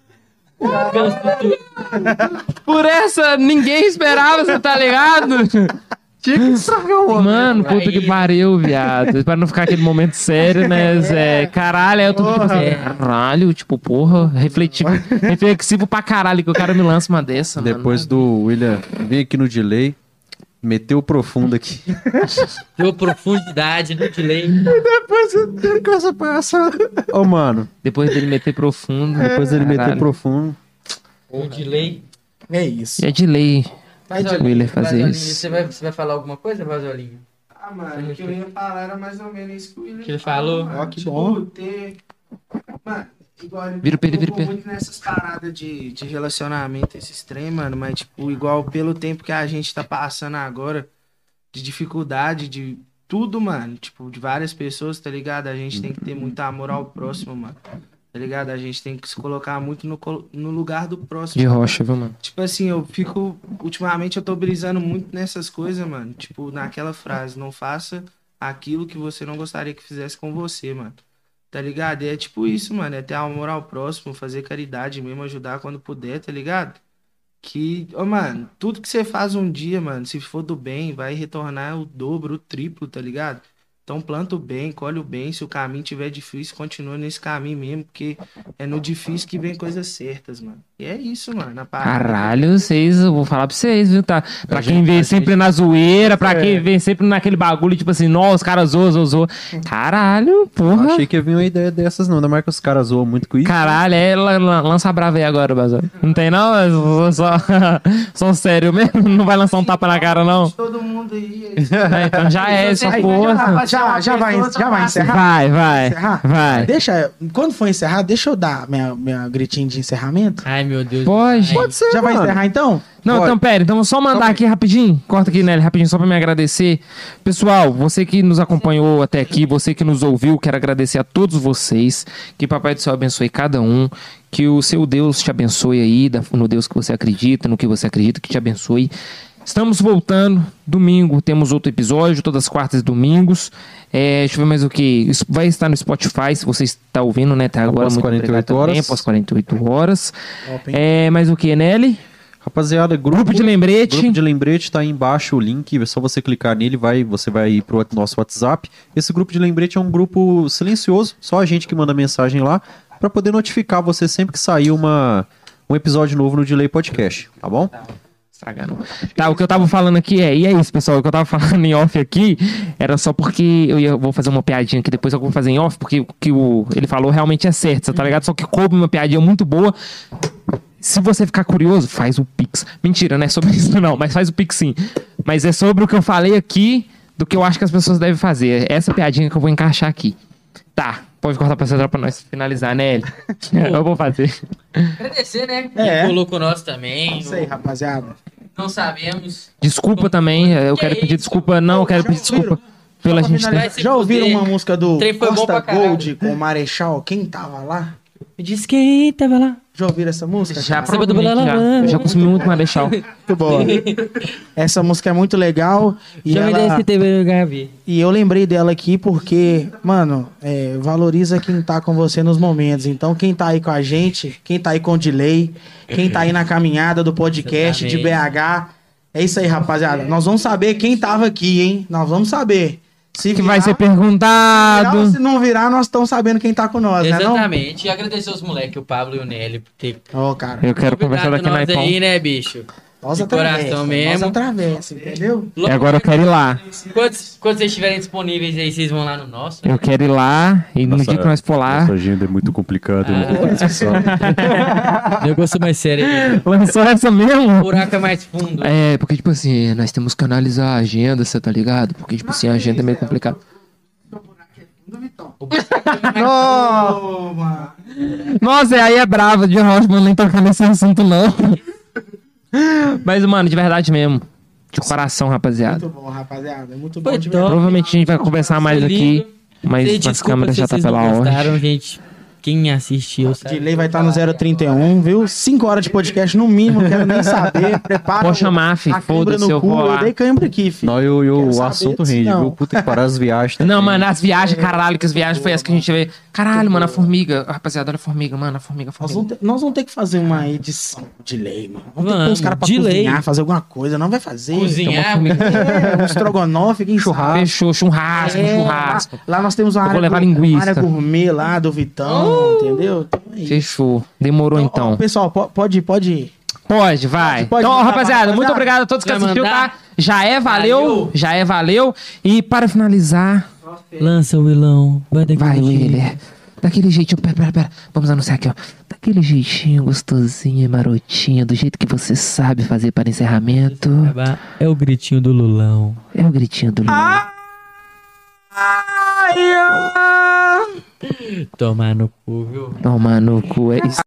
Por essa, ninguém esperava, você tá ligado? Tinha que estragar o momento. Mano, puta que pariu, viado. Pra não ficar aquele momento sério, né? Caralho, aí eu tô tipo assim, caralho, tipo, porra, reflexivo pra caralho que o cara me lança uma dessa, Depois mano. do William vir aqui no delay, meteu o profundo aqui. Deu profundidade no delay. Depois ele começa a passar. Ô, mano. Depois dele meter profundo. Depois ele meter caralho. profundo. O delay. É isso. E é de lei. Vasolinho, O William fazer Vasolinho, isso. Você vai falar alguma coisa, Vasolinho? Ah, mano, o que eu ia falar era mais ou menos isso que o William Que ele falou? mano. Ó, que Tipo, bom. Mano, igual ele Vira o Pedro, colocou vira o muito nessas paradas de relacionamento, esses trem, mano, mas tipo, igual pelo tempo que a gente tá passando agora, de dificuldade, de tudo, mano, tipo, de várias pessoas, tá ligado? A gente tem que ter muito amor ao próximo, mano. Tá ligado? A gente tem que se colocar muito no lugar do próximo. De rocha, viu, mano? Tipo assim, ultimamente eu tô brisando muito nessas coisas, mano. Tipo, naquela frase, não faça aquilo que você não gostaria que fizesse com você, mano. Tá ligado? E é tipo isso, mano. É ter amor ao próximo, fazer caridade mesmo, ajudar quando puder, tá ligado? Que, mano, tudo que você faz um dia, mano, se for do bem, vai retornar o dobro, o triplo, tá ligado? Então planta o bem, colhe o bem. Se o caminho tiver difícil, continua nesse caminho mesmo, porque é no difícil que vem coisas certas, mano. E é isso, mano. Na parada. Caralho, eu vou falar pra vocês, viu, tá? Pra quem vem sempre na zoeira, pra quem vem sempre naquele bagulho, tipo assim, nossa, os caras zoam. Caralho, porra. Achei que ia vir uma ideia dessas, não. Ainda mais que os caras zoam muito com isso. Caralho, lança a brava aí agora, Bazar. Não tem não? Só sério mesmo? Não vai lançar um tapa na cara, não? Todo mundo aí. Então já é essa porra. Já vai encerrar? Vai. Deixa, quando for encerrar, deixa eu dar minha gritinho de encerramento. Ai, meu Deus. Pode. Pode Já vai encerrar então? Não, Pode. então pera, então vou só mandar aqui rapidinho. Corta aqui, Nelly, rapidinho, só pra me agradecer. Pessoal, você que nos acompanhou até aqui, você que nos ouviu, quero agradecer a todos vocês. Que Papai do Céu abençoe cada um. Que o seu Deus te abençoe aí, no Deus que você acredita, no que você acredita, que te abençoe. Estamos voltando, domingo temos outro episódio, todas as quartas e domingos. Deixa eu ver mais o que. Isso vai estar no Spotify, se você está ouvindo, né? Até agora, Após muito 48 obrigado também, horas. após 48 horas. Top, hein? Mais o que, Nelly? Rapaziada, Grupo de lembrete. Grupo de lembrete, tá aí embaixo o link, é só você clicar nele, você vai ir pro nosso WhatsApp. Esse grupo de lembrete é um grupo silencioso, só a gente que manda mensagem lá, pra poder notificar você sempre que sair um episódio novo no Delay Podcast, tá bom? estragar, não. Tá, o que eu tava falando aqui e é isso, pessoal. O que eu tava falando em off aqui era só porque vou fazer uma piadinha que depois eu vou fazer em off, porque o que ele falou realmente é certo, você tá ligado? Só que coube uma piadinha muito boa. Se você ficar curioso, faz o Pix. Mentira, não é sobre isso não, mas faz o Pix sim. Mas é sobre o que eu falei aqui, do que eu acho que as pessoas devem fazer. Essa piadinha que eu vou encaixar aqui. Tá, pode cortar pra central pra nós finalizar, né, Eli? Eu vou fazer. Agradecer, né? Quem colocou nós também. Isso aí, rapaziada. Não sabemos. Desculpa também, eu quero pedir desculpa. Não, eu quero pedir desculpa pela gente ter... Já ouviram uma música do Costa Gold Gold com o Marechal? Quem tava lá? Me diz quem tava lá. Já ouviram essa música? Já, eu já consumi muito Marechal. Muito boa. Essa música é muito legal. E Já me deu esse TV no Gabi. E eu lembrei dela aqui porque, mano, valoriza quem tá com você nos momentos. Então, quem tá aí com a gente, quem tá aí com o Delay, quem tá aí na caminhada do podcast de BH. É isso aí, rapaziada. Nós vamos saber quem tava aqui, hein? Nós vamos saber. Se que virar, vai ser perguntado. Virar, se não virar, nós estamos sabendo quem tá com nós, né? Exatamente. E agradecer os moleques, o Pablo e o Nelly, por ter. Cara. Eu quero conversar daqui na iPhone. aí, né, bicho? Nós de coração mesmo. Nós atravessa, entendeu? E agora eu quero ir lá. Quando vocês estiverem disponíveis aí, vocês vão lá no nosso. Eu quero ir lá e no dia que nós for lá... Nossa agenda é muito complicada. Eu gosto mais sério. Lançou essa mesmo? O buraco é mais fundo. É, porque tipo assim, nós temos que analisar a agenda, você tá ligado? Porque tipo assim, a agenda é meio complicada. Nossa, aí é brava de Rochman nem tocar nesse assunto não. Mas, mano, de verdade mesmo. De coração, rapaziada. Muito bom, rapaziada. Muito bom. Provavelmente a gente vai conversar mais aqui. Mas as câmeras já tá pela hora. Gente. Quem assistiu sabe. Delay vai estar no 031, viu? 5 horas de podcast no mínimo, não quero nem saber. Prepara. Pode chamar, filho. Foda-se, eu vou lá. Eu dei cãibra aqui, filho. Não, o assunto rende, viu? Puta que pariu, as viagens. Não, mano, as viagens, caralho, que as viagens foi essa que a gente vê. Caralho, mano, a formiga. Rapaziada, olha a formiga, mano, a formiga. Nós vamos ter que fazer uma edição de lei, mano. Vamos ter que pôr os caras pra cozinhar, fazer alguma coisa. Não vai fazer. Cozinhar? Um estrogonofe, quem churrasco. Fechou, churrasco. Lá nós temos uma área gourmet lá do Vitão, entendeu? Fechou. Demorou então. Pessoal, pode ir. Pode, vai. Então, rapaziada, muito obrigado a todos que assistiram, tá? Já é, valeu. E para finalizar... Lança o vilão. Vai, Willer. Daquele jeitinho... Pera. Vamos anunciar aqui, ó. Daquele jeitinho gostosinho e marotinho, do jeito que você sabe fazer para encerramento. É o gritinho do Lulão. Tomar no cu, viu? Tomar no cu, é isso.